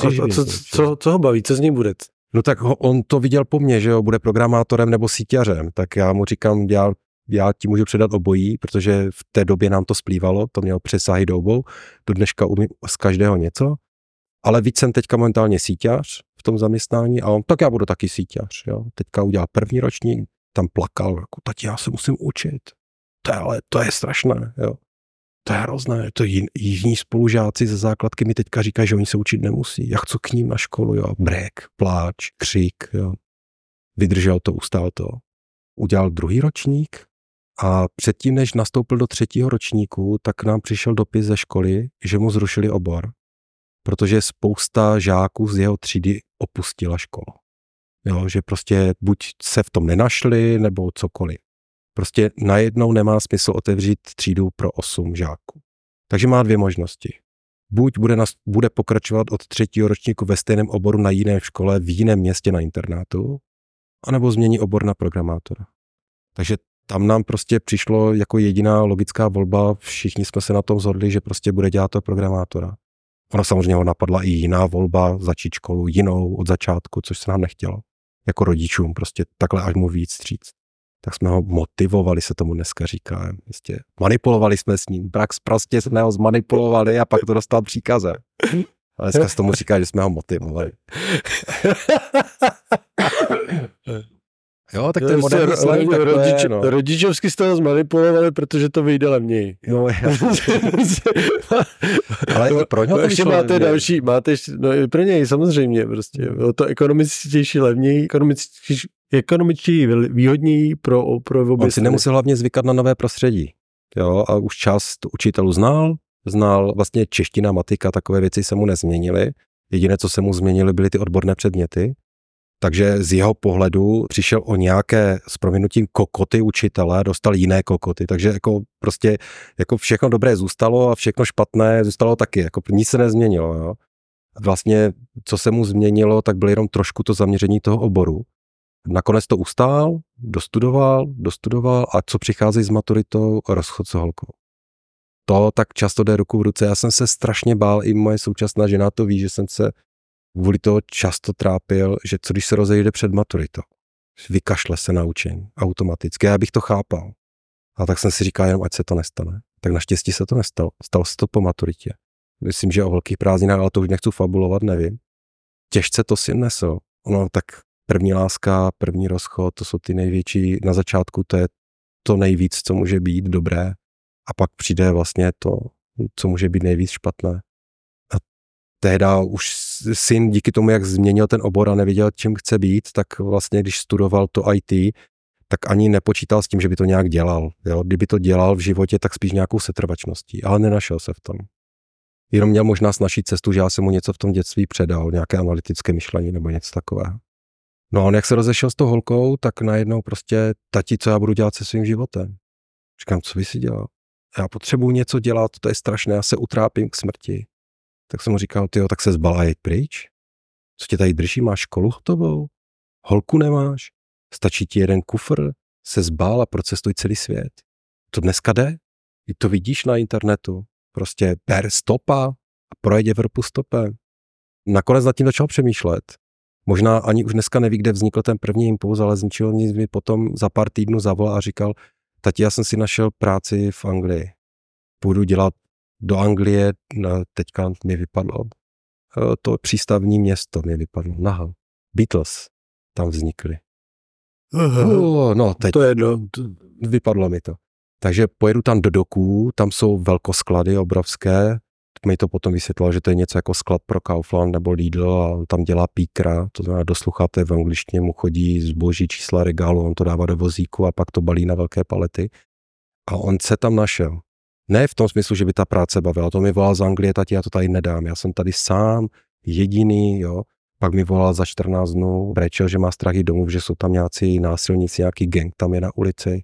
co ho baví? Co z něj bude?
No tak on to viděl po mně, že jo, bude programátorem nebo síťařem. Tak já mu říkám, já ti můžu předat obojí, protože v té době nám to splývalo, to mělo přesahy do obou. Do dneška umím z každého něco. Ale víc jsem teďka momentálně síťař v tom zaměstnání a on, tak já budu taky síťař. Jo. Teďka udělal první ročník, tam plakal, jako, tati, já se musím učit. To je strašné, jo. To je hrozné. To jiní spolužáci ze základky mi teďka říkají, že oni se učit nemusí. Já chci k ním na školu, jo. Brek, pláč, křik, jo. Vydržel to, ustál to. Udělal druhý ročník a předtím, než nastoupil do 3. ročníku, tak nám přišel dopis ze školy, že mu zrušili obor, protože spousta žáků z jeho třídy opustila školu. Jo, že prostě buď se v tom nenašli, nebo cokoliv. Prostě najednou nemá smysl otevřít třídu pro 8 žáků. Takže má 2 možnosti. Buď bude pokračovat od 3. ročníku ve stejném oboru na jiné škole v jiném městě na internátu, anebo změní obor na programátora. Takže tam nám prostě přišlo jako jediná logická volba, všichni jsme se na tom shodli, že prostě bude dělat toho programátora. Ono samozřejmě ho napadla i jiná volba, začít školu jinou od začátku, což se nám nechtělo. Jako rodičům, prostě takhle až mu víc vstříc. Tak jsme ho motivovali, se tomu dneska říká. Prostě manipulovali jsme s ním. Prostě jsme ho zmanipulovali a pak to dostal příkazem. Ale dneska se tomu říká, že jsme ho motivovali. Jo, tak to je moderní slang.
Rodičovsky jste ho zmanipulovali, protože to vyjde levněji.
No, ale i pro něho to vyšlo
máte další, no pro něj samozřejmě prostě. Bylo to ekonomičtější, levněji, ekonomičtěji, výhodněji pro obě.
On si nemusel hlavně zvykat na nové prostředí. Jo, a už část učitelů znal vlastně čeština, matika, takové věci se mu nezměnily. Jediné, co se mu změnily, byly ty odborné předměty. Takže z jeho pohledu přišel o nějaké s prominutím kokoty učitele, dostal jiné kokoty, takže jako prostě jako všechno dobré zůstalo a všechno špatné zůstalo taky, jako nic se nezměnilo. Jo. Vlastně, co se mu změnilo, tak bylo jenom trošku to zaměření toho oboru. Nakonec to ustál, dostudoval a co přichází s maturitou, rozchod s holkou. To tak často jde ruku v ruce. Já jsem se strašně bál, i moje současná žena to ví, že jsem se kvůli toho často trápil, že co když se rozejde před maturitou. Vykašle se na učení automaticky. Já bych to chápal. A tak jsem si říkal, jenom ať se to nestane. Tak naštěstí se to nestalo. Stalo se to po maturitě. Myslím, že o velkých prázdninách, ale to už nechci fabulovat, nevím. Těžce to si nesl. Ono tak první láska, první rozchod, to jsou ty největší, na začátku to je to nejvíc, co může být dobré. A pak přijde vlastně to, co může být nejvíc špatné. Tehda už syn díky tomu, jak změnil ten obor a nevěděl, čím chce být, tak vlastně, když studoval to IT, tak ani nepočítal s tím, že by to nějak dělal. Jo? Kdyby to dělal v životě, tak spíš nějakou setrvačností, ale nenašel se v tom. Jenom měl možná snazší cestu, že já jsem mu něco v tom dětství předal, nějaké analytické myšlení nebo něco takového. No a on jak se rozešel s tou holkou, tak najednou prostě tati, co já budu dělat se svým životem. Říkám, co by si dělal? Já potřebuji něco dělat, to je strašné, já se utrápím k smrti. Tak jsem mu říkal, tyjo, tak se zbal a jeď pryč. Co tě tady drží, máš školu hotovou? Holku nemáš? Stačí ti jeden kufr? Se zbal a procestuj celý svět. To dneska jde? I to vidíš na internetu. Prostě ber stopa a projď Evropu stopem. Nakonec nad tím začal přemýšlet. Možná ani už dneska neví, kde vznikl ten první impuls, ale z ničeho nic mi potom za pár týdnů zavolal a říkal, tati, já jsem si našel práci v Anglii. Půjdu dělat do Anglie, teďka mi vypadlo, to přístavní město mi vypadlo, Naha. Beatles tam vznikly. No, teď
to je
vypadlo mi to. Takže pojedu tam do doků, tam jsou velkosklady obrovské, tak mi to potom vysvětlilo, že to je něco jako sklad pro Kaufland nebo Lidl a on tam dělá píkra, to znamená doslucháte v angličtině, mu chodí zboží, čísla regálu, on to dává do vozíku a pak to balí na velké palety. A on se tam našel. Ne v tom smyslu, že by ta práce bavila, to mi volal z Anglie, tati, já to tady nedám, já jsem tady sám, jediný, jo. Pak mi volal za 14 dnů, brečel, že má strach jít domů, že jsou tam nějací násilníci, nějaký gang tam je na ulici.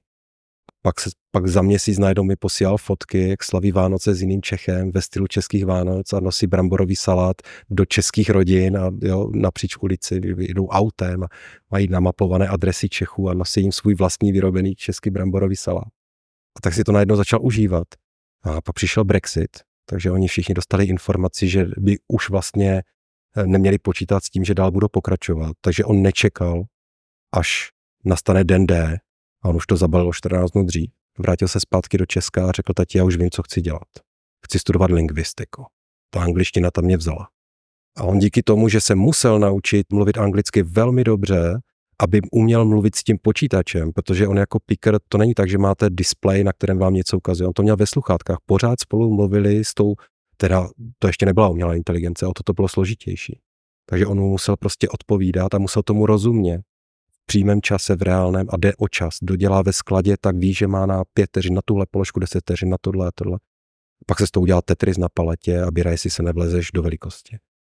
Pak za měsíc najednou mi posílal fotky, jak slaví Vánoce s jiným Čechem ve stylu českých Vánoc a nosí bramborový salát do českých rodin a jo, napříč ulici jdou autem a mají namapované adresy Čechů a nosí jim svůj vlastní vyrobený český bramborový salát. A tak si to najednou začal užívat. A pak přišel Brexit, takže oni všichni dostali informaci, že by už vlastně neměli počítat s tím, že dál budou pokračovat. Takže on nečekal, až nastane den D, a on už to zabalil 14 dnů dřív. Vrátil se zpátky do Česka a řekl, tati, já už vím, co chci dělat. Chci studovat lingvistiku. Ta angličtina tam mě vzala. A on díky tomu, že se musel naučit mluvit anglicky velmi dobře, aby uměl mluvit s tím počítačem, protože on jako picker, to není tak, že máte displej, na kterém vám něco ukazuje. On to měl ve sluchátkách. Pořád spolu mluvili s tou, teda to ještě nebyla umělá inteligence, o to bylo složitější. Takže on mu musel prostě odpovídat a musel tomu rozumět. V přímém čase, v reálném a jde o čas. Dodělá ve skladě, tak ví, že má na 5 vteřin na tuhle položku, 10 vteřin na tohle a tohle. Pak se s tou udělá Tetris na paletě a běra, jestli se nevlezeš do velikosti.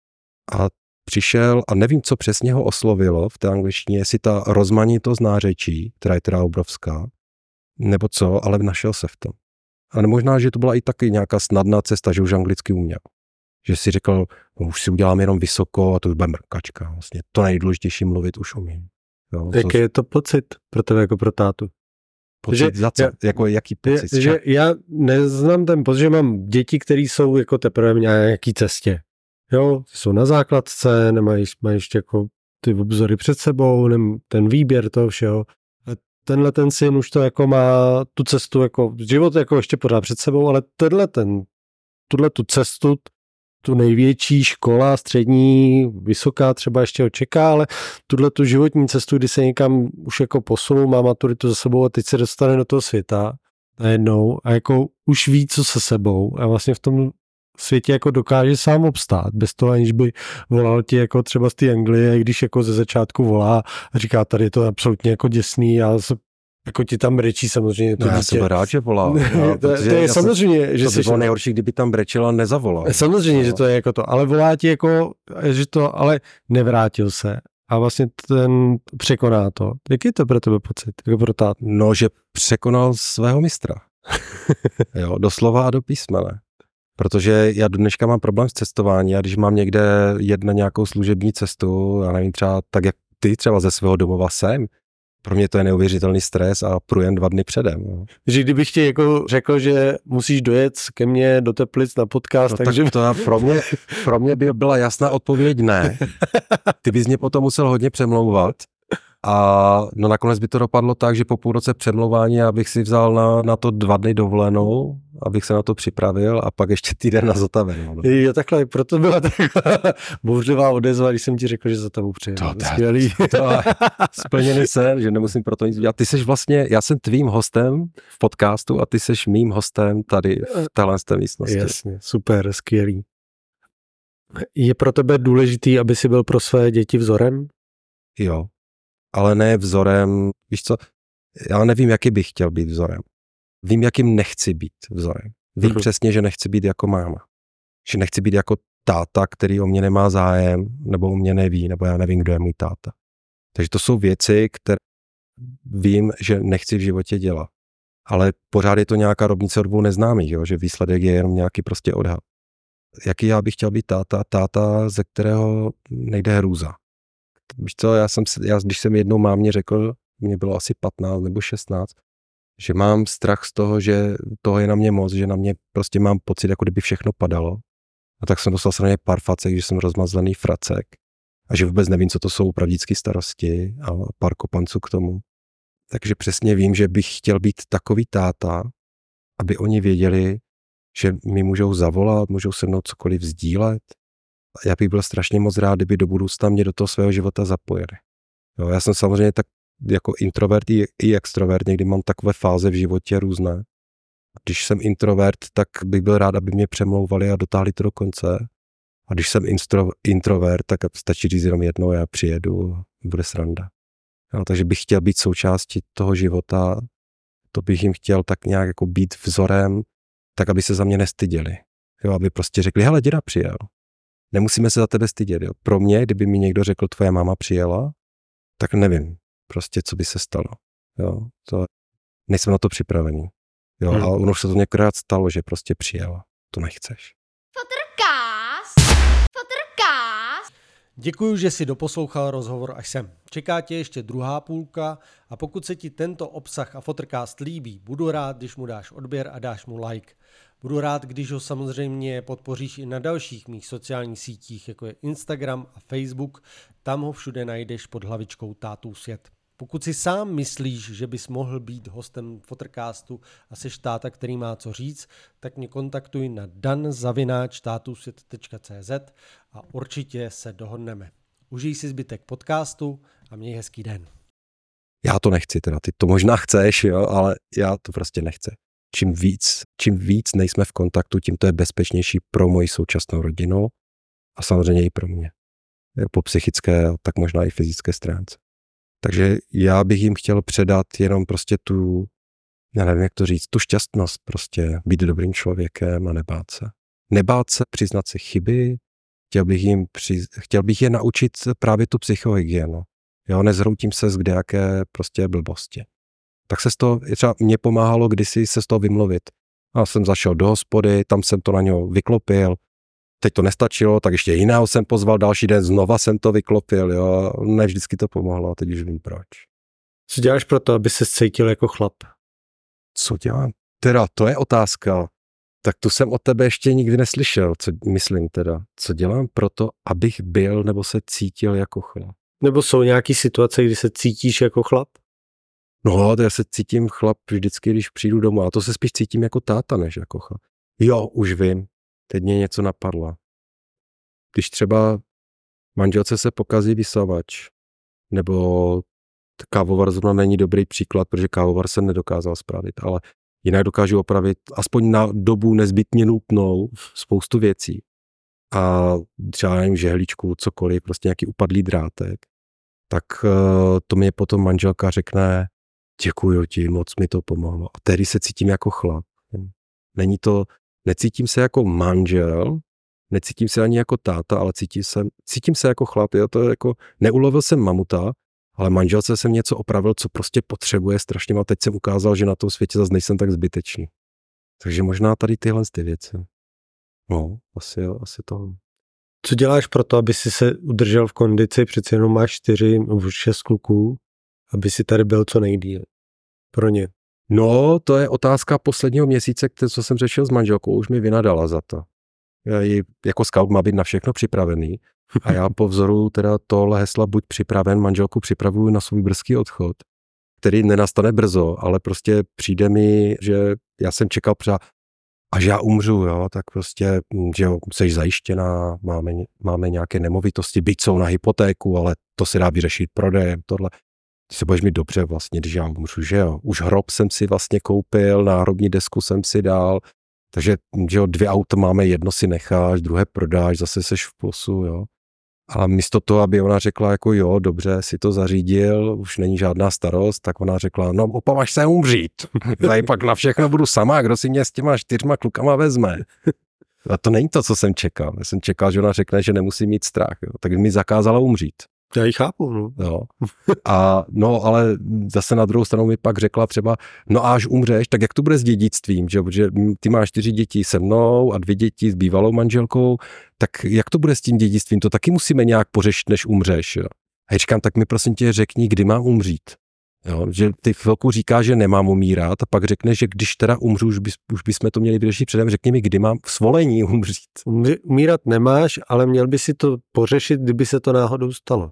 A přišel a nevím, co přesně ho oslovilo v té angličtině, jestli ta rozmanitost nářečí, která je teda obrovská, nebo co, ale našel se v tom. A možná, že to byla i taky nějaká snadná cesta, že už anglicky uměl. Že si řekl, no, už si udělám jenom vysoko a to už bude mrkačka. Vlastně to nejdůležitější mluvit už umím. Jo,
jaký je to pocit pro tebe jako pro tátu?
Pocit za co? Jaký pocit?
Že já neznám ten pocit, že mám děti, které jsou jako teprve v nějaký cestě. Jo, jsou na základce, mají ještě jako ty obzory před sebou, ten výběr toho všeho. Tenhle ten syn už to jako má tu cestu, jako život jako ještě pořád před sebou, ale tuhle tu cestu, tu největší škola, střední, vysoká třeba ještě očeká, ale tuhle tu životní cestu, kdy se někam už jako posunul, má maturitu za sebou a teď se dostane do toho světa najednou a jako už ví, co se sebou a vlastně v tom světě jako dokáže sám obstát, bez toho, aniž by volal ti jako třeba z té Anglie, když jako ze začátku volá a říká, tady je to absolutně jako děsný, já se jako ti tam brečí samozřejmě.
No, já jsem rád, že volá.
To je samozřejmě, že
to by bylo nejhorší, kdyby tam brečel a nezavolal.
Samozřejmě, no. Že to je jako to, ale volá ti jako, že to, ale nevrátil se a vlastně ten překoná to. Jaký je to pro tebe pocit, jako pro tátu?
No, že překonal svého mistra. Jo, doslova a do písmene. Protože já do dneška mám problém s cestováním a když mám někde jet na nějakou služební cestu, já nevím, třeba tak, jak ty třeba ze svého domova sem, pro mě to je neuvěřitelný stres a průjem 2 dny předem. No.
Takže kdybych ti jako řekl, že musíš dojet ke mně do Teplic na podcast,
no,
takže...
Tak to pro mě by byla jasná odpověď ne. Ty bys mě potom musel hodně přemlouvat. A no nakonec by to dopadlo tak, že po půl roce přemlouvání abych si vzal na to 2 dny dovolenou, abych se na to připravil a pak ještě týden na Zotavenou. No.
Jo, takhle, proto byla taková bouřlivá odezva, když jsem ti řekl, že za tebou přijedu.
To je splněný sen, že nemusím pro to nic dělat. Ty seš vlastně, já jsem tvým hostem v podcastu a ty seš mým hostem tady v téhle místnosti.
Jasně, super, skvělý. Je pro tebe důležitý, aby jsi byl pro své děti vzorem?
Jo. Ale ne vzorem, víš co, já nevím, jaký bych chtěl být vzorem. Vím, jakým nechci být vzorem. Vím přesně, že nechci být jako máma. Že nechci být jako táta, který o mě nemá zájem, nebo o mě neví, nebo já nevím, kdo je můj táta. Takže to jsou věci, které vím, že nechci v životě dělat. Ale pořád je to nějaká rovnice od 2 neznámých, jo? Že výsledek je jenom nějaký prostě odhad. Jaký já bych chtěl být táta, ze kterého nejde hrůza. Víš co, já když jsem jednou mámě řekl, mě bylo asi 15 nebo 16, že mám strach z toho, že toho je na mě moc, že na mě prostě mám pocit, jako kdyby všechno padalo. A tak jsem dostal samozřejmě pár facek, že jsem rozmazlený fracek a že vůbec nevím, co to jsou pravdické starosti a pár kopanců k tomu. Takže přesně vím, že bych chtěl být takový táta, aby oni věděli, že mi můžou zavolat, můžou se mnou cokoliv sdílet. Já bych byl strašně moc rád, kdyby do budoucna mě do toho svého života zapojili. Jo, já jsem samozřejmě tak jako introvert i extrovert, někdy mám takové fáze v životě různé. Když jsem introvert, tak bych byl rád, aby mě přemlouvali a dotáhli to do konce. A když jsem introvert, tak stačí říct jenom jednou, já přijedu, bude sranda. No, takže bych chtěl být součástí toho života, to bych jim chtěl tak nějak jako být vzorem, tak aby se za mě nestyděli. Jo, aby prostě řekli, hele, děda přijel. Nemusíme se za tebe stydět. Jo. Pro mě, kdyby mi někdo řekl, tvoje máma přijela, tak nevím prostě, co by se stalo. Jo, to nejsem na to připravený. Jo, a ono už se to několikrát stalo, že prostě přijela. To nechceš.
Děkuji, že jsi doposlouchal rozhovor až sem. Čeká tě ještě druhá půlka a pokud se ti tento obsah a Fotrcast líbí, budu rád, když mu dáš odběr a dáš mu like. Budu rád, když ho samozřejmě podpoříš i na dalších mých sociálních sítích, jako je Instagram a Facebook. Tam ho všude najdeš pod hlavičkou Tátův svět. Pokud si sám myslíš, že bys mohl být hostem Fotrcastu a seš táta, který má co říct, tak mě kontaktuj na dan@tatusvět.cz a určitě se dohodneme. Užij si zbytek podcastu a měj hezký den.
Já to nechci teda, ty to možná chceš, jo, ale já to prostě nechci. Čím víc nejsme v kontaktu, tím to je bezpečnější pro moji současnou rodinu a samozřejmě i pro mě. Po psychické, tak možná i fyzické stránce. Takže já bych jim chtěl předat jenom prostě tu, já nevím, jak to říct, tu šťastnost prostě, být dobrým člověkem a nebát se. Nebát se, přiznat si chyby, chtěl bych je naučit právě tu psychohygienu. Jo, nezhroutím se z kdejaké prostě blbosti. Tak se z toho, třeba mě pomáhalo kdysi se z toho vymluvit. Já jsem zašel do hospody, tam jsem to na něho vyklopil, teď to nestačilo, tak ještě jiného jsem pozval, další den znova jsem to vyklopil, jo. Ne vždycky to pomohlo, a teď už vím proč.
Co děláš pro to, aby se cítil jako chlap?
Co dělám? Teda, to je otázka. Tak tu jsem od tebe ještě nikdy neslyšel, co dělám pro to, abych byl nebo se cítil jako chlap.
Nebo jsou nějaké situace, kdy se cítíš jako chlap?
No, to já se cítím chlap vždycky, když přijdu domů, a to se spíš cítím jako táta, než jako chlap. Jo, už vím. Teď mě něco napadlo. Když třeba manželce se pokazí vysavač, nebo kávovar zrovna není dobrý příklad, protože kávovar se nedokázal spravit, ale jinak dokážu opravit aspoň na dobu nezbytně nutnou spoustu věcí. A třeba nevím, žehličku, cokoliv, prostě nějaký upadlý drátek. Tak to mě potom manželka řekne, děkuju ti, moc mi to pomohlo. A tehdy se cítím jako chlap. Necítím se jako manžel, necítím se ani jako táta, ale cítím se jako chlap. Jo? To je jako, neulovil jsem mamuta, ale manželce jsem něco opravil, co prostě potřebuje strašně, a teď jsem ukázal, že na tom světě zase nejsem tak zbytečný. Takže možná tady tyhle ty věci. No, asi to.
Co děláš pro to, aby si se udržel v kondici, přeci jenom máš 6 kluků, aby si tady byl co nejdýl pro ně?
No, to je otázka posledního měsíce, co jsem řešil s manželkou, už mi vynadala za to. Já jako scout má být na všechno připravený a já po vzoru teda tohle hesla buď připraven, manželku připravuju na svůj brzký odchod, který nenastane brzo, ale prostě přijde mi, že já jsem čekal až já umřu, jo, tak prostě, že jo, seš zajištěná, máme nějaké nemovitosti, byť jsou na hypotéku, ale to se dá vyřešit prodejem, tohle. Ty se budeš mít dobře vlastně, když já umřu, že jo. Už hrob jsem si vlastně koupil, náhrobní desku jsem si dal, takže že jo, 2 auta máme, jedno si necháš, druhé prodáš, zase seš v plusu, jo. A místo toho, aby ona řekla jako jo, dobře, si to zařídil, už není žádná starost, tak ona řekla, no opavaš se umřít. Tady pak na všechno budu sama, kdo si mě s těma 4 klukama vezme. A to není to, co jsem čekal. Já jsem čekal, že ona řekne, že nemusí mít strach, jo. Tak mi zakázala umřít.
Já ji chápu, no.
Jo. Ale zase na druhou stranu mi pak řekla třeba, no a až umřeš, tak jak to bude s dědictvím, že? Protože ty máš 4 děti se mnou a 2 děti s bývalou manželkou, tak jak to bude s tím dědictvím, to taky musíme nějak pořešit, než umřeš, jo. A říkám, tak mi prosím tě řekni, kdy mám umřít. Jo, že ty chvilku říká, že nemám umírat a pak řekne, že když teda umřu, už bychom to měli vyřešit předem, řekni mi, kdy mám v svolení umřít.
Umírat nemáš, ale měl by si to pořešit, kdyby se to náhodou stalo.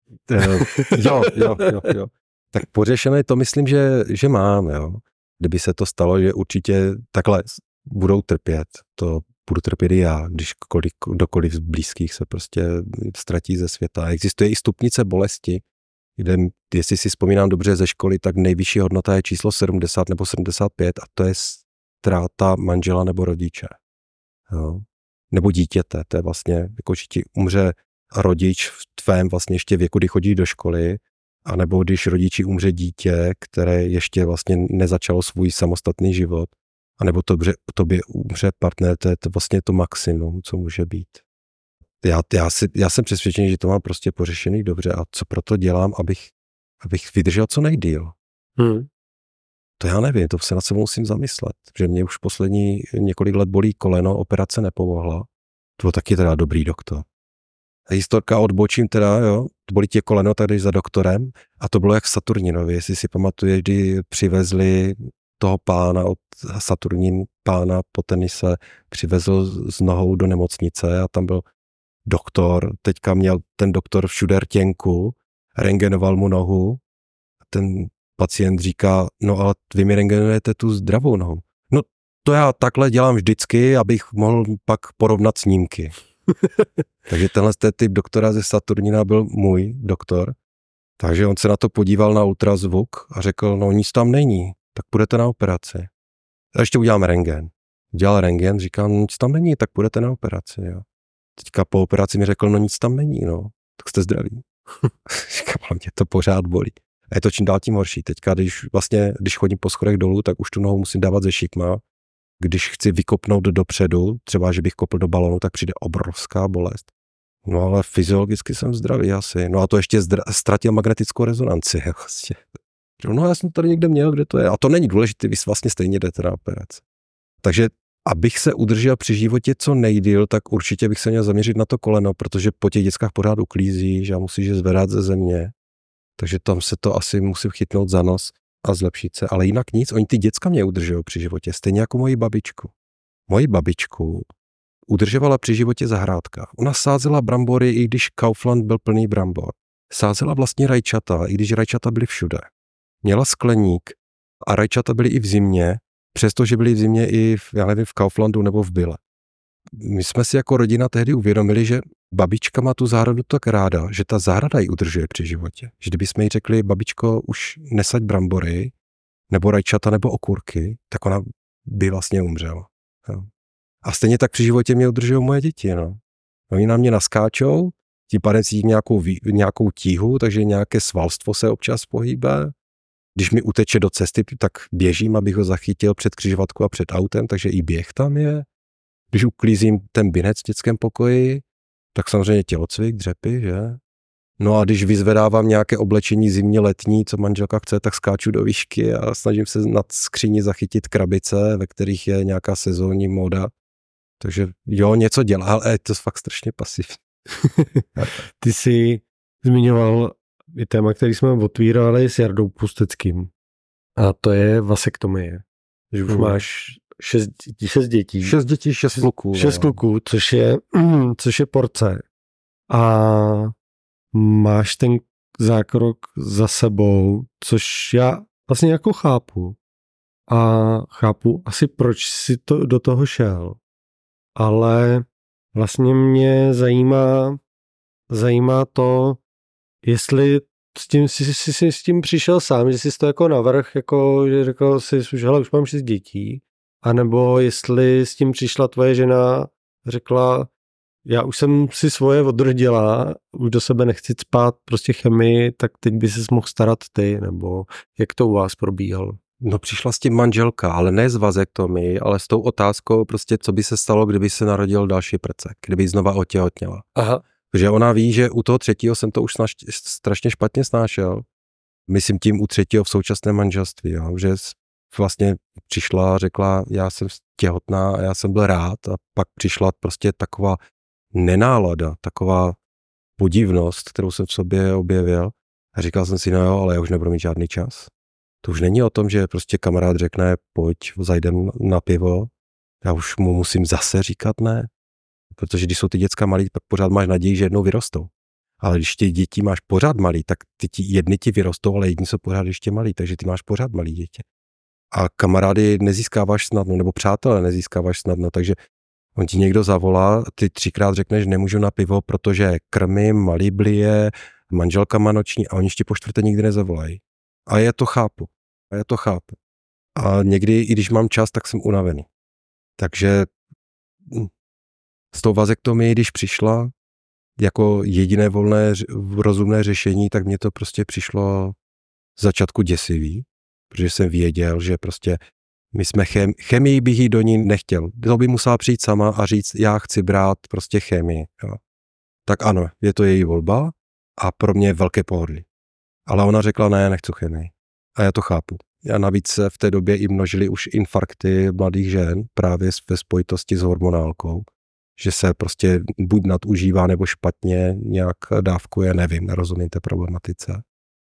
Jo. Tak pořešené to myslím, že mám, jo. Kdyby se to stalo, že určitě takhle budou trpět, to budu trpět i já, když kdokoliv z blízkých se prostě ztratí ze světa. Existuje i stupnice bolesti, kde, jestli si vzpomínám dobře ze školy, tak nejvyšší hodnota je číslo 70 nebo 75 a ztráta manžela nebo rodiče. Jo. Nebo dítěte, to je vlastně, jako, že ti umře rodič v tvém vlastně ještě věku, kdy chodí do školy, anebo když rodiči umře dítě, které ještě vlastně nezačalo svůj samostatný život, anebo tobě umře partner, to je to vlastně to maximum, co může být. Já jsem přesvědčený, že to mám prostě pořešený dobře a co proto dělám, abych vydržel co nejdýl. To já nevím, to se nad sebou musím zamyslet, že mě už poslední několik let bolí koleno, operace nepomohla. To byl taky teda dobrý doktor. Historka odbočím teda, jo, to bolí tě koleno, tak jdeš za doktorem a to bylo jak v Saturninovi, jestli si pamatuješ, kdy přivezli toho pána od Saturnín, pána po tenise, přivezl s nohou do nemocnice a tam byl doktor, teďka měl ten doktor všude rtěnku, rentgenoval mu nohu, ten pacient říká, no ale vy mi rentgenujete tu zdravou nohu. No to já takhle dělám vždycky, abych mohl pak porovnat snímky. Takže tenhle typ doktora ze Saturnina byl můj doktor, takže on se na to podíval na ultrazvuk a řekl, no nic tam není, tak půjdete na operaci. A ještě uděláme rentgen. Dělal rentgen, říkám, no nic tam není, tak půjdete na operaci. Jo. Teďka po operaci mi řekl, no nic tam není, no, tak jste zdraví. Říkám, ale mě to pořád bolí. A je to čím dál tím horší. Teďka, když chodím po schodech dolů, tak už tu nohu musím dávat ze šikma. Když chci vykopnout dopředu, třeba, že bych kopl do balonu, tak přijde obrovská bolest. No ale fyziologicky jsem zdravý asi. No a to ještě ztratil magnetickou rezonanci. Vlastně. No já jsem tady někde měl, kde to je. A to není důležité, vy vlastně stejně jdete na operaci. Takže abych se udržel při životě co nejdýl, tak určitě bych se měl zaměřit na to koleno, protože po těch dětskách pořád uklízíš a musíš je zvedat ze země. Takže tam se to asi musím chytnout za nos a zlepšit se. Ale jinak nic, oni ty děcka mě udržují při životě, stejně jako moji babičku. Moji babičku udržovala při životě zahrádka. Ona sázela brambory, i když Kaufland byl plný brambor. Sázela vlastně rajčata, i když rajčata byly všude. Měla skleník a rajčata byly i v zimě, přestože byly v zimě i v Kauflandu nebo v Bille. My jsme si jako rodina tehdy uvědomili, že babička má tu zahradu tak ráda, že ta zahrada ji udržuje při životě. Že kdybychom jí řekli, babičko, už nesaď brambory, nebo rajčata, nebo okurky, tak ona by vlastně umřela. Jo. A stejně tak při životě mě udržují moje děti. No. Oni na mě naskáčou, tím pádem cítím nějakou tíhu, takže nějaké svalstvo se občas pohýbe. Když mi uteče do cesty, tak běžím, abych ho zachytil před křižovatkou a před autem, takže i běh tam je. Když uklízím ten binec v dětském pokoji, tak samozřejmě tělocvik, dřepy, že? No a když vyzvedávám nějaké oblečení zimně letní, co manželka chce, tak skáču do výšky a snažím se nad skříní zachytit krabice, ve kterých je nějaká sezónní móda. Takže jo, něco dělá, ale je to fakt strašně pasivní.
Ty jsi zmiňoval i téma, který jsme otvírali s Jardou Pusteckým. A to je vasektomie. Že už máš 6 dětí.
6 dětí, 6 kluků.
6 kluků, což je porce. A máš ten zákrok za sebou, což já vlastně jako chápu. A chápu asi, proč si to do toho šel. Ale vlastně mě zajímá to, jestli jsi s tím přišel sám, že jsi to jako navrch, jako že řekl jsi, hele, už mám 6 dětí, anebo jestli s tím přišla tvoje žena, řekla, já už jsem si svoje odrodila, už do sebe nechci cpát prostě chemii, tak teď by ses mohl starat ty, nebo jak to u vás probíhalo?
No přišla s tím manželka, ale ne s vazektomii, ale s tou otázkou prostě, co by se stalo, kdyby se narodil další prcek, kdyby znova otěhotněla. Aha. Protože ona ví, že u toho 3. jsem to už strašně špatně snášel. Myslím tím u 3. v současném manželství, jo, že vlastně přišla a řekla, já jsem těhotná a já jsem byl rád a pak přišla prostě taková nenálada, taková podivnost, kterou jsem v sobě objevil a říkal jsem si, no jo, ale já už nebudu mít žádný čas. To už není o tom, že prostě kamarád řekne, pojď, zajdem na pivo, já už mu musím zase říkat ne, protože když jsou ty děcka malí, pak pořád máš naději, že jednou vyrostou. Ale když ty děti máš pořád malý, tak jedny ti vyrostou, ale jedni jsou pořád ještě malí, takže ty máš pořád malý děti. A kamarády nezískáváš snadno, nebo přátelé nezískáváš snadno, takže on ti někdo zavolá, ty 3krát řekneš, nemůžu na pivo, protože krmím, malý blije, manželka má noční a oni ještě po 4. nikdy nezavolají. A já to chápu. A někdy, i když mám čas, tak jsem unavený. Takže s tou vazektomii, když přišla jako jediné volné rozumné řešení, tak mně to prostě přišlo z začátku děsivý, protože jsem věděl, že prostě my jsme chemii bych jí do ní nechtěl. To by musela přijít sama a říct, já chci brát prostě chemii. Jo. Tak ano, je to její volba a pro mě velké pohodlí. Ale ona řekla, ne, nechci chemii. A já to chápu. A navíc se v té době i množily už infarkty mladých žen právě ve spojitosti s hormonálkou, že se prostě buď nadužívá nebo špatně nějak dávkuje, nevím, nerozumím té problematice.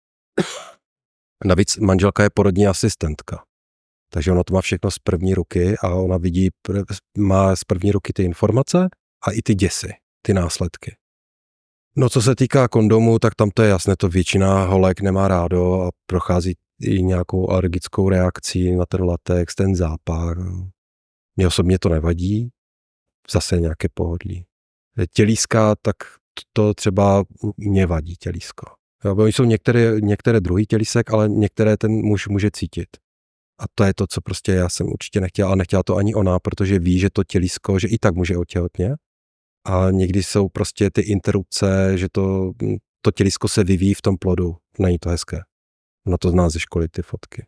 Navíc manželka je porodní asistentka, takže ona to má všechno z první ruky a ona má z první ruky ty informace a i ty děsy, ty následky. No co se týká kondomu, tak tam to je jasné, to většina holek nemá rádo a prochází i nějakou alergickou reakcí na ten latex, ten zápach. Mně osobně to nevadí, zase nějaké pohodlí. Tělíska, tak to třeba mě vadí tělísko. Jo, jsou některé druhy tělísek, ale některé ten muž může cítit. A to je to, co prostě já jsem určitě nechtěla, a nechtěla to ani ona, protože ví, že to tělísko, že i tak může otěhotnět. A někdy jsou prostě ty interrupce, že to tělísko se vyvíjí v tom plodu. Není to hezké. Ono to zná ze školy, ty fotky.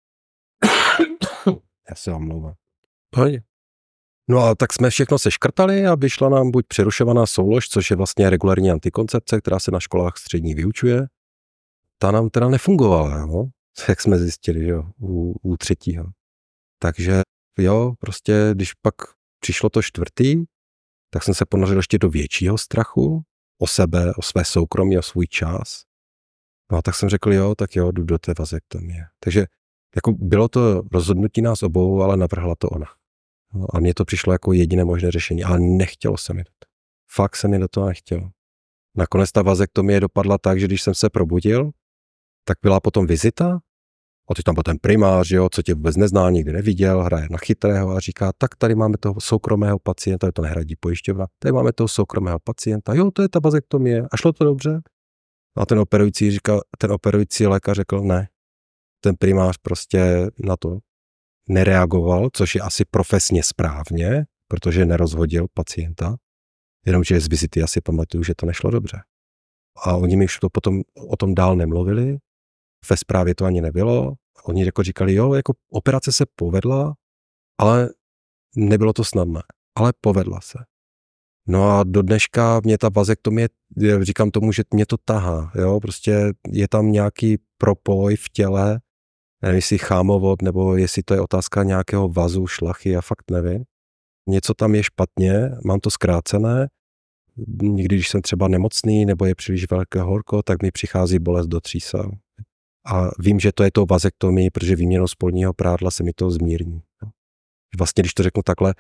Já se omlouvám.
Pohodě.
No a tak jsme všechno seškrtali a vyšla nám buď přerušovaná soulož, což je vlastně regulární antikoncepce, která se na školách střední vyučuje. Ta nám teda nefungovala, no? Jak jsme zjistili, jo, u třetího. Takže jo, prostě když pak přišlo to čtvrtý, tak jsem se ponořil ještě do většího strachu o sebe, o své soukromí, o svůj čas. No a tak jsem řekl, jo, tak jo, jdu do té vazektomie. Takže jako bylo to rozhodnutí nás obou, ale navrhla to ona. No, a mně to přišlo jako jediné možné řešení, ale nechtělo se mi to. Fakt se mi do toho nechtělo. Nakonec ta vazektomie dopadla tak, že když jsem se probudil, tak byla potom vizita, a teď tam byl ten primář, jo, co tě vůbec nezná, nikdy neviděl, hraje na chytrého a říká, tak tady máme toho soukromého pacienta, to nehradí pojišťovna, tady máme toho soukromého pacienta, jo, to je ta vazektomie, a šlo to dobře? A ten operující lékař řekl, ne, ten primář prostě na to nereagoval, což je asi profesně správně, protože nerozhodil pacienta, jenomže z vizity asi pamatuju, že to nešlo dobře. A oni mi už to potom o tom dál nemluvili, ve zprávě to ani nebylo. Oni jako říkali, jo, jako operace se povedla, ale nebylo to snadné, ale povedla se. No a do dneška mě ta vazektomie, říkám tomu, že mě to tahá, jo, prostě je tam nějaký propoj v těle, nevím, jestli chámovod, nebo jestli to je otázka nějakého vazu, šlachy, já fakt nevím. Něco tam je špatně, mám to zkrácené, někdy, když jsem třeba nemocný, nebo je příliš velké horko, tak mi přichází bolest do třísel. A vím, že to je to vazektomii, protože výměnou spodního prádla se mi to zmírní. Vlastně, když to řeknu takhle,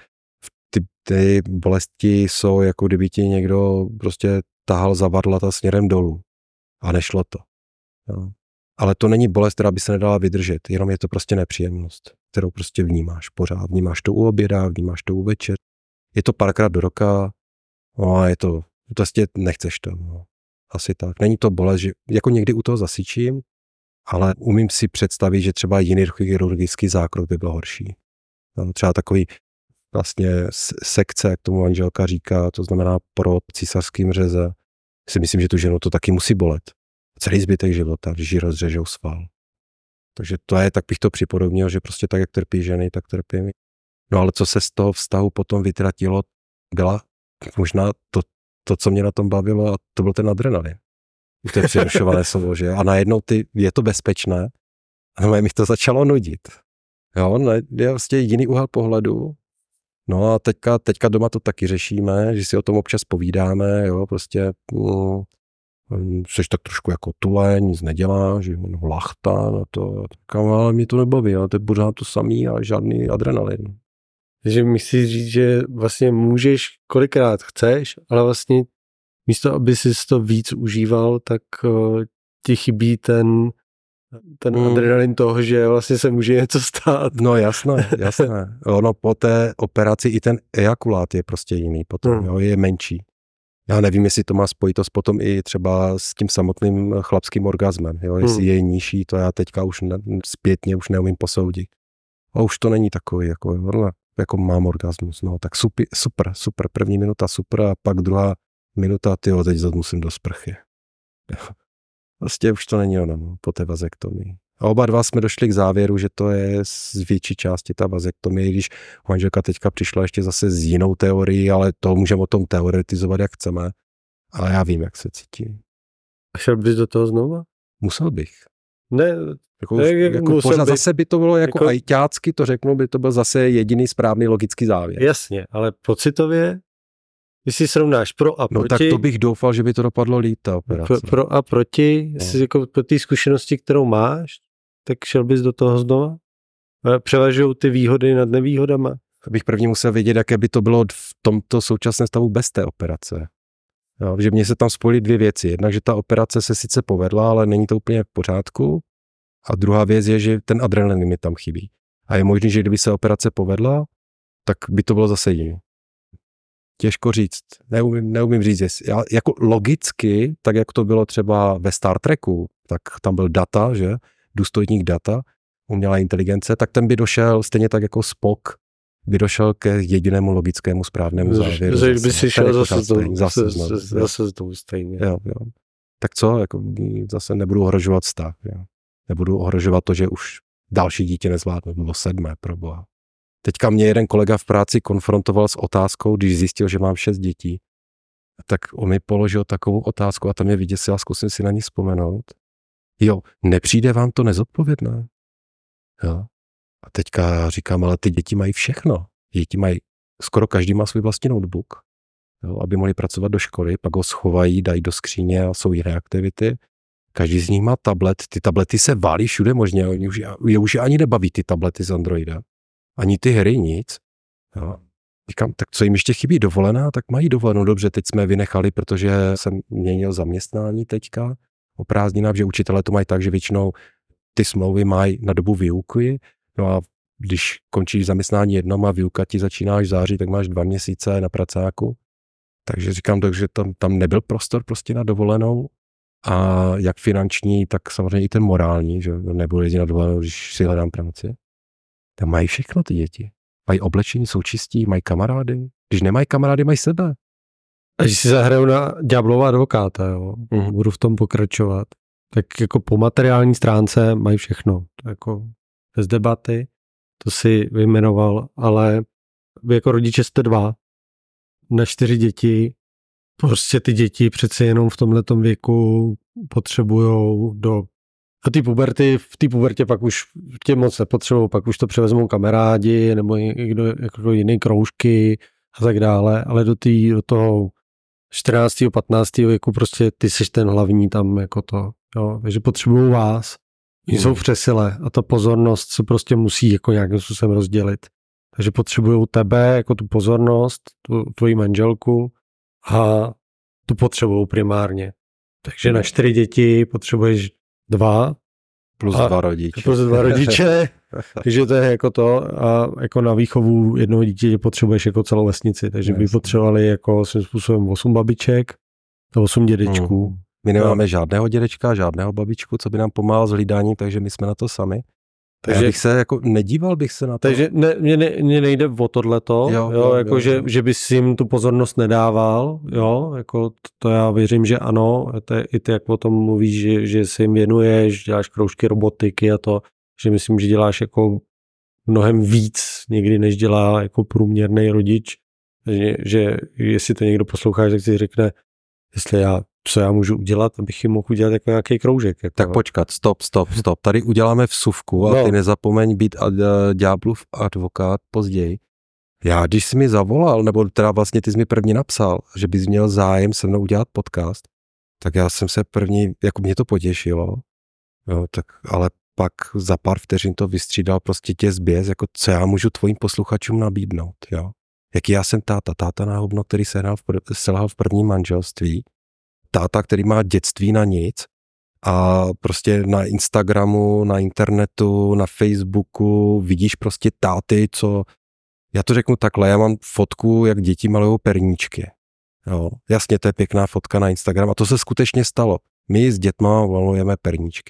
ty bolesti jsou, jako kdyby ti někdo prostě tahal za varlata směrem dolů. A nešlo to. Jo. Ale to není bolest, která by se nedala vydržet, jenom je to prostě nepříjemnost, kterou prostě vnímáš pořád. Vnímáš to u oběda, vnímáš to u večer. Je to párkrát do roka, no a je to, prostě nechceš to. No. Asi tak. Není to bolest, že jako někdy u toho zasyčím, ale umím si představit, že třeba jiný chirurgický zákrok by byl horší. No, třeba takový vlastně sekce, jak tomu manželka říká, to znamená porod císařským řeze. Si myslím, že tu ženu to taky musí bolet. Celý zbytek života, když ji rozřežou sval. Takže to je, tak bych to připodobnil, že prostě tak, jak trpí ženy, tak trpím. No ale co se z toho vztahu potom vytratilo, byla možná to, co mě na tom bavilo, a to byl ten adrenalin. To je přerušované slovo, že? A najednou je to bezpečné, ale mi to začalo nudit. Jo, je vlastně jiný úhel pohledu. No a teďka doma to taky řešíme, že si o tom občas povídáme, jo, prostě seš tak trošku jako tuleň, nic neděláš, lachta na to, ale mě to nebaví, ale to je pořád to samý a žádný adrenalin.
Takže myslíš říct, že vlastně můžeš kolikrát chceš, ale vlastně místo, aby jsi to víc užíval, tak ti chybí ten adrenalin toho, že vlastně se může něco stát.
No jasné. Ono po té operaci i ten ejakulát je prostě jiný potom, jo, je menší. Já nevím, jestli to má spojitost potom i třeba s tím samotným chlapským orgasmem, jo, jestli je nižší, to já teďka už zpětně už neumím posoudit. A už to není takový, jako mám orgasmus. No, tak super. První minuta super a pak druhá minuta, tyjo, teď zase musím do sprchy. Vlastně už to není ono, no, po té vazektomii. A oba dva jsme došli k závěru, že to je z větší části ta vazektomie, když manželka teďka přišla ještě zase s jinou teorií, ale to můžeme o tom teoretizovat, jak chceme. Ale já vím, jak se cítí.
A šel bys do toho znova?
Musel bych.
Ne,
jako pořád zase by to bylo jako ajťácky, to řeknu, by to byl zase jediný správný logický závěr.
Jasně, ale pocitově, když si srovnáš pro a proti...
No tak to bych doufal, že by to dopadlo líp, ta operace.
Pro a proti, jestli jako po té zkušenosti, kterou máš, tak šel bys do toho znova? Převažují ty výhody nad nevýhodama?
Bych první musel vědět, jaké by to bylo v tomto současném stavu bez té operace. Jo, že mně se tam spojily dvě věci. Jednak, že ta operace se sice povedla, ale není to úplně v pořádku. A druhá věc je, že ten adrenalin mi tam chybí. A je možné, že kdyby se operace povedla, tak by to bylo zase jiné. Těžko říct. Neumím říct. Já, jako logicky, tak jak to bylo třeba ve Star Treku, tak tam byl Data, že? Důstojník Data, umělá inteligence, tak ten by došel stejně tak jako Spock, by došel ke jedinému logickému správnému závěru.
By si šel zase
to
stejně.
Jo. Tak co? Jako, zase nebudu ohrožovat vztah. Jo. Nebudu ohrožovat to, že už další dítě nezvládnu. Bylo 7, proboha. Teďka mě jeden kolega v práci konfrontoval s otázkou, když zjistil, že mám 6 dětí. Tak on mi položil takovou otázku a tam mě vyděsil a zkusím si na ní vzpomenout. Jo, nepřijde vám to nezodpovědné? Jo. A teďka říkám, ale ty děti mají všechno. Děti mají, skoro každý má svůj vlastní notebook, jo, aby mohli pracovat do školy, pak ho schovají, dají do skříně a jsou jiné aktivity. Každý z nich má tablet, ty tablety se válí všude možně, už ani nebaví ty tablety z Androida. Ani ty hry, nic. Jo. Říkám, tak co jim ještě chybí, dovolená? Tak mají dovolenou, dobře, teď jsme vynechali, protože jsem měnil zaměstnání teďka o prázdninách, že učitelé to mají tak, že většinou ty smlouvy mají na dobu výuky, no a když končíš zaměstnání jednom a výuka ti začíná až v září, tak máš 2 měsíce na pracáku. Takže říkám, takže tam nebyl prostor prostě na dovolenou a jak finanční, tak samozřejmě i ten morální, že nebudu jezdit na dovolenou, když si hledám práci. Tam mají všechno ty děti. Mají oblečení, jsou čistí, mají kamarády. Když nemají kamarády, mají sebe.
A když si zahraju na ďáblova advokáta, jo, budu v tom pokračovat, tak jako po materiální stránce mají všechno. To jako bez debaty, to si vyjmenoval, ale vy jako rodiče jste 2 na 4 děti. Prostě ty děti přece jenom v tomhletom věku potřebujou do té puberty, v té pubertě pak už tě moc nepotřebují, pak už to převezmou kamarádi nebo někdo jako jiný kroužky a tak dále, ale do toho 14. 15. věku prostě ty seš ten hlavní tam jako to, jo, takže potřebují vás. Oni jsou v přesile a ta pozornost se prostě musí jako nějakým způsobem rozdělit. Takže potřebují tebe jako tu pozornost, tvoji manželku a tu potřebují primárně. Takže na 4 děti potřebuješ 2
plus 2 rodiče.
Plus 2 rodiče. Takže to je jako to a jako na výchovu jednoho dítěte potřebuješ jako celou vesnici. Takže by potřebovali jako svým způsobem 8 babiček a 8 dědečků.
My nemáme žádného dědečka, žádného babičku, co by nám pomáhal s hlídáním, takže my jsme na to sami. Takže bych se jako nedíval bych se na to.
Takže mě nejde o tohleto, jo, že bys jim tu pozornost nedával, jo, jako to já věřím, že ano, i ty jak o tom mluvíš, že si jim věnuješ, děláš kroužky robotiky a to, že myslím, že děláš jako mnohem víc někdy, než dělá jako průměrný rodič, že jestli to někdo poslouchá, tak si řekne, co já můžu udělat, abych jim mohl udělat jako nějaký kroužek. Jako.
Tak počkat, stop. Tady uděláme vsuvku a ty nezapomeň být ďáblův advokát později. Já, když jsi mi zavolal, nebo teda vlastně ty jsi mi první napsal, že bys měl zájem se mnou udělat podcast, tak já jsem se první, jako mě to potěšilo, jo, tak, ale pak za pár vteřin to vystřídal prostě tě zběs, jako co já můžu tvojim posluchačům nabídnout, jo. Jaký já jsem táta na hovno, který selhal v prvním manželství, táta, který má dětství na nic a prostě na Instagramu, na internetu, na Facebooku vidíš prostě táty, co, já to řeknu takhle, já mám fotku, jak děti malujou perníčky. Jo, jasně, to je pěkná fotka na Instagram a to se skutečně stalo. My s dětma malujeme perníčky.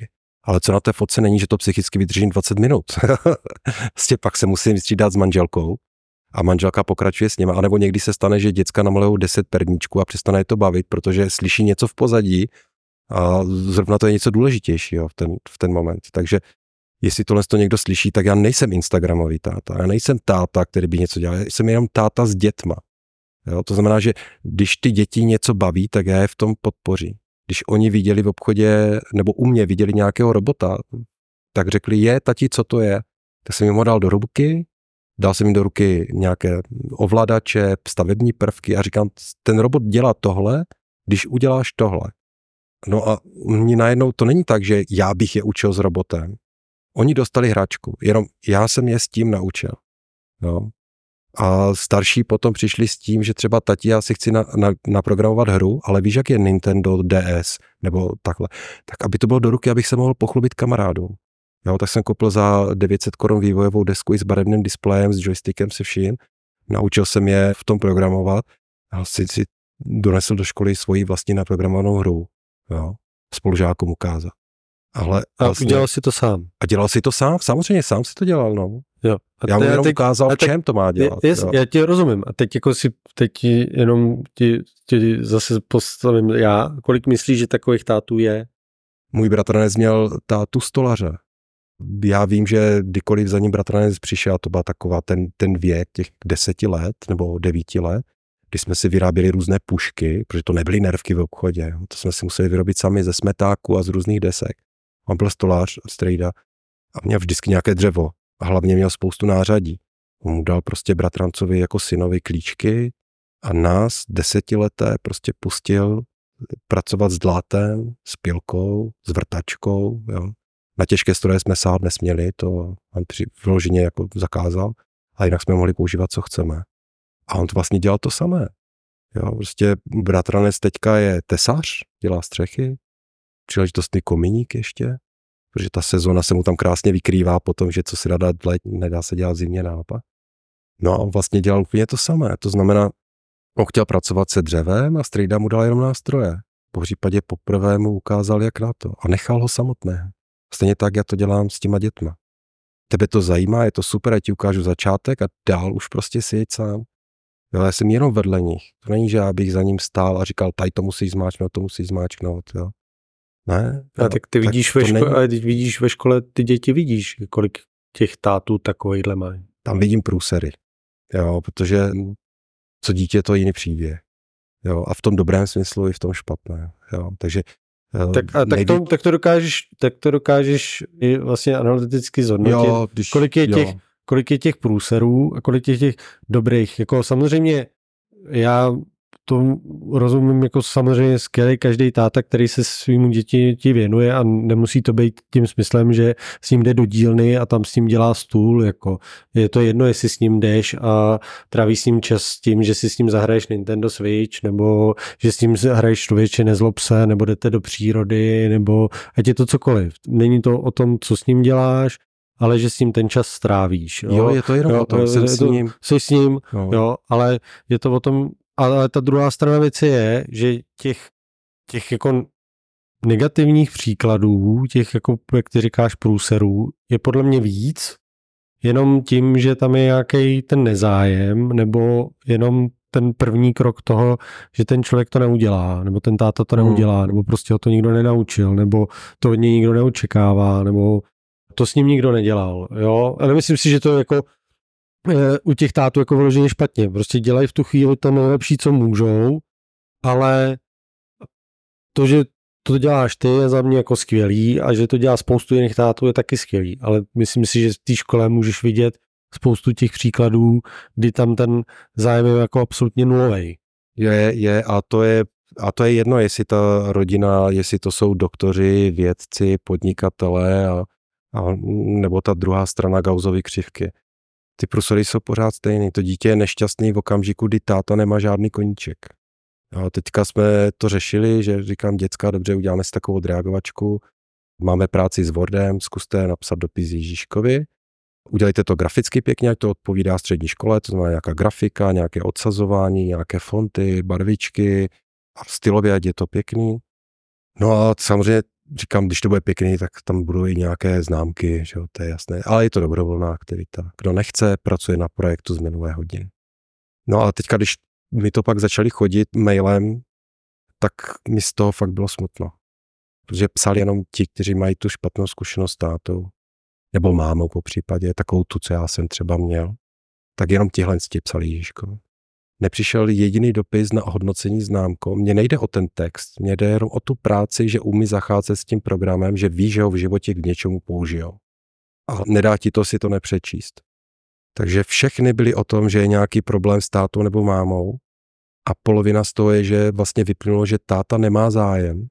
Ale co na té fotce není, že to psychicky vydržím 20 minut. Vlastně pak se musím střídat s manželkou a manželka pokračuje s nima, anebo někdy se stane, že děcka namalujou 10 perníčků a přestane je to bavit, protože slyší něco v pozadí a zrovna to je něco důležitějšího v ten moment. Takže jestli tohle to někdo slyší, tak já nejsem instagramový táta, já nejsem táta, který by něco dělal, já jsem jenom táta s dětma. Jo? To znamená, že když ty děti něco baví, tak já je v tom podpořím. Když oni viděli v obchodě, nebo u mě viděli nějakého robota, tak řekli, tati, co to je? Tak jsem jim ho dal do ruky, dal jsem jim do ruky nějaké ovladače, stavební prvky a říkám, ten robot dělá tohle, když uděláš tohle. No a mně najednou to není tak, že já bych je učil s robotem. Oni dostali hračku, jenom já jsem je s tím naučil. Jo. A starší potom přišli s tím, že třeba tati, já si chci naprogramovat hru, ale víš, jak je Nintendo DS nebo takhle. Tak aby to bylo do ruky, abych se mohl pochlubit kamarádům. Jo, tak jsem koupil za 900 Kč vývojovou desku i s barevným displejem, s joystickem, se vším. Naučil jsem je v tom programovat a si donesl do školy svoji vlastní naprogramovanou hru. Jo, spolužákům ukázat. Ale
a
vlastně,
udělal si to sám.
A dělal si to sám? Samozřejmě sám si to dělal, no.
Jo.
Já mu jenom ukázal, v čem to má dělat.
Já ti rozumím. A teď jako ti zase postavím já. Kolik myslíš, že takových tátů je?
Můj bratranec měl tátu stolaře. Já vím, že kdykoliv za ním bratranec přišel, to byla taková ten věk těch 10 let nebo 9 let, kdy jsme si vyráběli různé pušky, protože to nebyly nervky v obchodě. To jsme si museli vyrobit sami ze smetáku a z různých desek. On byl stolář, strejda a měl vždycky nějaké dřevo. A hlavně měl spoustu nářadí. On mu dal prostě bratrancovi jako synovi klíčky a nás 10leté prostě pustil pracovat s dlátem, s pilkou, s vrtačkou. Jo. Na těžké stroje jsme sát nesměli, to on vyloženě jako zakázal, a jinak jsme mohli používat, co chceme. A on to vlastně dělal to samé. Jo, prostě bratranec teďka je tesař, dělá střechy, příležitostný komíník ještě, protože ta sezona se mu tam krásně vykrývá potom, že co se dá dát v létě, nedá se dělat v zimě naopak. No a on vlastně dělal úplně to samé. To znamená, on chtěl pracovat se dřevem a strejda mu dal jenom nástroje. Po případě poprvé mu ukázal, jak na to. A nechal ho samotného. Stejně tak já to dělám s těma dětma. Tebe to zajímá, je to super, já ti ukážu začátek a dál už prostě si jeď sám. Jo, já jsem jenom vedle nich. To není, že já bych za ním stál a říkal, tady to musíš zmáčknout, jo. Ne?
A tak ty vidíš vidíš ve škole, ty děti vidíš, kolik těch tátů takovejhle mají.
Tam vidím průsery, jo, protože co dítě, to jiný příběh. Jo, a v tom dobrém smyslu i v tom špatném. Jo, takže
tak to dokážeš i vlastně analyticky zhodnotit,
jo,
kolik je těch průserů a kolik je těch dobrých. Jako samozřejmě já to rozumím jako samozřejmě skvělý každý táta, který se svýmu děti věnuje a nemusí to být tím smyslem, že s ním jde do dílny a tam s ním dělá stůl. Jako. Je to jedno, jestli s ním jdeš a trávíš s ním čas s tím, že si s ním zahraješ Nintendo Switch, nebo že s ním hraješ Člověče nezlob se, nebo jdete do přírody, nebo ať je to cokoliv. Není to o tom, co s ním děláš, ale že s ním ten čas strávíš.
Jo, je to jenom o tom,
jsi s ním, jo, ale je to o tom. Ale ta druhá strana věci je, že těch jako negativních příkladů, těch jako, jak ty říkáš, průserů, je podle mě víc, jenom tím, že tam je nějaký ten nezájem, nebo jenom ten první krok toho, že ten člověk to neudělá, nebo ten táta to neudělá, nebo prostě ho to nikdo nenaučil, nebo to od něj nikdo neočekává, nebo to s ním nikdo nedělal. Jo? Ale myslím si, že to jako u těch tátů jako vyloženě špatně. Prostě dělají v tu chvíli to nejlepší, co můžou, ale to, že to děláš ty, je za mě jako skvělý a že to dělá spoustu jiných tátů, je taky skvělý. Ale myslím si, že v té škole můžeš vidět spoustu těch příkladů, kdy tam ten zájem je jako absolutně nulový.
Je a to je jedno, jestli ta rodina, jestli to jsou doktoři, vědci, podnikatelé a nebo ta druhá strana Gaussovy křivky. Ty průsery jsou pořád stejný. To dítě je nešťastný v okamžiku, kdy táta nemá žádný koníček. A teďka jsme to řešili, že říkám, děcka, dobře, uděláme si takovou odreagovačku, máme práci s Wordem, zkuste napsat dopis Ježíškovi, udělejte to graficky pěkně, ať to odpovídá střední škole, to znamená nějaká grafika, nějaké odsazování, nějaké fonty, barvičky a stylově, ať je to pěkný. No a samozřejmě říkám, když to bude pěkný, tak tam budou i nějaké známky, že jo, to je jasné. Ale je to dobrovolná aktivita. Kdo nechce, pracuje na projektu z minulé hodiny. No a teďka, když mi to pak začali chodit mailem, tak mi z toho fakt bylo smutno. Protože psali jenom ti, kteří mají tu špatnou zkušenost s tátou, nebo mámou po případě, takovou tu, co já jsem třeba měl, tak jenom tihle psali Ježíško. Nepřišel jediný dopis na hodnocení známkou. Mně nejde o ten text, mně jde jenom o tu práci, že umí zacházet s tím programem, že ví, že ho v životě k něčemu použijou. A nedá ti to si to nepřečíst. Takže všechny byly o tom, že je nějaký problém s tátou nebo mámou a polovina z toho je, že vlastně vyplynulo, že táta nemá zájem,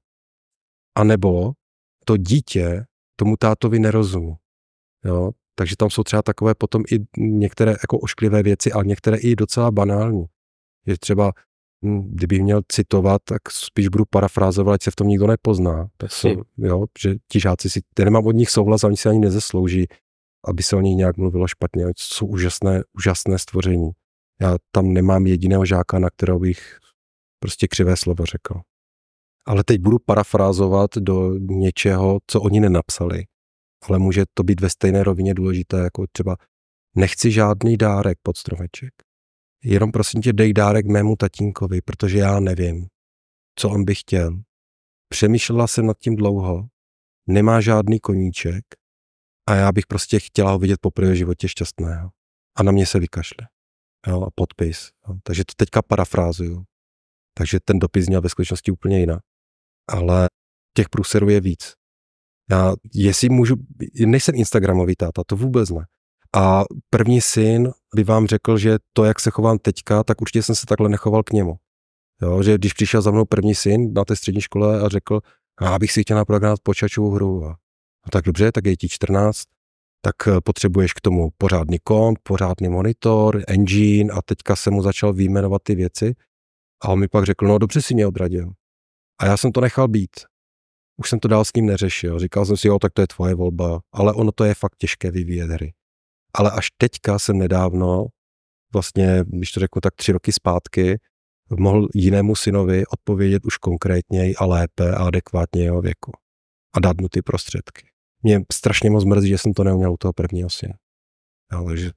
anebo to dítě tomu tátovi nerozumí. Jo? Takže tam jsou třeba takové potom i některé jako ošklivé věci, ale některé i docela banální. Že třeba, kdybych měl citovat, tak spíš budu parafrázovat, ať se v tom nikdo nepozná. Jo, že ti žáci si, nemám od nich souhlas a oni si ani nezaslouží, aby se o nich nějak mluvilo špatně. To jsou úžasné stvoření. Já tam nemám jediného žáka, na kterého bych prostě křivé slovo řekl. Ale teď budu parafrázovat do něčeho, co oni nenapsali. Ale může to být ve stejné rovině důležité, jako třeba nechci žádný dárek pod stromeček. Jenom prosím tě dej dárek mému tatínkovi, protože já nevím, co on by chtěl. Přemýšlela jsem nad tím dlouho, nemá žádný koníček a já bych prostě chtěla ho vidět poprvé v životě šťastného. A na mě se vykašle. Jo, a podpis. Jo. Takže to teďka parafrázuju. Takže ten dopis měl ve skutečnosti úplně jinak. Ale těch průserů je víc. Já, jestli můžu, nejsem instagramový táta, to vůbec ne. A první syn by vám řekl, že to, jak se chovám teďka, tak určitě jsem se takhle nechoval k němu. Jo, že když přišel za mnou první syn na té střední škole a řekl, já bych si chtěl naprogramovat počítačovou hru. No tak dobře, tak je ti 14, tak potřebuješ k tomu pořádný komp, pořádný monitor, engine a teďka jsem mu začal vyjmenovat ty věci. A on mi pak řekl, no dobře si mě odradil. A já jsem to nechal být. Už jsem to dál s ním neřešil. Říkal jsem si, jo, tak to je tvoje volba. Ale ono to je fakt těžké vyvíjet hry. Ale až teďka jsem nedávno, vlastně, když to řeknu tak 3 roky zpátky, mohl jinému synovi odpovědět už konkrétněji a lépe a adekvátně jeho věku. A dát mu ty prostředky. Mě strašně moc mrzí, že jsem to neuměl u toho prvního syna. Ale že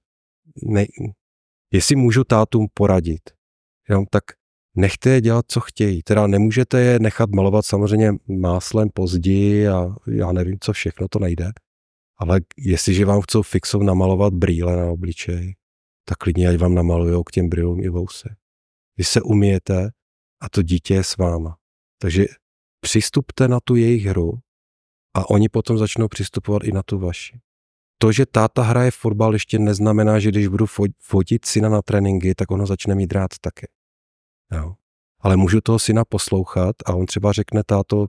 jestli můžu tátům poradit, jo, tak nechte je dělat, co chtějí. Teda nemůžete je nechat malovat samozřejmě máslem později a já nevím, co všechno, to nejde. Ale jestliže vám chcou fixou namalovat brýle na obličej, tak klidně ať vám namalujou k těm brýlům i vousy. Vy se umyjete a to dítě je s váma. Takže přistupte na tu jejich hru a oni potom začnou přistupovat i na tu vaši. To, že táta hraje fotbal, ještě neznamená, že když budu fotit syna na tréninky, tak ono začne mít rád taky. Jo. Ale můžu toho syna poslouchat a on třeba řekne, táto,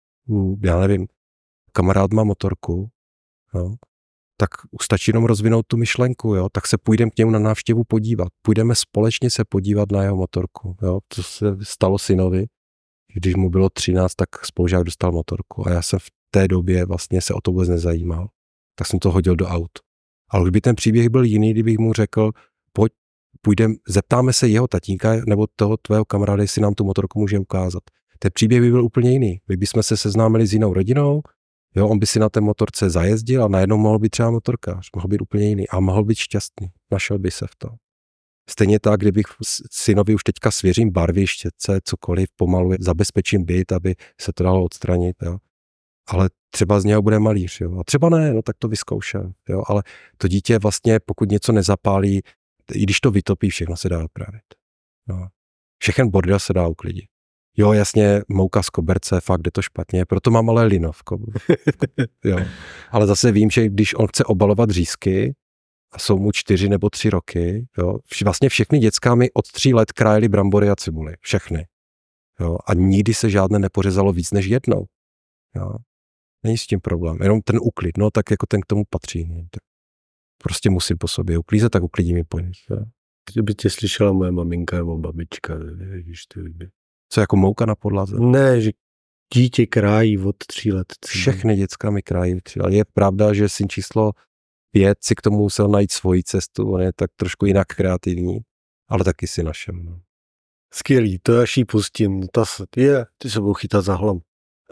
já nevím, kamarád má motorku, jo, tak stačí jenom rozvinout tu myšlenku, jo, tak se půjdeme k němu na návštěvu podívat. Půjdeme společně se podívat na jeho motorku, jo, to se stalo synovi. Když mu bylo 13, tak spolužák dostal motorku a já jsem v té době vlastně se o to vůbec nezajímal. Tak jsem to hodil do aut. Ale už by ten příběh byl jiný, kdybych mu řekl, pojď, zeptáme se jeho tatínka nebo toho tvého kamaráda, jestli nám tu motorku může ukázat. Ten příběh by byl úplně jiný. My bychom se seznámili s jinou rodinou, jo, on by si na té motorce zajezdil a najednou mohl být třeba motorkář, mohl být úplně jiný a mohl být šťastný. Našel by se v tom. Stejně tak, kdybych synovi už teďka svěřím barvy, štětce, cokoliv, pomalu zabezpečím byt, aby se to dalo odstranit, jo. Ale třeba z něho bude malíř, jo. A třeba ne, no tak to vyzkouším, jo. Ale to dítě vlastně, pokud něco nezapálí, i když to vytopí, všechno se dá opravit. Jo. Všechen bordel se dá uklidit. Jo, jasně, mouka z koberce, fakt jde to špatně, proto mám ale linovko. Jo. Ale zase vím, že když on chce obalovat řízky, a jsou mu 4 nebo 3 roky, jo, vlastně všechny děcka mi od 3 let krájeli brambory a cibuly. Všechny. Jo, a nikdy se žádné nepořezalo víc než jednou. Jo. Není s tím problém. Jenom ten uklid, no tak jako ten k tomu patří. Ne? Tak prostě musím po sobě uklízet, tak uklidím i po nich. Jo.
Kdyby tě slyšela moje maminka nebo babička, nevíš ty lidi.
Co, jako mouka na podlaze?
Ne, že dítě krájí od 3 let.
Všechny děcka mi krájí 3 let. Je pravda, že syn číslo 5 si k tomu musel najít svoji cestu, on je tak trošku jinak kreativní, ale taky si našel. No.
Skvělý, to až jí pustím, ty se budou chytat za hlavu.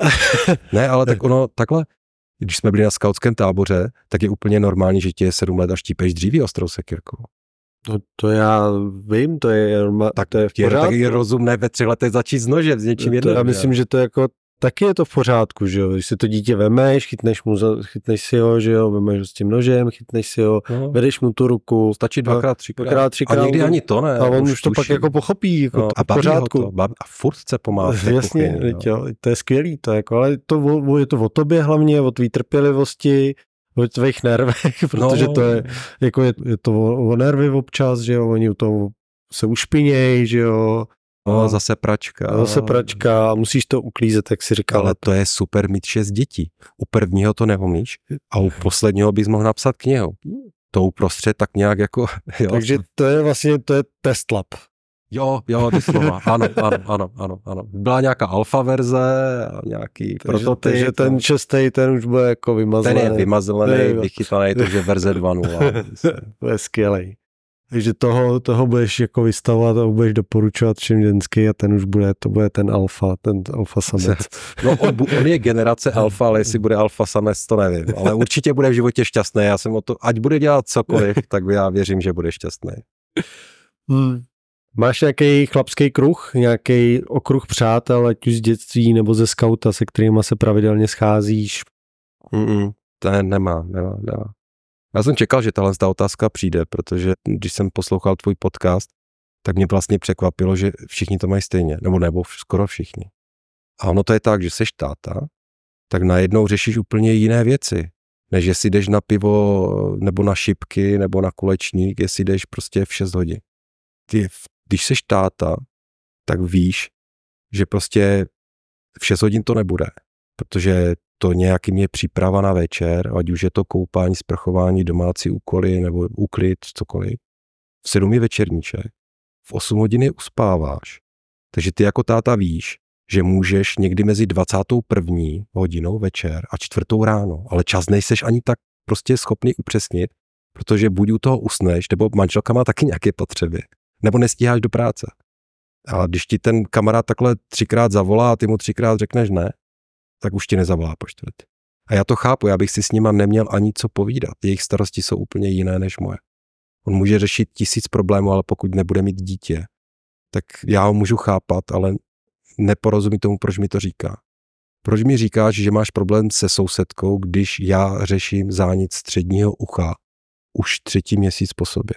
Ne, ale tak ono takhle, když jsme byli na skautském táboře, tak je úplně normální, že ti je 7 let a štípeš dříví ostrou sekyrkou.
No to já vím, to je
Tak
to je v pořádku.
Tak je rozumné ve 3 letech začít s nožem, s něčím jedným.
Já myslím, že to jako taky je to v pořádku, že jo, když si to dítě vemeš, chytneš si ho, že jo, vemeš ho s tím nožem, chytneš si ho, vedeš mu tu ruku.
Stačí 2x, 3x. A někdy ani to ne.
A on už to pak jako pochopí, jako
a
v pořádku.
A furt chce pomáhat.
Jasně, jo, to je skvělý, to jako, ale je to o tobě hlavně, o tvý trpělivosti, o tvých nervech, protože to je, jako je to o nervy občas, že jo, oni u toho se ušpinějí, že jo.
No, zase pračka.
A musíš to uklízet, jak si říkal.
Ale to je super mít 6 dětí. U prvního to neumíš a u posledního bys mohl napsat knihu. To uprostřed tak nějak jako... Jo.
Takže to je vlastně, to je test lab.
Jo, ty slova. Ano. Byla nějaká alfa verze a nějaký prototyp.
Takže ten 6. ten už bude jako vymazlený.
Ten je vymazlený, vychytaný, takže verze 2.0.
To je skvělej. Takže toho budeš jako vystavovat a budeš doporučovat všem ženský a ten už bude, to bude ten alfa samec.
No on je generace alfa, ale jestli bude alfa samec, to nevím. Ale určitě bude v životě šťastný. Já jsem o to, ať bude dělat cokoliv, tak já věřím, že bude šťastný.
Máš nějaký chlapský kruh, nějaký okruh přátel, ať už z dětství nebo ze skauta, se kterýma se pravidelně scházíš?
To nemá. Já jsem čekal, že ta otázka přijde, protože když jsem poslouchal tvůj podcast, tak mě vlastně překvapilo, že všichni to mají stejně, nebo skoro všichni. A ono to je tak, že seš táta, tak najednou řešíš úplně jiné věci, než jestli jdeš na pivo, nebo na šipky, nebo na kulečník, jestli jdeš prostě v 6 hodin. Když seš táta, tak víš, že prostě v 6 hodin to nebude, protože to nějakým je příprava na večer, ať už je to koupání, sprchování, domácí úkoly nebo úklid, cokoliv. V 7 je večerníček, v 8 hodiny uspáváš. Takže ty jako táta víš, že můžeš někdy mezi 21. hodinou večer a 4. ráno, ale čas nejseš ani tak prostě schopný upřesnit, protože buď u toho usneš, nebo manželka má taky nějaké potřeby, nebo nestíháš do práce. A když ti ten kamarád takhle 3krát zavolá a ty mu 3krát řekneš ne, tak už ti nezavolá po 4. A já to chápu, já bych si s nima neměl ani co povídat. Jejich starosti jsou úplně jiné než moje. On může řešit 1000 problémů, ale pokud nebude mít dítě, tak já ho můžu chápat, ale neporozumí tomu, proč mi to říká. Proč mi říkáš, že máš problém se sousedkou, když já řeším zánět středního ucha už 3. měsíc po sobě?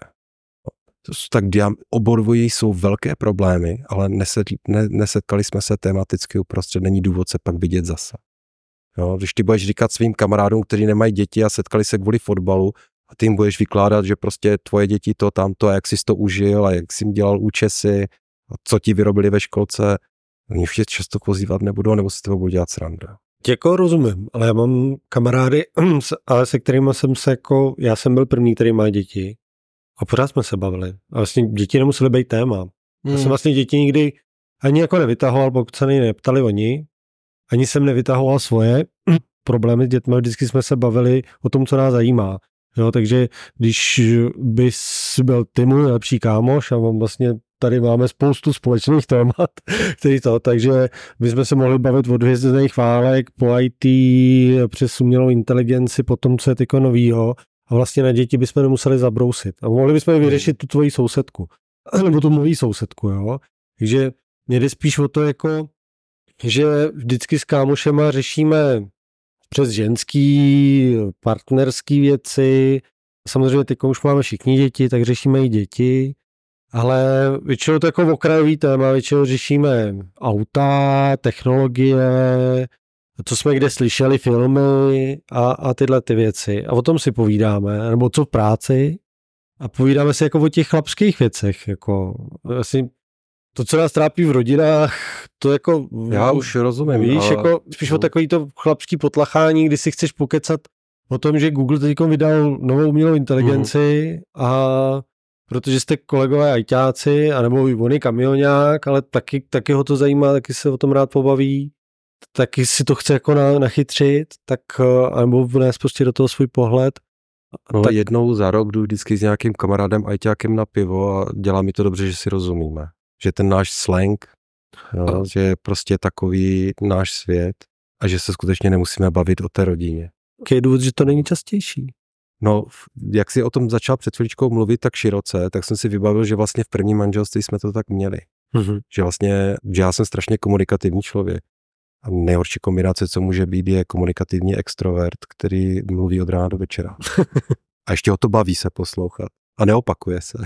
Tak obojí jsou velké problémy, ale nesetkali jsme se tematicky uprostřed, není důvod se pak vidět zase. Jo, když ty budeš říkat svým kamarádům, kteří nemají děti a setkali se kvůli fotbalu, a ty jim budeš vykládat, že prostě tvoje děti to, tamto, a jak jsi to užil a jak jsi jim dělal účesy, a co ti vyrobili ve školce, oni už tě často pozývat nebudou, nebo si to budou dělat srandu.
Děkuji, rozumím, ale já mám kamarády, ale se kterými jsem se jako, já jsem byl první, který má děti. A pořád jsme se bavili. A vlastně děti nemusely být téma. Já jsem vlastně děti nikdy ani jako nevytahoval, pokud se neptali oni. Ani jsem nevytahoval svoje problémy s dětmi. Vždycky jsme se bavili o tom, co nás zajímá. Jo, takže když bys byl ty můj lepší kámoš a vlastně tady máme spoustu společných témat, takže bychom se mohli bavit od hvězdných válek po IT, přes umělou inteligenci, potom co je tyko novýho. A vlastně na děti bychom nemuseli zabrousit. A mohli bychom vyřešit tu tvoji sousedku. Nebo tu mojí sousedku, jo. Takže mě jde spíš o to, jako, že vždycky s kámošema řešíme přes ženský, partnerský věci. Samozřejmě teď už máme všichni děti, tak řešíme i děti. Ale většinou to jako okrajový téma, většinou řešíme auta, technologie, co jsme kde slyšeli, filmy a tyhle ty věci. A o tom si povídáme, nebo co v práci. A povídáme si jako o těch chlapských věcech. Jako, asi to, co nás trápí v rodinách, to jako...
Já už rozumím.
Víš, ale... jako spíš o takový to chlapský potlachání, kdy si chceš pokecat o tom, že Google teď vydal novou umělou inteligenci a protože jste kolegové ajťáci, anebo on je kamionák, ale taky ho to zajímá, taky se o tom rád pobaví, taky si to chce jako nachytřit, tak anebo vnést prostě do toho svůj pohled.
No, tak... Jednou za rok jdu vždycky s nějakým kamarádem ajťákem na pivo a dělá mi to dobře, že si rozumíme. Že ten náš slang, že je prostě takový náš svět. a že se skutečně nemusíme bavit o té rodině.
Jaký je důvod, že to není častější?
No, jak si o tom začal před chvíličkou mluvit tak široce, tak jsem si vybavil, že vlastně v prvním manželství jsme to tak měli. Že vlastně, že já jsem strašně komunikativní člověk. A nejhorší kombinace, co může být, je komunikativní extrovert, který mluví od rána do večera. A ještě ho to baví se poslouchat. A neopakuje se.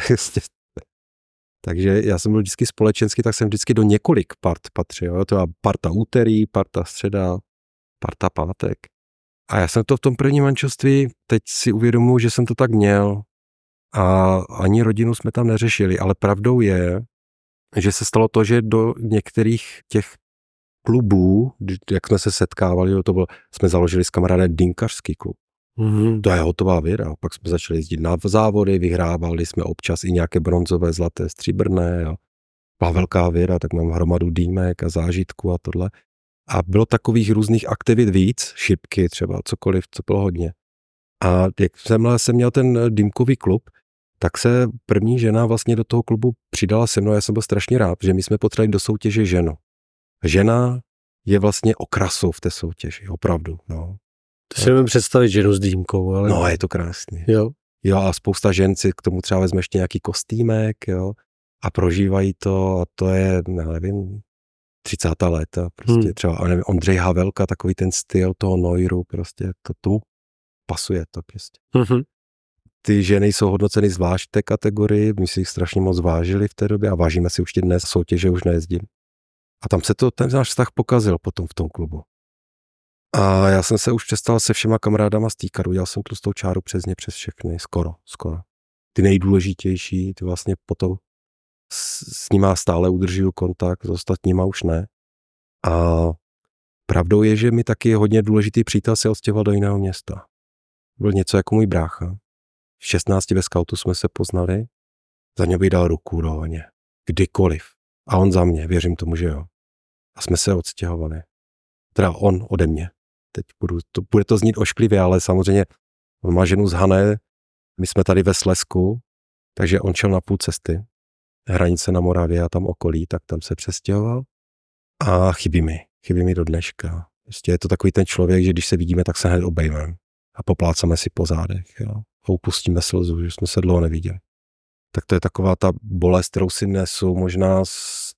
Takže já jsem byl vždycky společensky, tak jsem vždycky do několik part patřil. Jo? To byla parta úterý, parta středa, parta pátek. A já jsem to v tom prvním manželství, teď si uvědomuji, že jsem to tak měl. A ani rodinu jsme tam neřešili. Ale pravdou je, že se stalo to, že do některých těch klubů, jak jsme se setkávali, jsme založili s kamarádem dýmkařský klub. To je hotová věda. Pak jsme začali jezdit na závody, vyhrávali jsme občas i nějaké bronzové, zlaté, stříbrné. Byla velká věda, tak mám hromadu dýmek a zážitku a tohle. A bylo takových různých aktivit víc, šipky třeba, cokoliv, co bylo hodně. A jak jsem měl ten dýmkový klub, tak se první žena vlastně do toho klubu přidala se mnou. Já jsem byl strašně rád, že my jsme potřebovali do soutěže ženu. Žena je vlastně okrasou v té soutěži, opravdu. No.
To si můžeme představit ženu s dýmkou, ale...
No, je to krásný.
Jo.
Jo, a spousta žen si k tomu třeba vezme ještě nějaký kostýmek, jo, a prožívají to, a to je, nevím, 30. léta, prostě třeba, nevím, Ondřej Havelka, takový ten styl toho noiru, prostě to tu pasuje to prostě. Ty ženy jsou hodnoceny zvlášť v té kategorii, my si jich strašně moc vážili v té době a vážíme si už dnes, soutěže už nejezdím. A tam se ten náš vztah pokazil potom v tom klubu. A já jsem se už přestal se všema kamarádama stýkat, udělal jsem tlustou čáru přes ně, přes všechny, skoro. Ty nejdůležitější, ty vlastně potom s nima stále udržuju kontakt, s ostatníma už ne. A pravdou je, že mi taky hodně důležitý přítel se odstěhoval do jiného města. Byl něco jako můj brácha. V 16 ve skautu jsme se poznali, za něj bych dal ruku rovně, kdykoliv. A on za mě, věřím tomu, že jo. A jsme se odstěhovali. Teda on ode mě. Teď bude to znít ošklivě, ale samozřejmě on má ženu z Hané, my jsme tady ve Slezsku, takže on šel na půl cesty, hranice na Moravě a tam okolí, tak tam se přestěhoval. A chybí mi do dneška. Prostě je to takový ten člověk, že když se vidíme, tak se hned obejmeme a poplácáme si po zádech, jo. A upustíme slzu, že jsme se dlouho neviděli. Tak to je taková ta bolest, kterou si nesu možná z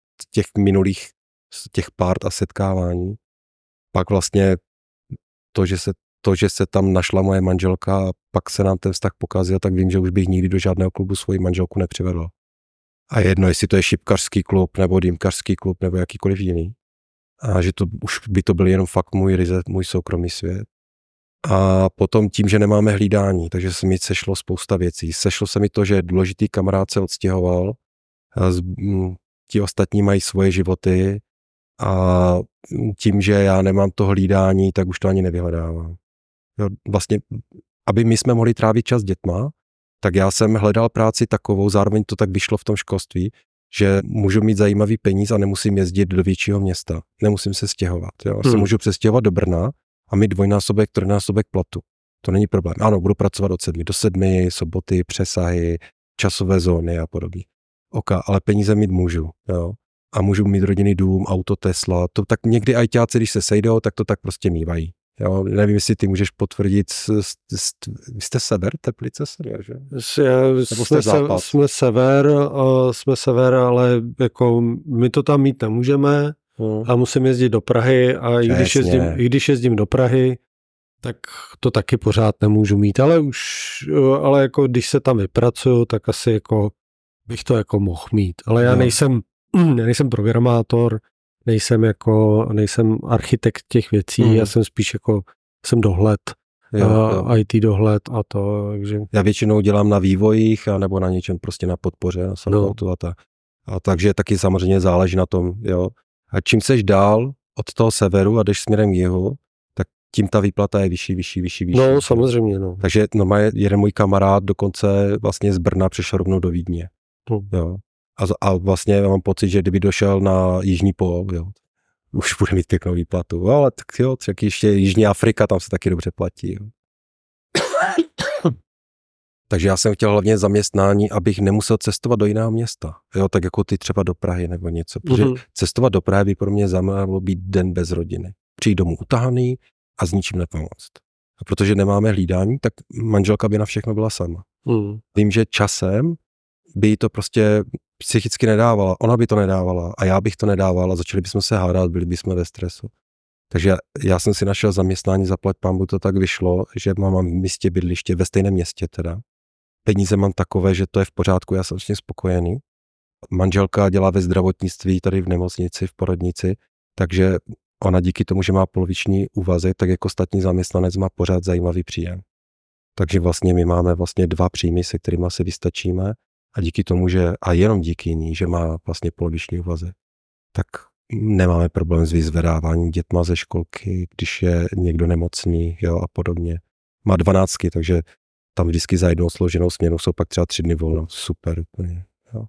těch párt a setkávání. Pak vlastně to, že se tam našla moje manželka a pak se nám ten vztah pokazil, tak vím, že už bych nikdy do žádného klubu svoji manželku nepřivedl. A jedno, jestli to je šipkařský klub, nebo dýmkařský klub, nebo jakýkoliv jiný. A že to už by to byl jenom fakt můj soukromý svět. A potom tím, že nemáme hlídání, takže se mi sešlo spousta věcí. Sešlo se mi to, že důležitý kamarád se odstěhoval, ti ostatní mají svoje životy a tím, že já nemám to hlídání, tak už to ani nevyhledávám. Jo, vlastně, aby my jsme mohli trávit čas s dětma, tak já jsem hledal práci takovou, zároveň to tak vyšlo v tom školství, že můžu mít zajímavý peníz a nemusím jezdit do většího města. Nemusím se stěhovat. Jo. Já se můžu přestěhovat do Brna a mít dvojnásobek, trojnásobek platu. To není problém. Ano, budu pracovat od 7 do 7, soboty, přesahy, časové zóny a podobně. Ale peníze mít můžu. Jo. A můžu mít rodinný dům, auto, Tesla. To tak někdy ajťáci, když se sejdou, tak to tak prostě mívají. Jo, nevím, jestli ty můžeš potvrdit, vy jste sever, Teplice, že?
Jsme sever, ale jako my to tam mít nemůžeme a musím jezdit do Prahy a i když jezdím do Prahy, tak to taky pořád nemůžu mít, ale jako když se tam vypracuju, tak asi jako bych to jako mohl mít, ale já nejsem programátor, nejsem architekt těch věcí, já jsem spíš jsem dohled, IT dohled a to, takže...
Já většinou dělám na vývojích a nebo na něčem prostě na podpoře, na supportu a takže taky samozřejmě záleží na tom, jo. A čím seš dál od toho severu a jdeš směrem k jihu, tak tím ta výplata je vyšší.
No, samozřejmě, no.
Takže normálně jeden můj kamarád dokonce vlastně z Brna přešel rovnou do Vídně, jo. A vlastně mám pocit, že kdyby došel na jižní pól, jo, už bude mít pěknou výplatu. Ale tak jo, tak ještě Jižní Afrika, tam se taky dobře platí. Jo. Takže já jsem chtěl hlavně zaměstnání, abych nemusel cestovat do jiného města. Jo, tak jako ty třeba do Prahy nebo něco. Protože cestovat do Prahy by pro mě znamenalo být den bez rodiny. přijít domů utahaný a s ničím nepomoct. A protože nemáme hlídání, tak manželka by na všechno byla sama. Vím, že časem by jí to prostě psychicky nedávala, ona by to nedávala a já bych to nedával a začali bychom se hádat, byli bychom ve stresu. Takže já jsem si našel zaměstnání, zaplať pánbůh to tak vyšlo, že mám v místě bydliště, ve stejném městě teda. Peníze mám takové, že to je v pořádku, já jsem vlastně spokojený. Manželka dělá ve zdravotnictví tady v nemocnici, v porodnici, takže ona díky tomu, že má poloviční úvazek, tak jako ostatní zaměstnanec má pořád zajímavý příjem. Takže vlastně my máme vlastně 2 příjmy, se kterými se vystačíme a díky tomu, že a jenom díky ní, že má vlastně poloviční úvazek, tak nemáme problém s vyzvedáváním dětma ze školky, když je někdo nemocný, jo, a podobně. Má 12, takže tam vždycky za jednou složenou směnu jsou pak třeba 3 dny volno. Super úplně. Jo.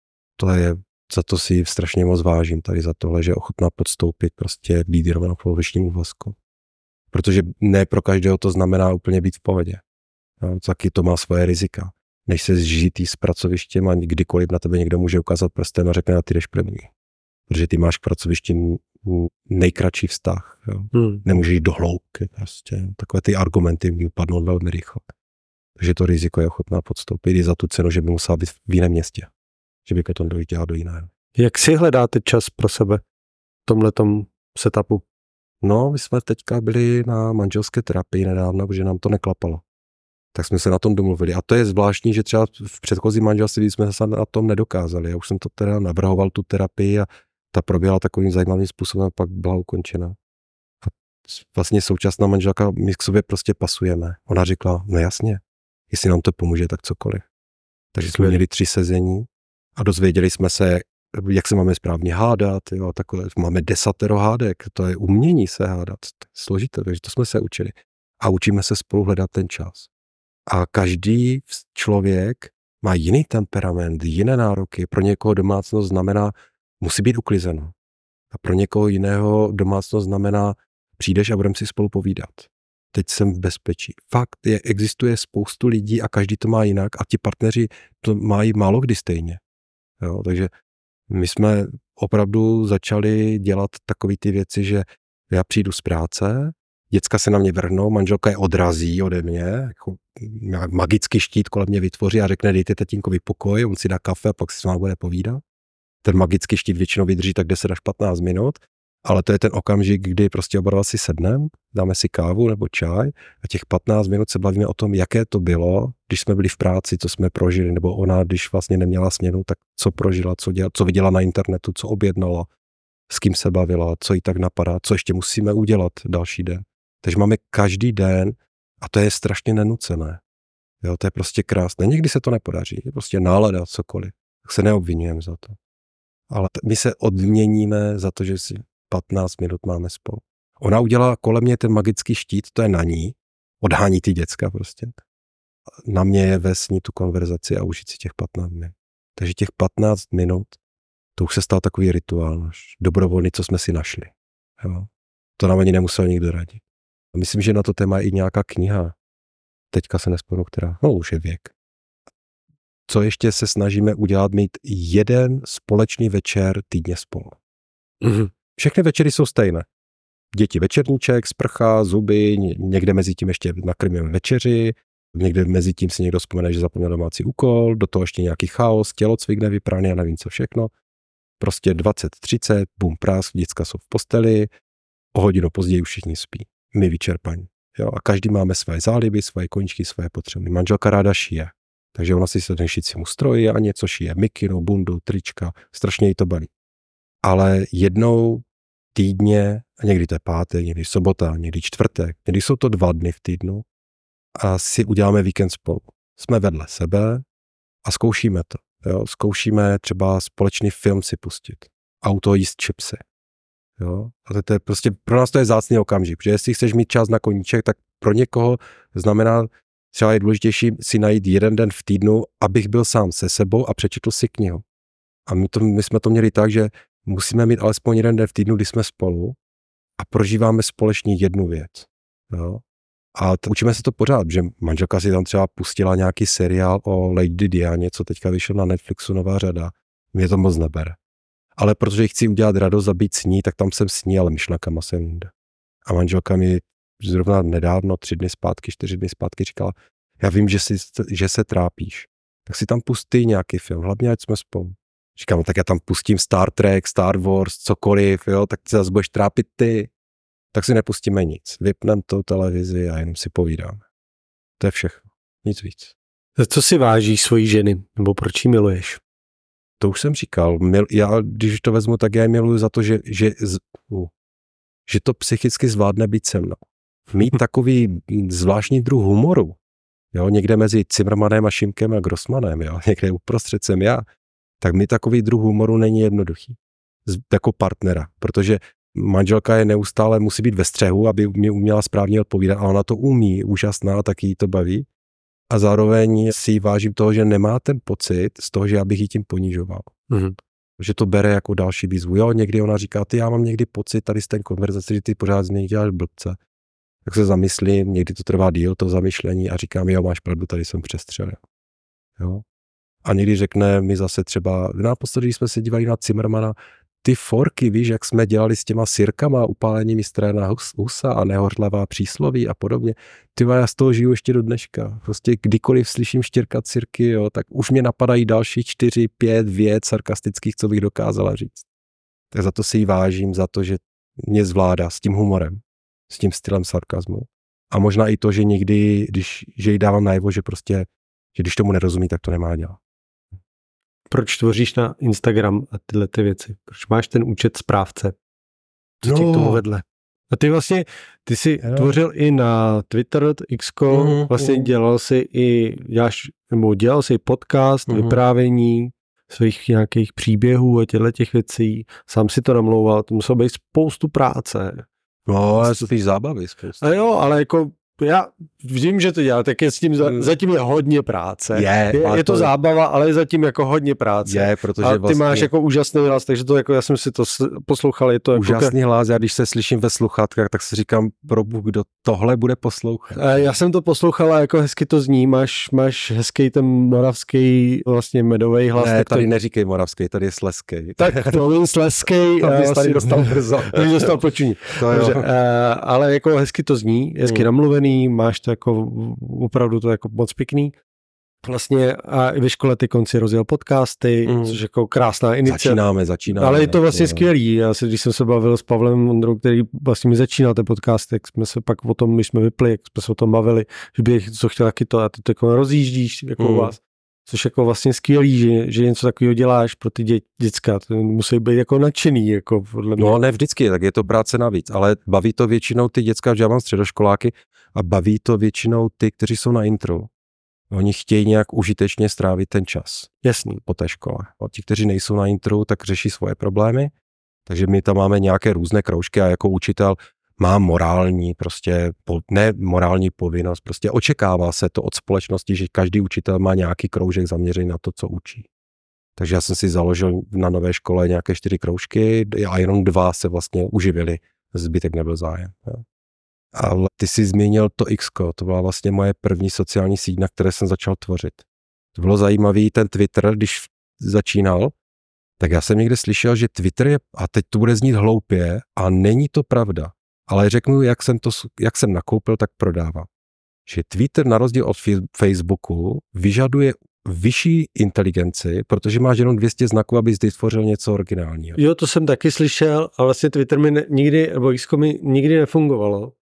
To je, za to si strašně moc vážím tady za tohle, že je ochotná podstoupit prostě lídrovanou polovičním úvazku. Protože ne pro každého to znamená úplně být v pohodě. Jo, taky to má svoje rizika. Než se zžitý s pracovištěm a kdykoliv na tebe někdo může ukázat prstem a řekne, a ty jdeš první. Protože ty máš k pracovišti nejkratší vztah. Jo. Nemůžeš jít do hloubky. Prostě. Takové ty argumenty mi upadnou velmi rychle. Takže to riziko je ochotná podstoupit i za tu cenu, že by musela být v jiném městě. Že by potom dojít do jiného.
Jak si hledáte čas pro sebe v tomhletom setupu?
No, my jsme teďka byli na manželské terapii nedávno, protože nám to neklapalo. Tak jsme se na tom domluvili. A to je zvláštní, že třeba v předchozím manželství jsme se na tom nedokázali. Já už jsem to teda navrhoval tu terapii a ta proběhla takovým zajímavým způsobem, pak byla ukončena. A vlastně současná manželka, my k sobě prostě pasujeme. Ona řekla, no jasně, jestli nám to pomůže, tak cokoliv. Takže jsme měli 3 sezení a dozvěděli jsme se, jak se máme správně hádat, jo, takové, máme 10 hádek, to je umění se hádat, to je složité, takže to jsme se učili. A učíme se spolu hledat ten čas. A každý člověk má jiný temperament, jiné nároky. Pro někoho domácnost znamená, musí být uklizeno. A pro někoho jiného domácnost znamená, přijdeš a budeme si spolu povídat. Teď jsem v bezpečí. Fakt, existuje spoustu lidí a každý to má jinak a ti partneři to mají málo kdy stejně. Jo, takže my jsme opravdu začali dělat takové ty věci, že já přijdu z práce, děcka se na mě vrhnou, manželka je odrazí ode mě, jako magický štít kolem mě vytvoří a řekne, dejte tatínkovi pokoj, on si dá kafe a pak si s vámi bude povídat. Ten magický štít většinou vydrží tak 10 až 15 minut, ale to je ten okamžik, kdy prostě oba dva si sedneme, dáme si kávu nebo čaj a těch 15 minut se bavíme o tom, jaké to bylo, když jsme byli v práci, co jsme prožili, nebo ona, když vlastně neměla směnu, tak co prožila, co viděla na internetu, co objednala, s kým se bavila, co jí tak napadá, co ještě musíme udělat další den. Takže máme každý den a to je strašně nenucené. Jo, to je prostě krásné. Někdy se to nepodaří, je prostě nálada, cokoliv. Tak se neobvinujeme za to. Ale my se odměníme za to, že si 15 minut máme spolu. Ona udělala kolem mě ten magický štít, to je na ní, odhání ty děcka prostě. Na mě je vést ní tu konverzaci a užít si těch 15 minut. Takže těch 15 minut, to už se stal takový rituál, náš dobrovolný, co jsme si našli. Jo. To nám ani nemusel nikdo radit. Myslím, že na to téma je i nějaká kniha. Teďka se nespomenu, která, no už je věk. Co ještě se snažíme udělat, mít jeden společný večer týdně spolu. Všechny večery jsou stejné. Děti večerníček, sprcha, zuby, někde mezi tím ještě nakrmíme večeři, někde mezi tím si někdo vzpomene, že zapomněl domácí úkol, do toho ještě nějaký chaos, tělocvik nevypraný a nevím co všechno. Prostě 20:30, bum, prásk, děcka jsou v posteli, o hodinu později už všichni spí. My vyčerpaní. Jo? A každý máme své záliby, svoje koníčky, svoje potřeby. Manželka ráda šije. Takže ona si sedne šicímu stroji a něco šije. Mikinu, bundu, trička. Strašně jí to baví. Ale jednou týdně, a někdy to je pátek, někdy sobota, někdy čtvrtek, někdy jsou to 2 dny v týdnu a si uděláme víkend spolu. Jsme vedle sebe a zkoušíme to. Jo? Zkoušíme třeba společný film si pustit. Auto jíst chipsy. Jo? A to je prostě, pro nás to je vzácný okamžik, protože jestli chceš mít čas na koníček, tak pro někoho znamená, třeba je důležitější si najít jeden den v týdnu, abych byl sám se sebou a přečetl si knihu. A my jsme to měli tak, že musíme mít alespoň jeden den v týdnu, kdy jsme spolu a prožíváme společně jednu věc. Jo? A učíme se to pořád, že manželka si tam třeba pustila nějaký seriál o Lady Dianě, co teďka vyšel na Netflixu, nová řada. Mě to moc nebere. Ale protože chci udělat radost a být s ní, tak tam jsem s ní, ale myšlenkama jsem jinde. A manželka mi zrovna nedávno, 3 dny zpátky, 4 dny zpátky říkala, já vím, že se trápíš, tak si tam pustí nějaký film, hlavně ať jsme spolu. Říkám, no, tak já tam pustím Star Trek, Star Wars, cokoliv, jo, tak se zase budeš trápit ty. Tak si nepustíme nic. Vypneme tu televizi a jenom si povídáme. To je všechno. Nic víc.
Za co si vážíš svojí ženy? Nebo proč ji miluješ?
To už jsem říkal. Já, když to vezmu, tak já ji miluji za to, že to psychicky zvládne být se mnou. Mít takový zvláštní druh humoru, jo, někde mezi Zimmermanem a Šimkem a Grossmanem, jo, někde uprostřed jsem já, tak mi takový druh humoru není jednoduchý. Jako partnera, protože manželka je neustále, musí být ve střehu, aby mě uměla správně odpovídat, a ona to umí, úžasná, taky jí to baví. A zároveň si vážím toho, že nemá ten pocit z toho, že já bych jí tím ponižoval. Mm-hmm. Že to bere jako další výzvu. Jo, někdy ona říká, já mám někdy pocit tady z té konverzace, že ty pořád z něj děláš blbce. Tak se zamyslím, někdy to trvá díl, to zamyšlení, a říkám, jo, máš pravdu, tady jsem přestřelil. Jo. A někdy řekne mi zase třeba, naposledy, když jsme se dívali na Zimmermana, ty forky, víš, jak jsme dělali s těma sirkama, upálení mistréna Husa a nehořlavá přísloví a podobně. Já z toho žiju ještě do dneška. Prostě kdykoliv slyším štěrkat sirky, jo, tak už mě napadají další 4, 5 vět sarkastických, co bych dokázala říct. Tak za to si jí vážím, za to, že mě zvládá s tím humorem, s tím stylem sarkazmu. A možná i to, že někdy, že jí dávám najevo, že prostě, že když tomu nerozumí, tak to nemá dělat.
Proč tvoříš na Instagram a tyhle ty věci? Proč máš ten účet správce? Co tě k tomu vedle? A ty jsi tvořil i na Twitter, Xko, dělal si podcast, vyprávění svých nějakých příběhů a těch věcí. Sám si to namlouval, to muselo být spoustu práce.
No, ale to spíš zábavy spoustu.
A jo, ale jako já vím, že to dělá, tak je s tím zatím je hodně práce. Je to zábava, ale je zatím jako hodně práce.
Protože
a ty máš jako úžasný hlas, takže to jako já jsem si to poslouchal, je to
úžasný hlas. Já když se slyším ve sluchátkách, tak si říkám, probůh, kdo tohle bude poslouchat.
Já jsem to poslouchal a jako hezky to zní, máš hezký ten moravský vlastně medový hlas.
Ne, tady neříkej moravský, tady je slezský.
Tak to vím slezský.
To bys tady dostal brzo.
Dostal počuní. Ale jako hezky to zní, hezky namluvený, máš to jako opravdu to jako moc pěkný. Vlastně a i ve škole ty konci rozjel podcasty, což jako krásná iniciativa.
Začínáme.
Ale je to vlastně skvělý. Když jsem se bavil s Pavlem Ondrou, který vlastně mi začínal ten podcast, tak jsme se pak o tom, když jsme vypli, jak jsme se o tom bavili, že bych co chtěl taky to, a ty to jako rozjíždíš jako u vás. Což jako vlastně skvělý, že něco takového děláš pro ty děcka. To musí být jako nadšený. Jako podle mě.
No ne vždycky, tak je to práce navíc, ale baví to většinou ty děcka, že já mám středoškoláky, a baví to většinou ty, kteří jsou na intro. Oni chtějí nějak užitečně strávit ten čas.
Jasný.
Po té škole. A ti, kteří nejsou na intro, tak řeší svoje problémy. Takže my tam máme nějaké různé kroužky a jako učitel mám morální, prostě ne morální povinnost, prostě očekává se to od společnosti, že každý učitel má nějaký kroužek zaměřený na to, co učí. Takže já jsem si založil na nové škole nějaké 4 kroužky a jenom 2 se vlastně uživili. Zbytek nebyl zájem. Jo. Ale ty jsi zmínil to Xko, to byla vlastně moje první sociální síť, na které jsem začal tvořit. To bylo zajímavý, ten Twitter, když začínal, tak já jsem někde slyšel, že Twitter je, a teď to bude znít hloupě, a není to pravda, ale řeknu, jak jsem nakoupil, tak prodávám. Že Twitter na rozdíl od Facebooku vyžaduje vyšší inteligenci, protože máš jenom 200 znaků, abys vytvořil něco originálního.
Jo, to jsem taky slyšel, ale vlastně Twitter mi nebo Xko mi nikdy nefungovalo.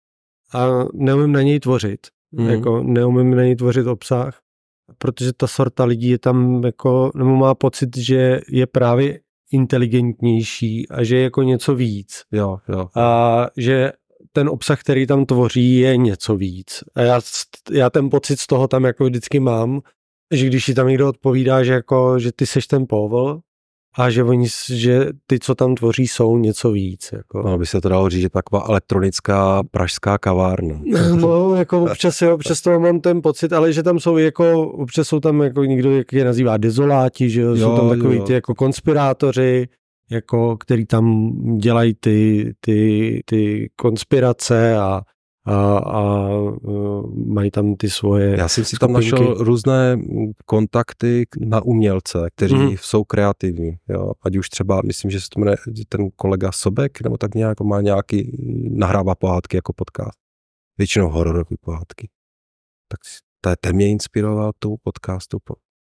A neumím na něj tvořit. Jako neumím na něj tvořit obsah, protože ta sorta lidí je tam jako, nebo má pocit, že je právě inteligentnější a že je jako něco víc.
Jo.
A že ten obsah, který tam tvoří, je něco víc. A já ten pocit z toho tam jako vždycky mám, že když si tam někdo odpovídá, že ty seš ten Povel, a že ty, co tam tvoří, jsou něco víc. Jako.
No, by se to dalo říct, že taková elektronická pražská kavárna.
No, jako občas toho mám ten pocit, ale že tam jsou jako, občas jsou tam jako někdo, jak je nazývá dezoláti, že jo, jsou tam takový ty jako konspirátoři, jako, který tam dělají ty konspirace a a mají tam ty svoje
Já jsem si
skupinky.
tam našel různé kontakty na umělce, kteří jsou kreativní. Jo. Ať už třeba, myslím, že se to jmenuje ten kolega Sobek, nebo tak nějak, má nějaký, nahrává pohádky jako podcast. Většinou hororové pohádky. Tak ten mě inspiroval tou podcastu.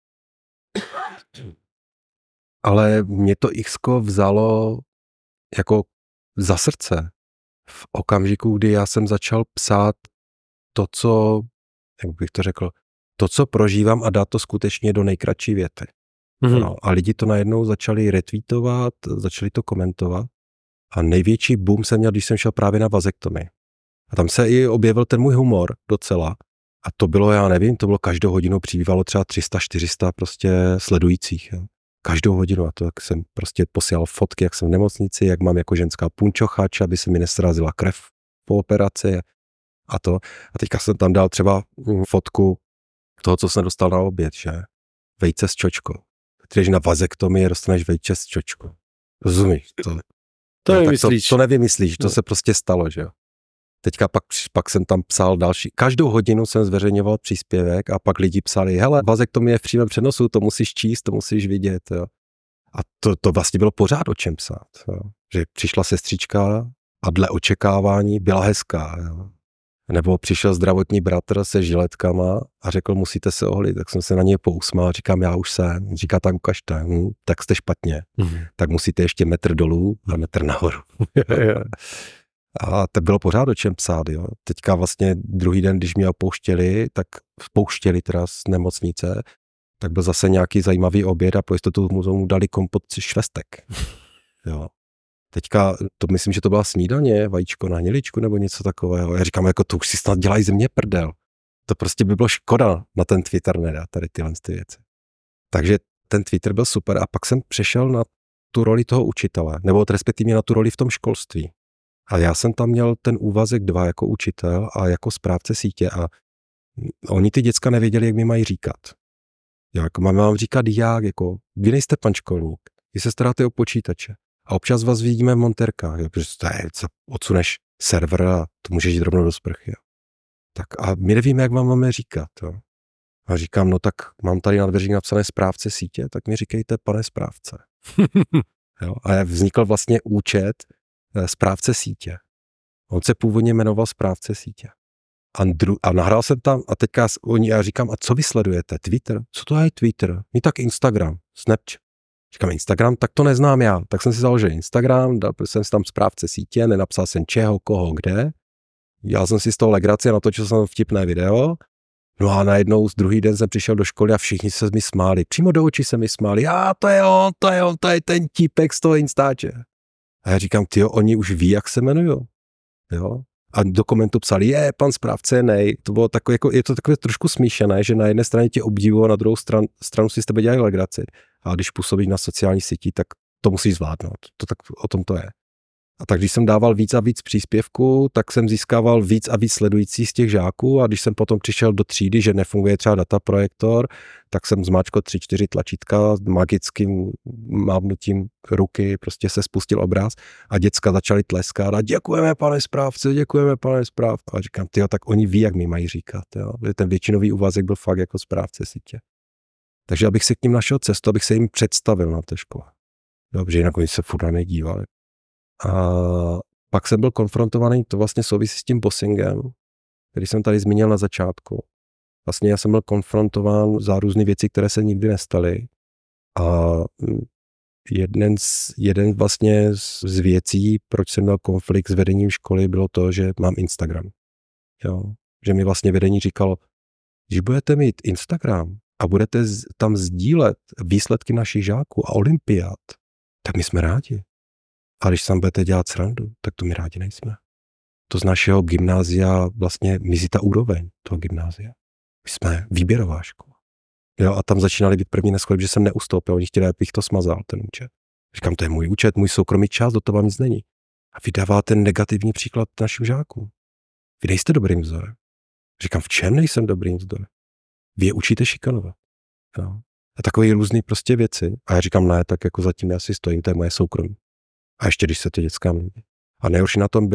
Ale mě to X-ko vzalo jako za srdce. V okamžiku, kdy já jsem začal psát to, co, jak bych to řekl, to, co prožívám a dát to skutečně do nejkratší věty. No, a lidi to najednou začali retweetovat, začali to komentovat a největší boom jsem měl, když jsem šel právě na vazektomii. A tam se i objevil ten můj humor docela a to bylo, já nevím, to bylo každou hodinu přibývalo třeba 300-400 prostě sledujících. Jo. Každou hodinu a to tak jsem prostě posílal fotky, jak jsem v nemocnici, jak mám jako ženská punčochač, aby se mi nesrazila krev po operaci a to. A teďka jsem tam dal třeba fotku toho, co jsem dostal na oběd, že? Vejce s čočkou. Když na vazektomii dostaneš vejce s čočkou. Rozumíš? To nevymyslíš, to se prostě stalo, že jo. Teďka pak jsem tam psal další, každou hodinu jsem zveřejňoval příspěvek a pak lidi psali, hele, vazektomie je v přímém přenosu, to musíš číst, to musíš vidět, jo. A to vlastně bylo pořád o čem psát, jo. Že přišla sestřička a dle očekávání byla hezká, jo. Nebo přišel zdravotní bratr se žiletkama a řekl, musíte se ohlit, tak jsem se na něj pousmál, říkám, já už jsem, říká, tak ukažte, tak jste špatně, tak musíte ještě metr dolů a metr nahoru. A to bylo pořád o čem psát, jo. Teďka vlastně druhý den, když mě pouštěli teda z nemocnice, tak byl zase nějaký zajímavý oběd a pro jistotu mu dali kompot švestek, jo. Teďka, to myslím, že to byla snídaně, vajíčko na hněličku nebo něco takového. Já říkám, jako to už si snad dělají ze mě prdel. To prostě by bylo škoda na ten Twitter nedá tady tyhle věci. Takže ten Twitter byl super a pak jsem přešel na tu roli toho učitele, nebo respektive na tu roli v tom školství. A já jsem tam měl ten úvazek 2 jako učitel a jako správce sítě a oni ty děcka nevěděli, jak mi mají říkat. Jak mám říkat jak, jako vy nejste pan školník, vy se staráte o počítače. A občas vás vidíme v montérkách, protože odsuneš server a to můžeš jít rovnou do sprchy. Jo. Tak a my nevíme, jak vám máme říkat. Jo. A říkám, no tak mám tady na dveřích napsané správce sítě, tak mi říkejte, pane správce. Jo. A vznikl vlastně účet správce sítě. On se původně jmenoval správce sítě. A nahrál jsem tam a teďka já říkám, a co vy sledujete? Twitter? Co to je Twitter? My tak Instagram, Snapchat. Říkám Instagram, tak to neznám já. Tak jsem si založil Instagram, dal jsem si tam správce sítě, nenapsal jsem čeho, koho, kde. Dělal jsem si z toho legraci a natočil jsem vtipné video. No a najednou druhý den jsem přišel do školy a všichni se mi smáli. Přímo do očí se mi smáli. To je on, to je ten típek z toho Instače. A já říkám, oni už ví, jak se jmenují. Jo? A do komentu psali, pan správce, nej. To bylo takové, jako, je to takové trošku smíšené, že na jedné straně tě obdivují a na druhou stranu si s tebe dělají legraci. A když působíš na sociální síti, tak to musíš zvládnout. To tak o tom to je. A tak když jsem dával víc a víc příspěvků, tak jsem získával víc a víc sledujících z těch žáků a když jsem potom přišel do třídy, že nefunguje třeba dataprojektor, tak jsem zmáčkl 3-4 tlačítka, magickým mávnutím ruky prostě se spustil obraz a děcka začaly tleskat a děkujeme, pane správce. A říkám, tak oni ví, jak mi mají říkat. Jo. Ten většinový úvazek byl fakt jako správce sítě. Takže abych si k ním našel cestu, abych se jim představil na té škole. Dobře, jinak oni se furt na mě dívali. A pak jsem byl konfrontovaný, to vlastně souvisí s tím bossingem, který jsem tady zmínil na začátku. Vlastně já jsem byl konfrontován za různé věci, které se nikdy nestaly. A jeden vlastně z věcí, proč jsem měl konflikt s vedením školy, bylo to, že mám Instagram. Jo? Že mi vlastně vedení říkalo, když budete mít Instagram a budete tam sdílet výsledky našich žáků a olympiád, tak my jsme rádi. A když tam budete dělat srandu, tak to my rádi nejsme. To z našeho gymnázia vlastně mizí ta úroveň toho gymnázia. My jsme výběrová škola. Jo, a tam začínali být první neschody, že jsem neustoupil, oni chtěli, abych to smazal, ten účet. Říkám, to je můj účet, můj soukromý čas, do toho vám nic není. A vy dáváte negativní příklad našim žákům. Vy nejste dobrým vzorem. Říkám, v čem nejsem dobrým vzorem? Vy je učíte šikanovat. Jo. A takové různé prostě věci. A já říkám, ne, tak jako zatím já si stojím, to je moje soukromí. A ještě když se to dětskám líbí. A nejhorší na tom bylo,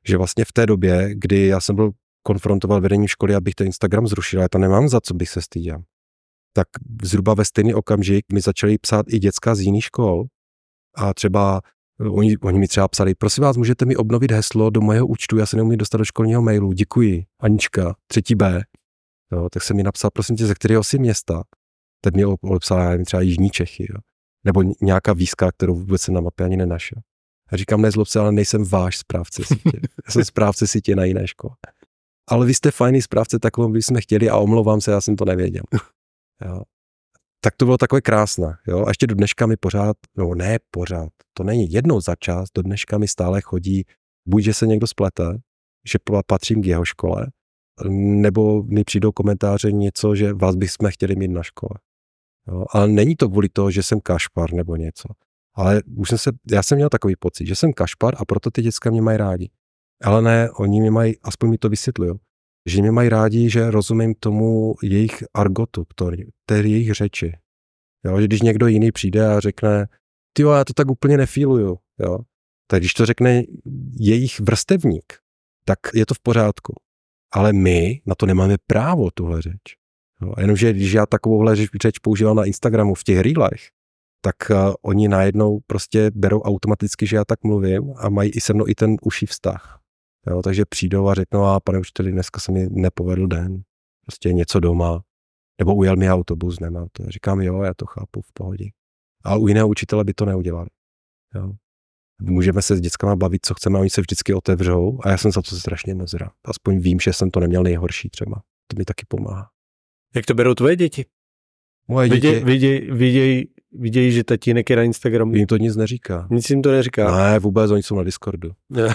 že vlastně v té době, kdy já jsem byl konfrontoval vedení školy, abych ten Instagram zrušil, já to nemám za co bych se styděl. Tak zhruba ve stejný okamžik mi začali psát i děcka z jiných škol a třeba oni mi třeba psali, prosím vás, můžete mi obnovit heslo do mojeho účtu, já se neumím dostat do školního mailu, děkuji, Anička, 3B. Jo, tak jsem mi napsal, prosím tě, ze kterého jsi města? Teď mi odepsala, já nevím, třeba Jižní Čechy, jo. Nebo nějaká výzka, kterou vůbec jsem na mapě ani nenašel. A říkám, nezlob se, ale nejsem váš správce sítě. Já jsem správce sítě na jiné škole. Ale vy jste fajný správce, takovou bychom chtěli a omlouvám se, já jsem to nevěděl. Jo. Tak to bylo takové krásné. Jo. A ještě do dneška mi pořád, no ne pořád, to není jednou za čas, do dneška mi stále chodí, buď, že se někdo splete, že patřím k jeho škole, nebo mi přijdou komentáře něco, že vás bychom chtěli mít na škole. Jo. Ale není to kvůli toho, že jsem kašpar nebo něco. Ale já jsem měl takový pocit, že jsem kašpar a proto ty děcka mě mají rádi. Ale ne, oni mě mají, aspoň mi to vysvětlují, že mě mají rádi, že rozumím tomu jejich argotu, té jejich řeči. Jo, že když někdo jiný přijde a řekne, tyjo, já to tak úplně nefíluju, jo. Tak když to řekne jejich vrstevník, tak je to v pořádku. Ale my na to nemáme právo, tuhle řeč. Jo, jenomže když já takovouhle řeč používám na Instagramu v těch reelech, tak oni najednou prostě berou automaticky, že já tak mluvím a mají i se mnou i ten užší vztah. Jo, takže přijdou a řeknou, a pane učiteli, dneska se mi nepovedl den, prostě něco doma, nebo ujel mi autobus, nemám to. Říkám, jo, já to chápu, v pohodě. Ale u jiného učitele by to neudělali. Jo. Můžeme se s dětskama bavit, co chceme, a oni se vždycky otevřou a já jsem za to strašně moc rád. Aspoň vím, že jsem to neměl nejhorší třeba. To mi taky pomáhá.
Jak to berou tvoje děti?
Moje děti...
Vidějí, že tatínek je na Instagramu.
Jim to nic neříká.
Nic jim to neříká.
Ne, vůbec, oni jsou na Discordu.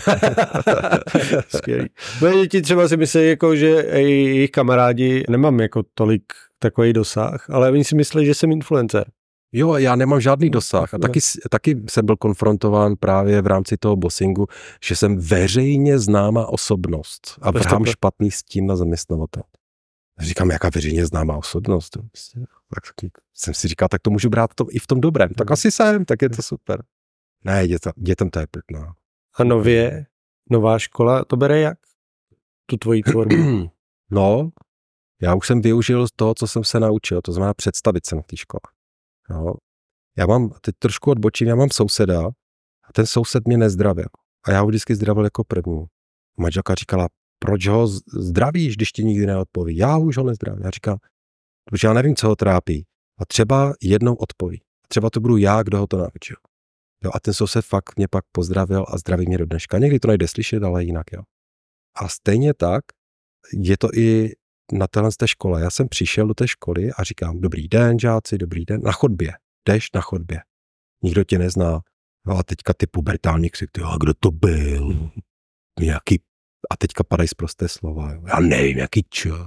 Skvělý. Moje děti třeba si myslí, jako, že jejich kamarádi, nemám jako tolik takový dosah, ale oni si myslí, že jsem influencer.
Jo, já nemám žádný dosah. A taky jsem byl konfrontován právě v rámci toho bossingu, že jsem veřejně známá osobnost a vrhám špatný stín na zaměstnavatele. Říkám, jaká veřejně známá osobnost. Tak jsem si říkal, tak to můžu brát i v tom dobrém. Tak asi jsem, tak je to super. Ne, dětem to je pěkná.
A nová škola, to bere jak? Tu tvoji tvorbu?
No, já už jsem využil toho, co jsem se naučil, to znamená představit se na té škole. No. Já mám, teď trošku odbočím, já mám souseda a ten soused mě nezdravil. A já ho vždycky zdravil jako první. Manželka říkala, proč ho zdravíš, když ti nikdy neodpoví? Já už ho nezdravím. Já říkám, protože já nevím, co ho trápí. A třeba jednou odpoví. Třeba to budu já, kdo ho to naučil. Jo, a ten soused fakt mě pak pozdravil a zdraví mě do dneška. Někdy to nejde slyšet, ale jinak jo. A stejně tak je to i na téhle škole. Já jsem přišel do té školy a říkám, dobrý den, žáci, dobrý den, na chodbě. Jdeš na chodbě. Nikdo tě nezná. No a teďka ty pubertální ksichty, a kdo to byl? Nějaký. A teďka padají zprosté slova. Jo. Já nevím, jaký čo.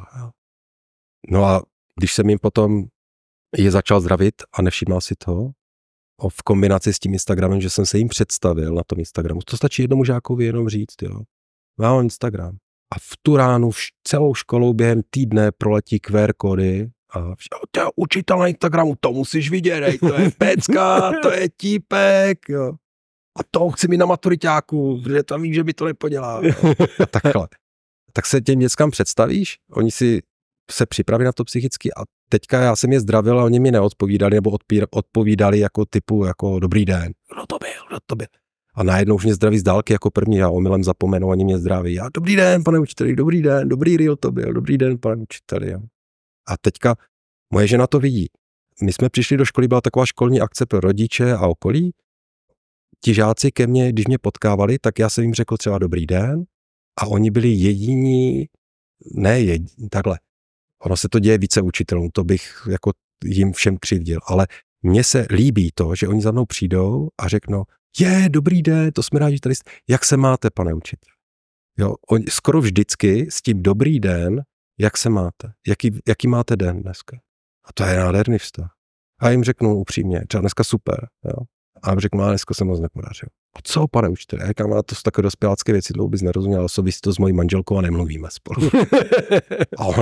No a když jsem jim potom je začal zdravit a nevšímal si to, v kombinaci s tím Instagramem, že jsem se jim představil na tom Instagramu. To stačí jednomu žákovi jenom říct, jo. Mám Instagram. A v tu ránu celou školou během týdne proletí QR kódy a to je učitel na Instagramu, to musíš vidět, to je pecka, to je típek, jo. A to chci mít na maturiťáku, protože tam vím, že mi to nepodělá. A takhle. Tak se těm dětskám představíš, oni si se připraví na to psychicky a teďka já jsem je zdravil a oni mi neodpovídali nebo odpovídali jako typu jako dobrý den. Kdo to byl? A najednou už mě zdraví z dálky jako první, já omylem zapomenu, oni mě zdraví. Já dobrý den, pane učiteli, dobrý den, dobrý reel to byl, dobrý den, pane učiteli. Jo. A teďka moje žena to vidí. My jsme přišli do školy, byla taková školní akce pro rodiče a okolí. Ti žáci ke mně, když mě potkávali, tak já jsem jim řekl třeba dobrý den a oni byli jediní, takhle. Ono se to děje více učitelům, to bych jako jim všem křivdil, ale mně se líbí to, že oni za mnou přijdou a řeknou, dobrý den, to jsme rádi, tady jak se máte, pane učitel? Jo, oni skoro vždycky s tím dobrý den, jak se máte? Jaký máte den dneska? A to je nádherný vztah. A já jim řeknu upřímně, třeba dneska super, jo. A já řeknu, dneska jsem moc nepodařil. A co, pane učitel? Já říkám, to jsou takové dospělácké věci, dlouho bys nerozuměl, ale souvisí to s mojí manželkou a nemluvíme spolu. A on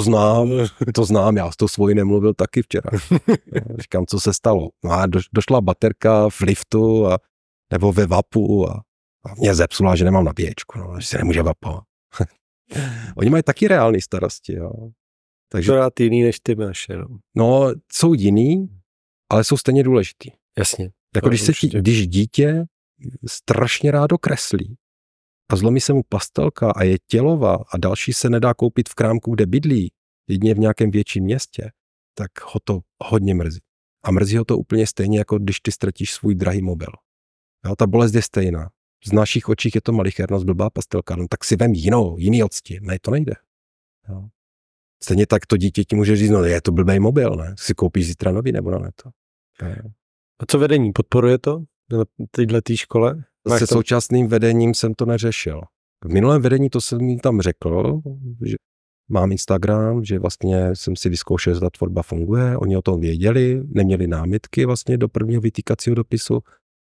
to znám, já s tou svojí nemluvil taky včera. Říkám, co se stalo? No a došla baterka v liftu nebo ve vapu a A mě zepsula, že nemám nabíječku, no, že se nemůže vapovat. Oni mají taky reální starosti, jo.
Takže to rád jiný, než ty máš, no.
No, jsou jiný, ale jsou stejně důležitý.
Jasně.
Jako když dítě strašně rádo kreslí a zlomí se mu pastelka a je tělová a další se nedá koupit v krámku, kde bydlí, jedině v nějakém větším městě, tak ho to hodně mrzí. A mrzí ho to úplně stejně, jako když ty ztratíš svůj drahý mobil. Jo, ta bolest je stejná. Z našich očích je to malichernost, blbá pastelka, no tak si vem jiný octi. Ne, to nejde. Jo. Stejně tak to dítě ti může říct, no je to blbej mobil, ne? Si koupíš zítra nový nebo na to.
A co vedení? Podporuje to? Tyhle té škole?
Se současným vedením jsem to neřešil. V minulém vedení to jsem jim tam řekl, že mám Instagram, že vlastně jsem si vyzkoušel, že ta tvorba funguje, oni o tom věděli, neměli námitky vlastně do prvního vytýkacího dopisu.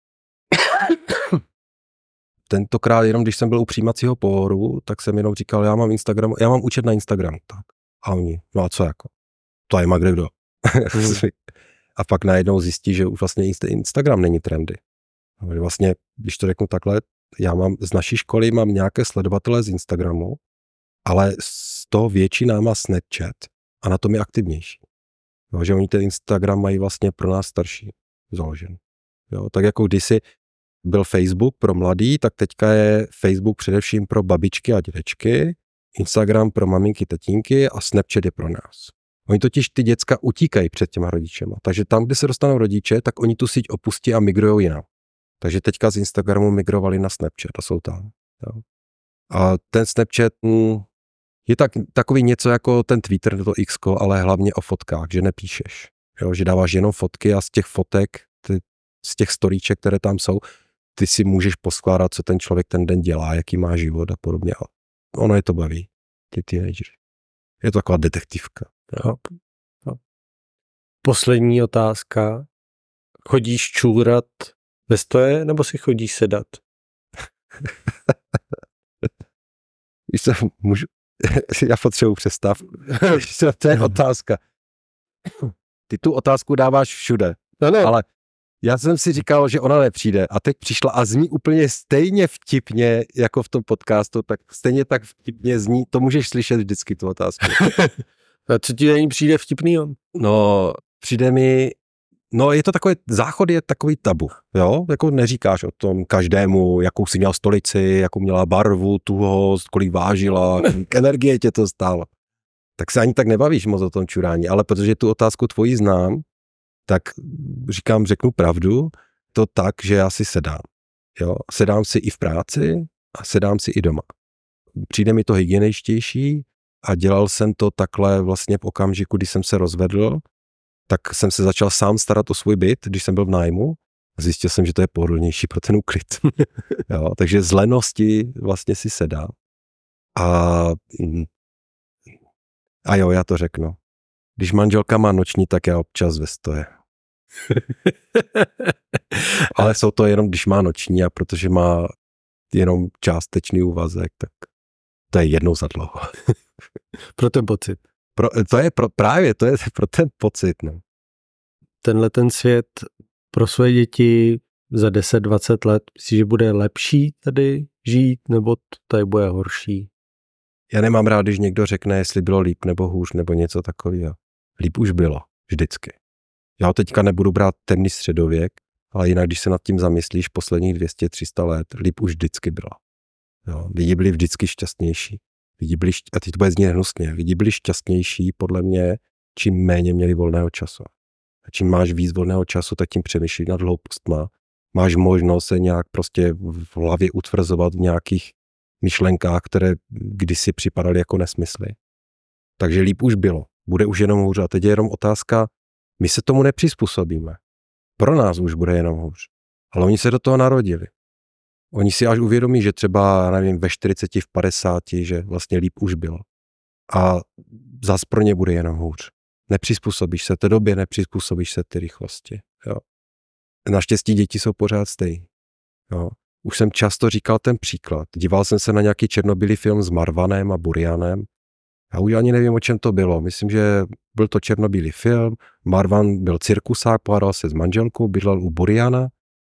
Tentokrát jenom, když jsem byl u přijímacího pohovoru, tak jsem jenom říkal, já mám účet na Instagramu. Tak. A oni, no a co jako? To je má kdo. A pak najednou zjistí, že už vlastně Instagram není trendy. Vlastně, když to řeknu takhle, z naší školy mám nějaké sledovatele z Instagramu, ale z toho většina má Snapchat a na tom je aktivnější. Jo, že oni ten Instagram mají vlastně pro nás starší založen. Jo, tak jako kdysi byl Facebook pro mladý, tak teďka je Facebook především pro babičky a dědečky, Instagram pro maminky, tatínky a Snapchat je pro nás. Oni totiž ty děcka utíkají před těma rodičema. Takže tam, kde se dostanou rodiče, tak oni tu síť opustí a migrujou jinam. Takže teďka z Instagramu migrovali na Snapchat a jsou tam. Jo. A ten Snapchat je takový něco jako ten Twitter nebo Xko, ale hlavně o fotkách, že nepíšeš. Jo, že dáváš jenom fotky a z těch fotek, z těch storíček, které tam jsou, ty si můžeš poskládat, co ten člověk ten den dělá, jaký má život a podobně. A ono je to baví, ty teenageři. Je to taková detektivka.
Jo. Poslední otázka. Chodíš čůrat ve stoje, nebo si chodíš sedat?
Já potřebuji přestávku. To je otázka. Ty tu otázku dáváš všude,
No.
Ale já jsem si říkal, že ona nepřijde a teď přišla a zní úplně stejně vtipně, jako v tom podcastu, tak stejně tak vtipně zní, to můžeš slyšet vždycky tu otázku.
A co ti není přijde vtipný?
No, přijde mi, je to takové, záchod je takový tabu, jo, jako neříkáš o tom každému, jakou si měl stolici, jakou měla barvu, tuhost, kolik vážila, energie tě to stálo. Tak se ani tak nebavíš moc o tom čurání, ale protože tu otázku tvoji znám, tak řeknu pravdu, to tak, že já si sedám. Jo? Sedám si i v práci a sedám si i doma. Přijde mi to hygieničtější a dělal jsem to takhle vlastně v okamžiku, kdy jsem se rozvedl, tak jsem se začal sám starat o svůj byt, když jsem byl v nájmu a zjistil jsem, že to je pohodlnější pro ten úklid. Jo? Takže z lenosti vlastně si sedám. A jo, já to řeknu. Když manželka má noční, tak já občas ve stoje. Ale jsou to jenom, když má noční a protože má jenom částečný úvazek, tak to je jednou za dlouho.
Pro ten pocit.
To je pro ten pocit. No.
Tenhle ten svět pro své děti za 10-20 let, myslíš, že bude lepší tady žít, nebo tady bude horší?
Já nemám rád, když někdo řekne, jestli bylo líp nebo hůř, nebo něco takového. Líp už bylo, vždycky. Já teďka nebudu brát temný středověk, ale jinak, když se nad tím zamyslíš posledních 200-300 let, líp už vždycky bylo. Jo, lidi byli vždycky šťastnější. A teď to bude znít hnusně. Lidi byli šťastnější, podle mě, čím méně měli volného času. A čím máš víc volného času, tak tím přemýšlí nad hloupostma. Máš možnost se nějak prostě v hlavě utvrzovat v nějakých myšlenkách, které kdysi připadaly jako nesmysly. Takže líp už bylo. Bude už jenom hůř. A teď je jenom otázka, my se tomu nepřizpůsobíme. Pro nás už bude jenom hůř. Ale oni se do toho narodili. Oni si až uvědomí, že třeba, nevím, ve 40, v 50, že vlastně líp už bylo. A zas pro ně bude jenom hůř. Nepřizpůsobíš se té době, nepřizpůsobíš se té rychlosti. Jo. Naštěstí děti jsou pořád stejné. Už jsem často říkal ten příklad. Díval jsem se na nějaký černobílý film s Marvanem a Burianem. Já už ani nevím, o čem to bylo. Myslím, že byl to černobílý film. Marvan byl cirkusák, pohádal se s manželkou, bydlel u Buriana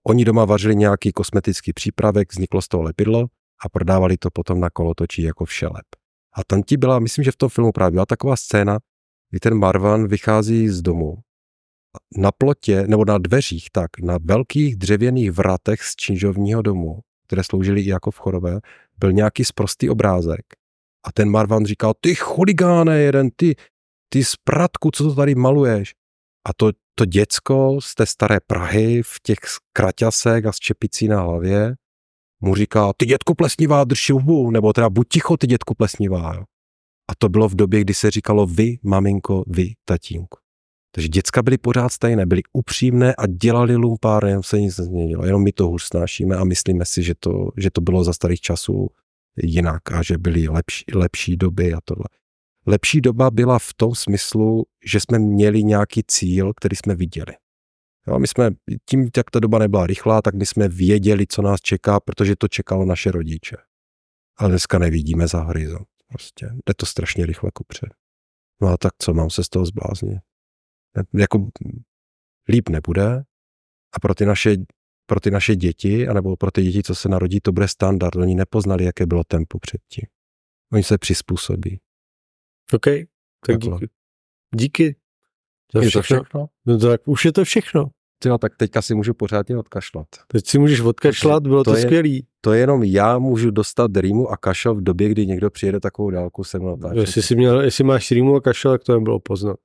Oni doma vařili nějaký kosmetický přípravek, vzniklo z toho lepidlo a prodávali to potom na kolotočí jako všelep. A tam ti byla, myslím, že v tom filmu právě byla taková scéna, kdy ten Marwan vychází z domu. Na plotě, nebo na dveřích, tak na velkých dřevěných vratech z činžovního domu, které sloužily i jako vchodové, byl nějaký sprostý obrázek. A ten Marwan říkal, ty chuligáne jeden, ty spratku, co to tady maluješ? A to děcko z té staré Prahy v těch kraťasech a s čepicí na hlavě mu říká, ty dětku plesnivá, drž hubu, nebo teda buď ticho, ty dětku plesnivá. Jo. A to bylo v době, kdy se říkalo vy, maminko, vy, tatínku. Takže děcka byly pořád stejné, byly upřímné a dělali lumpárny, jenom se nic nezměnilo. Jenom my to hůř snášíme a myslíme si, že to bylo za starých časů jinak a že byly lepší doby a tohle. Lepší doba byla v tom smyslu, že jsme měli nějaký cíl, který jsme viděli. Jo, my jsme, tím, jak ta doba nebyla rychlá, tak my jsme věděli, co nás čeká, protože to čekalo naše rodiče. Ale dneska nevidíme za horizont. Prostě jde to strašně rychle kupředu. No a tak co, mám se z toho zbláznit? Jako líp nebude a pro ty naše děti, anebo pro ty děti, co se narodí, to bude standard. Oni nepoznali, jaké bylo tempo předtím. Oni se přizpůsobí.
OK, tak díky. To je všechno. No tak už je to všechno.
Jo, tak teďka si můžu pořádně odkašlat.
Teď si můžeš odkašlat, bylo to skvělý.
To je jenom já můžu dostat rýmu a kašel v době, kdy někdo přijede takovou dálku sem natáčet.
Jestli máš rýmu a kašel, tak to nebylo poznat.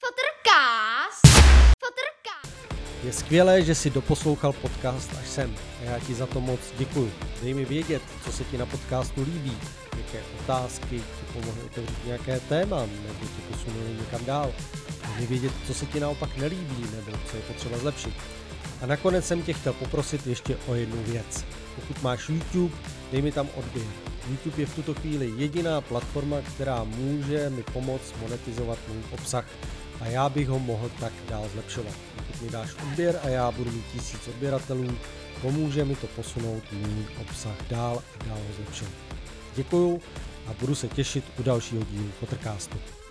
Je skvělé, že jsi doposlouchal podcast až sem a já ti za to moc děkuju. Dej mi vědět, co se ti na podcastu líbí, jaké otázky ti pomohly otevřít nějaké téma, nebo ti posunuli někam dál. Dej mi vědět, co se ti naopak nelíbí, nebo co je potřeba zlepšit. A nakonec jsem tě chtěl poprosit ještě o jednu věc. Pokud máš YouTube, dej mi tam odběr. YouTube je v tuto chvíli jediná platforma, která může mi pomoct monetizovat můj obsah a já bych ho mohl tak dál zlepšovat. Pokud mi dáš odběr a já budu mít 1000 odběratelů, pomůže mi to posunout můj obsah dál a dál ho zlepšovat. Děkuju a budu se těšit u dalšího dílu Fotrcastu.